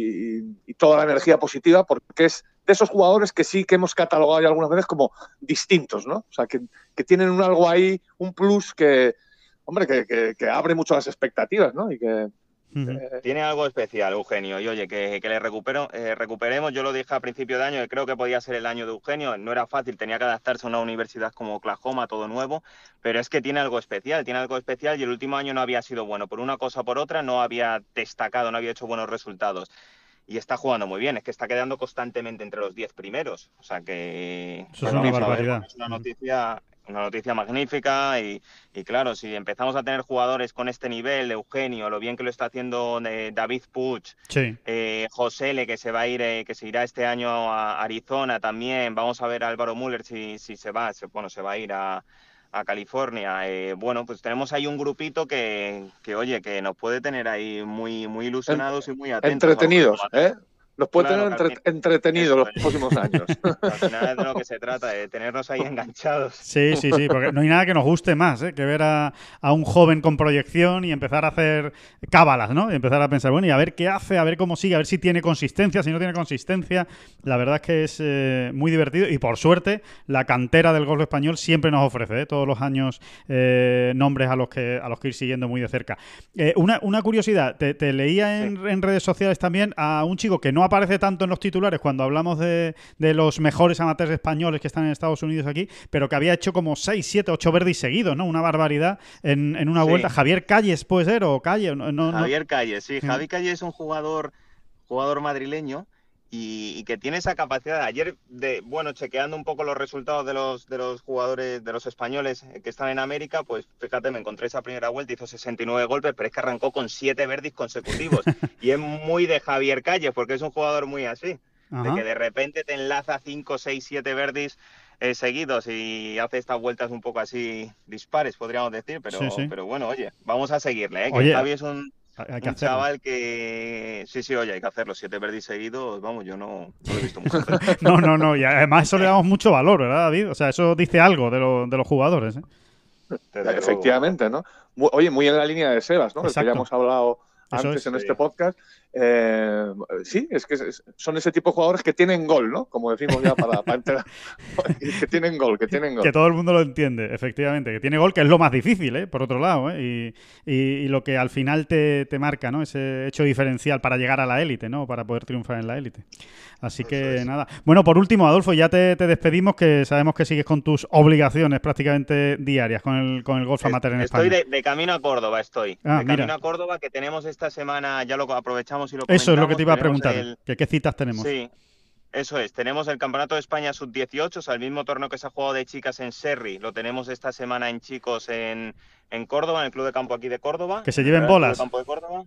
S4: y, y toda la energía positiva, porque es de esos jugadores que sí que hemos catalogado ya algunas veces como distintos, ¿no? O sea, que, que tienen un algo ahí, un plus que, hombre, que, que, que abre mucho las expectativas, ¿no? Y que
S7: Uh-huh. Tiene algo especial, Eugenio, y oye, que, que le recupero, eh, recuperemos. Yo lo dije a principio de año, que creo que podía ser el año de Eugenio. No era fácil, tenía que adaptarse a una universidad como Oklahoma, todo nuevo, pero es que tiene algo especial, tiene algo especial y el último año no había sido bueno. Por una cosa o por otra no había destacado, no había hecho buenos resultados. Y está jugando muy bien, es que está quedando constantemente entre los diez primeros. O sea que...
S1: Eso es una barbaridad.
S7: Ver, es una noticia... Una noticia magnífica y, y claro, si empezamos a tener jugadores con este nivel, Eugenio, lo bien que lo está haciendo eh, David Puig,
S1: sí.
S7: eh, Josele, que se va a ir, eh, que se irá este año a Arizona también, vamos a ver a Álvaro Müller si, si se va, se, bueno, se va a ir a, a California. Eh, bueno, pues tenemos ahí un grupito que, que, oye, que nos puede tener ahí muy, muy ilusionados
S4: en,
S7: y muy atentos.
S4: Entretenidos, ¿eh? Nos puede claro, tener entre, entretenidos los próximos años.
S7: Al final es de lo que se trata, de tenernos ahí enganchados.
S1: Sí, sí, sí, porque no hay nada que nos guste más ¿eh? que ver a, a un joven con proyección y empezar a hacer cábalas, ¿no? Y empezar a pensar, bueno, y a ver qué hace, a ver cómo sigue, a ver si tiene consistencia, si no tiene consistencia. La verdad es que es eh, muy divertido y, por suerte, la cantera del golf español siempre nos ofrece ¿eh? todos los años eh, nombres a los que a los que ir siguiendo muy de cerca. Eh, una, una curiosidad, te, te leía en, sí. en redes sociales también a un chico que no aparece tanto en los titulares cuando hablamos de, de los mejores amateurs españoles que están en Estados Unidos aquí, pero que había hecho como seis, siete, ocho birdies seguidos, ¿no? Una barbaridad en, en una sí. vuelta. Javier Calles, ¿puede ser? ¿O Calle? No, no,
S7: Javier Calles, sí. sí. Javier Calles es un jugador, jugador madrileño y, y que tiene esa capacidad. Ayer, de bueno, chequeando un poco los resultados de los, de los jugadores, de los españoles que están en América, pues fíjate, me encontré esa primera vuelta, hizo sesenta y nueve golpes, pero es que arrancó con siete birdies consecutivos. Y es muy de Javier Calles, porque es un jugador muy así, Ajá. de que de repente te enlaza cinco, seis, siete birdies eh, seguidos y hace estas vueltas un poco así dispares, podríamos decir, pero, sí, sí. pero bueno, oye, vamos a seguirle, ¿eh? Que
S1: oye,
S7: Javi es un...
S1: Hay que
S7: un chaval que... Sí, sí, oye, hay que hacerlo. Siete birdies seguidos, vamos, yo no, no lo he visto mucho.
S1: no, no, no. Y además eso le damos mucho valor, ¿verdad, David? O sea, eso dice algo de, lo, de los jugadores, ¿eh?
S4: Efectivamente, ¿no? Oye, muy en la línea de Sebas, ¿no? El que ya hemos hablado antes es, en sí. este podcast. Eh, sí, es que son ese tipo de jugadores que tienen gol, ¿no? Como decimos ya para, para enterar. que tienen gol, que tienen gol.
S1: Que todo el mundo lo entiende, efectivamente. Que tiene gol, que es lo más difícil, ¿eh? Por otro lado, ¿eh? Y, y, y lo que al final te, te marca, ¿no? Ese hecho diferencial para llegar a la élite, ¿no? Para poder triunfar en la élite. Así que es. nada. Bueno, por último, Adolfo, ya te, te despedimos, que sabemos que sigues con tus obligaciones prácticamente diarias con el, con el golf amateur en
S7: estoy
S1: España.
S7: Estoy de, de camino a Córdoba, estoy.
S1: Ah,
S7: de
S1: mira.
S7: camino a Córdoba, que tenemos esta semana, ya lo aprovechamos y lo comentamos.
S1: Eso es lo que te iba a preguntar,
S7: el...
S1: que qué citas tenemos.
S7: Sí, eso es. Tenemos el Campeonato de España sub dieciocho, o sea, el mismo torneo que se ha jugado de chicas en Serri, lo tenemos esta semana en chicos en, en Córdoba, en el Club de Campo aquí de Córdoba.
S1: Que se lleven bolas.
S7: El Club de Campo de Córdoba.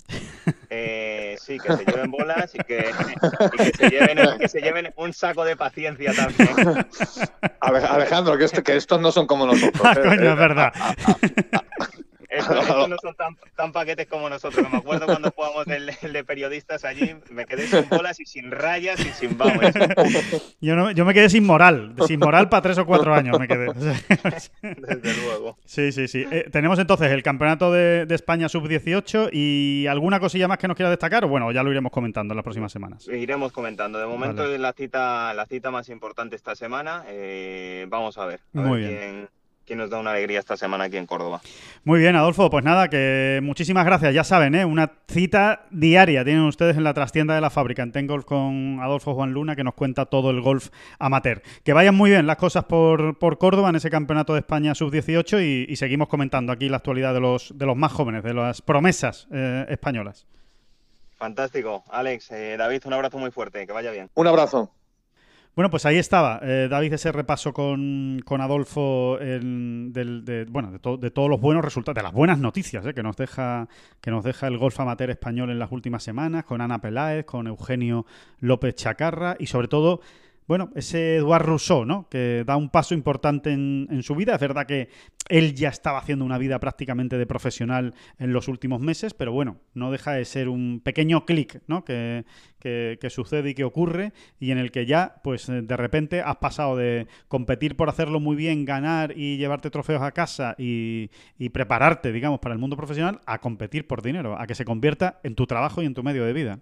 S7: Eh, sí, que se lleven bolas y que, y que, se lleven, que se lleven un saco de paciencia también.
S4: Alejandro, que, esto, que estos no son como nosotros.
S1: Ah, coño, es verdad.
S7: Es estos no son tan, tan paquetes como nosotros. Me acuerdo cuando jugamos el, el de periodistas allí, me quedé sin bolas y sin rayas y sin vamos.
S1: Yo, no, yo me quedé sin moral, sin moral para tres o cuatro años me quedé.
S7: Desde luego.
S1: Sí, sí, sí. Eh, tenemos entonces el Campeonato de, de España sub dieciocho y alguna cosilla más que nos quiera destacar, o bueno, ya lo iremos comentando en las próximas semanas.
S7: Iremos comentando. De momento
S1: Vale.
S7: es la cita, la cita más importante esta semana. Eh, vamos a ver, a
S1: Muy
S7: ver
S1: bien.
S7: quién, quién nos da una alegría esta semana aquí en Córdoba.
S1: Muy bien, Adolfo, pues nada, que muchísimas gracias. Ya saben, ¿eh? Una cita diaria tienen ustedes en la trastienda de la fábrica, en Ten Golf con Adolfo Juan Luna, que nos cuenta todo el golf amateur. Que vayan muy bien las cosas por, por Córdoba en ese Campeonato de España sub dieciocho y, y seguimos comentando aquí la actualidad de los, de los más jóvenes, de las promesas eh, españolas.
S7: Fantástico. Alex, eh, David, un abrazo muy fuerte, que vaya bien.
S4: Un abrazo.
S1: Bueno, pues ahí estaba, eh, David, ese repaso con, con Adolfo en, del, de, bueno, de, to, de todos los buenos resultados, de las buenas noticias eh, que nos deja que nos deja el golf amateur español en las últimas semanas, con Ana Peláez, con Eugenio López Chacarra y sobre todo, bueno, ese Eduard Rousseau, ¿no? Que da un paso importante en, en su vida. Es verdad que él ya estaba haciendo una vida prácticamente de profesional en los últimos meses, pero bueno, no deja de ser un pequeño clic, ¿no? Que, que, que sucede y que ocurre y en el que ya, pues de repente has pasado de competir por hacerlo muy bien, ganar y llevarte trofeos a casa y, y prepararte, digamos, para el mundo profesional, a competir por dinero, a que se convierta en tu trabajo y en tu medio de vida.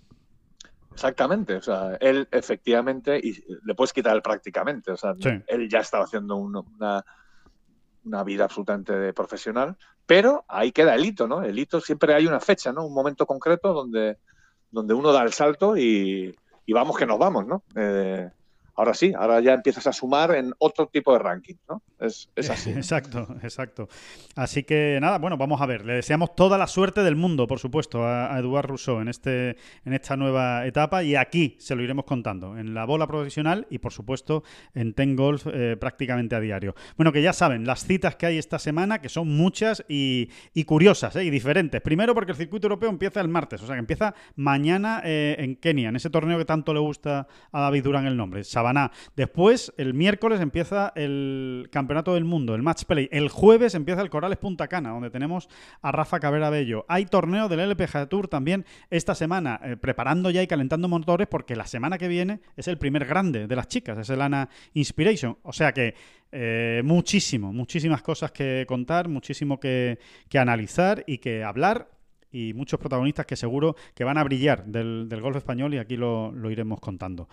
S4: Exactamente, o sea, él efectivamente, y le puedes quitar el prácticamente, o sea,
S1: Sí.
S4: él ya estaba haciendo un, una, una vida absolutamente de profesional, pero ahí queda el hito, ¿no? El hito siempre hay una fecha, ¿no? Un momento concreto donde, donde uno da el salto y, y vamos que nos vamos, ¿no? Eh, ahora sí, ahora ya empiezas a sumar en otro tipo de ranking, ¿no? Es, es así. ¿no?
S1: Exacto, exacto. Así que nada, bueno, vamos a ver. Le deseamos toda la suerte del mundo, por supuesto, a, a Eduard Rousseau en, este, en esta nueva etapa y aquí se lo iremos contando, en la bola profesional y, por supuesto, en Ten Golf eh, prácticamente a diario. Bueno, que ya saben, las citas que hay esta semana, que son muchas y, y curiosas ¿eh? y diferentes. Primero porque el circuito europeo empieza el martes, o sea que empieza mañana eh, en Kenia, en ese torneo que tanto le gusta a David Durán el nombre, Sabaná. Después, el miércoles empieza el Campeonato del Mundo, el Match Play. El jueves empieza el Corales Punta Cana, donde tenemos a Rafa Cabrera Bello. Hay torneo del L P G A Tour también esta semana, eh, preparando ya y calentando motores, porque la semana que viene es el primer grande de las chicas, es el ANA Inspiration. O sea que eh, muchísimo, muchísimas cosas que contar, muchísimo que, que analizar y que hablar. Y muchos protagonistas que seguro que van a brillar del, del golf español y aquí lo, lo iremos contando.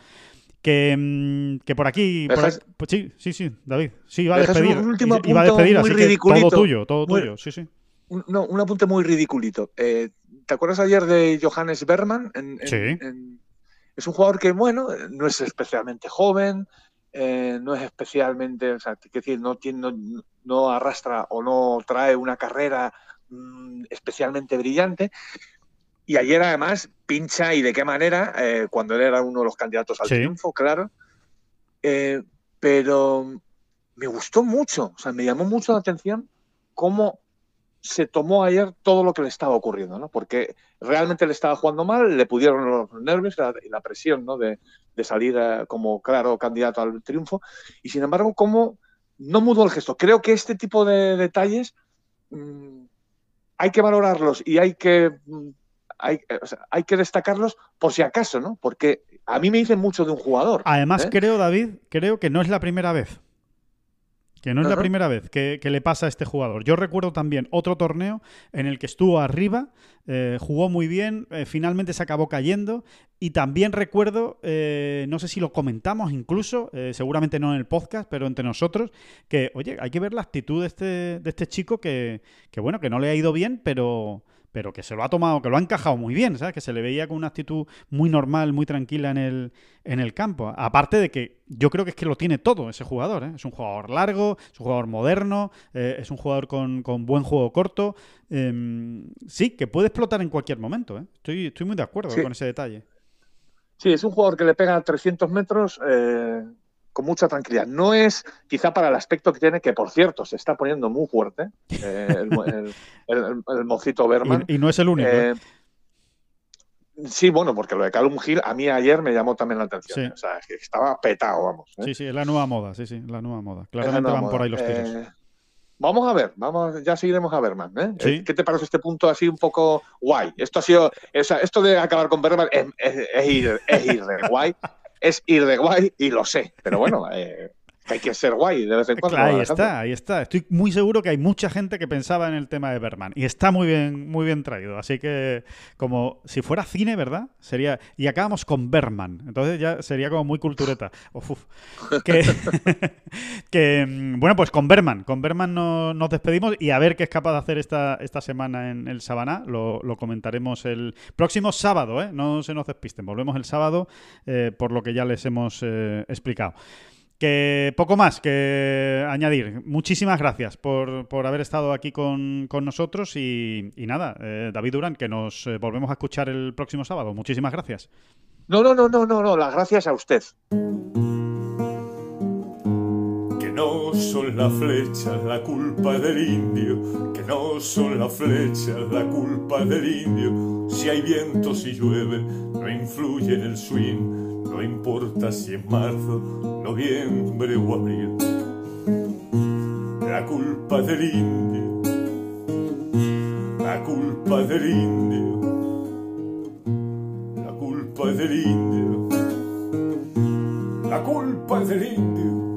S1: Que, que por aquí... Por aquí pues sí, sí, sí, David. Sí, iba a despedir.
S4: Un último punto
S1: iba a despedir,
S4: muy
S1: así
S4: ridiculito.
S1: Que todo tuyo, todo
S4: muy,
S1: tuyo, sí, sí.
S4: Un, no, un apunte muy ridiculito. Eh, ¿Te acuerdas ayer de Johannes Berman? En, en,
S1: sí.
S4: En, es un jugador que, bueno, no es especialmente joven, eh, no es especialmente... O sea, es decir, no, tiene, no, no arrastra o no trae una carrera mmm, especialmente brillante. Y ayer, además, pincha y de qué manera, eh, cuando él era uno de los candidatos al
S1: sí.
S4: triunfo, claro. Eh, pero me gustó mucho, o sea, me llamó mucho la atención cómo se tomó ayer todo lo que le estaba ocurriendo, ¿no? Porque realmente le estaba jugando mal, le pudieron los nervios y la, la presión, ¿no? De, de salir eh, como claro candidato al triunfo. Y sin embargo, cómo no mudó el gesto. Creo que este tipo de detalles mmm, hay que valorarlos y hay que... Mmm, Hay, o sea, hay que destacarlos por si acaso, ¿no? Porque a mí me dicen mucho de un jugador.
S1: Además,
S4: ¿eh?
S1: creo, David, creo que no es la primera vez. Que no es uh-huh. la primera vez que, que le pasa a este jugador. Yo recuerdo también otro torneo en el que estuvo arriba, eh, jugó muy bien, eh, finalmente se acabó cayendo. Y también recuerdo, eh, no sé si lo comentamos incluso, eh, seguramente no en el podcast, pero entre nosotros, que, oye, hay que ver la actitud de este, de este chico que, que, bueno, que no le ha ido bien, pero... pero que se lo ha tomado, que lo ha encajado muy bien, ¿sabes? Que se le veía con una actitud muy normal, muy tranquila en el, en el campo. Aparte de que yo creo que es que lo tiene todo ese jugador, ¿eh? Es un jugador largo, es un jugador moderno, eh, es un jugador con, con buen juego corto. Eh, sí, que puede explotar en cualquier momento, ¿eh? Estoy, estoy muy de acuerdo sí. con ese detalle.
S4: Sí, es un jugador que le pega a trescientos metros... Eh... con mucha tranquilidad. No es quizá para el aspecto que tiene, que por cierto se está poniendo muy fuerte, eh, el, el, el, el mocito Berman.
S1: Y, y no es el único. Eh,
S4: sí, bueno, porque lo de Callum Hill a mí ayer me llamó también la atención.
S1: Sí.
S4: Eh. O sea, es que estaba petado, vamos. ¿eh?
S1: Sí, sí, es la nueva moda, sí, sí, la nueva moda. Claramente nueva van moda. por ahí los tiros. Eh,
S4: Vamos a ver, vamos, ya seguiremos a Bergman, ¿eh?
S1: ¿Sí?
S4: ¿Qué te parece este punto así un poco guay? Esto ha sido, esa, esto de acabar con Bergman es, es, es, ir, es ir de guay, es ir de guay y lo sé, pero bueno, eh, que hay que ser guay de vez en cuando.
S1: Claro, ahí está, ahí está. Estoy muy seguro que hay mucha gente que pensaba en el tema de Bergman y está muy bien, muy bien traído. Así que, como si fuera cine, ¿verdad? Sería y acabamos con Bergman. Entonces ya sería como muy cultureta. Uf, uf. Que, que bueno, pues con Bergman, con Bergman no, nos despedimos y a ver qué es capaz de hacer esta, esta semana en el Sabaná. Lo, lo comentaremos el próximo sábado, ¿eh? No se nos despisten. Volvemos el sábado, eh, por lo que ya les hemos eh, explicado. Que poco más que añadir. Muchísimas gracias por, por haber estado aquí con, con nosotros y, y nada, eh, David Durán, que nos eh, volvemos a escuchar el próximo sábado. Muchísimas gracias.
S4: No, no, no, no, no, no, las gracias a usted.
S3: Que no son las flechas la culpa del indio, que no son las flechas la culpa del indio. Si hay viento, si llueve, no influye en el swing. No importa si es marzo, noviembre o abril. La culpa del indio, la culpa del indio, la culpa del indio, la culpa del indio.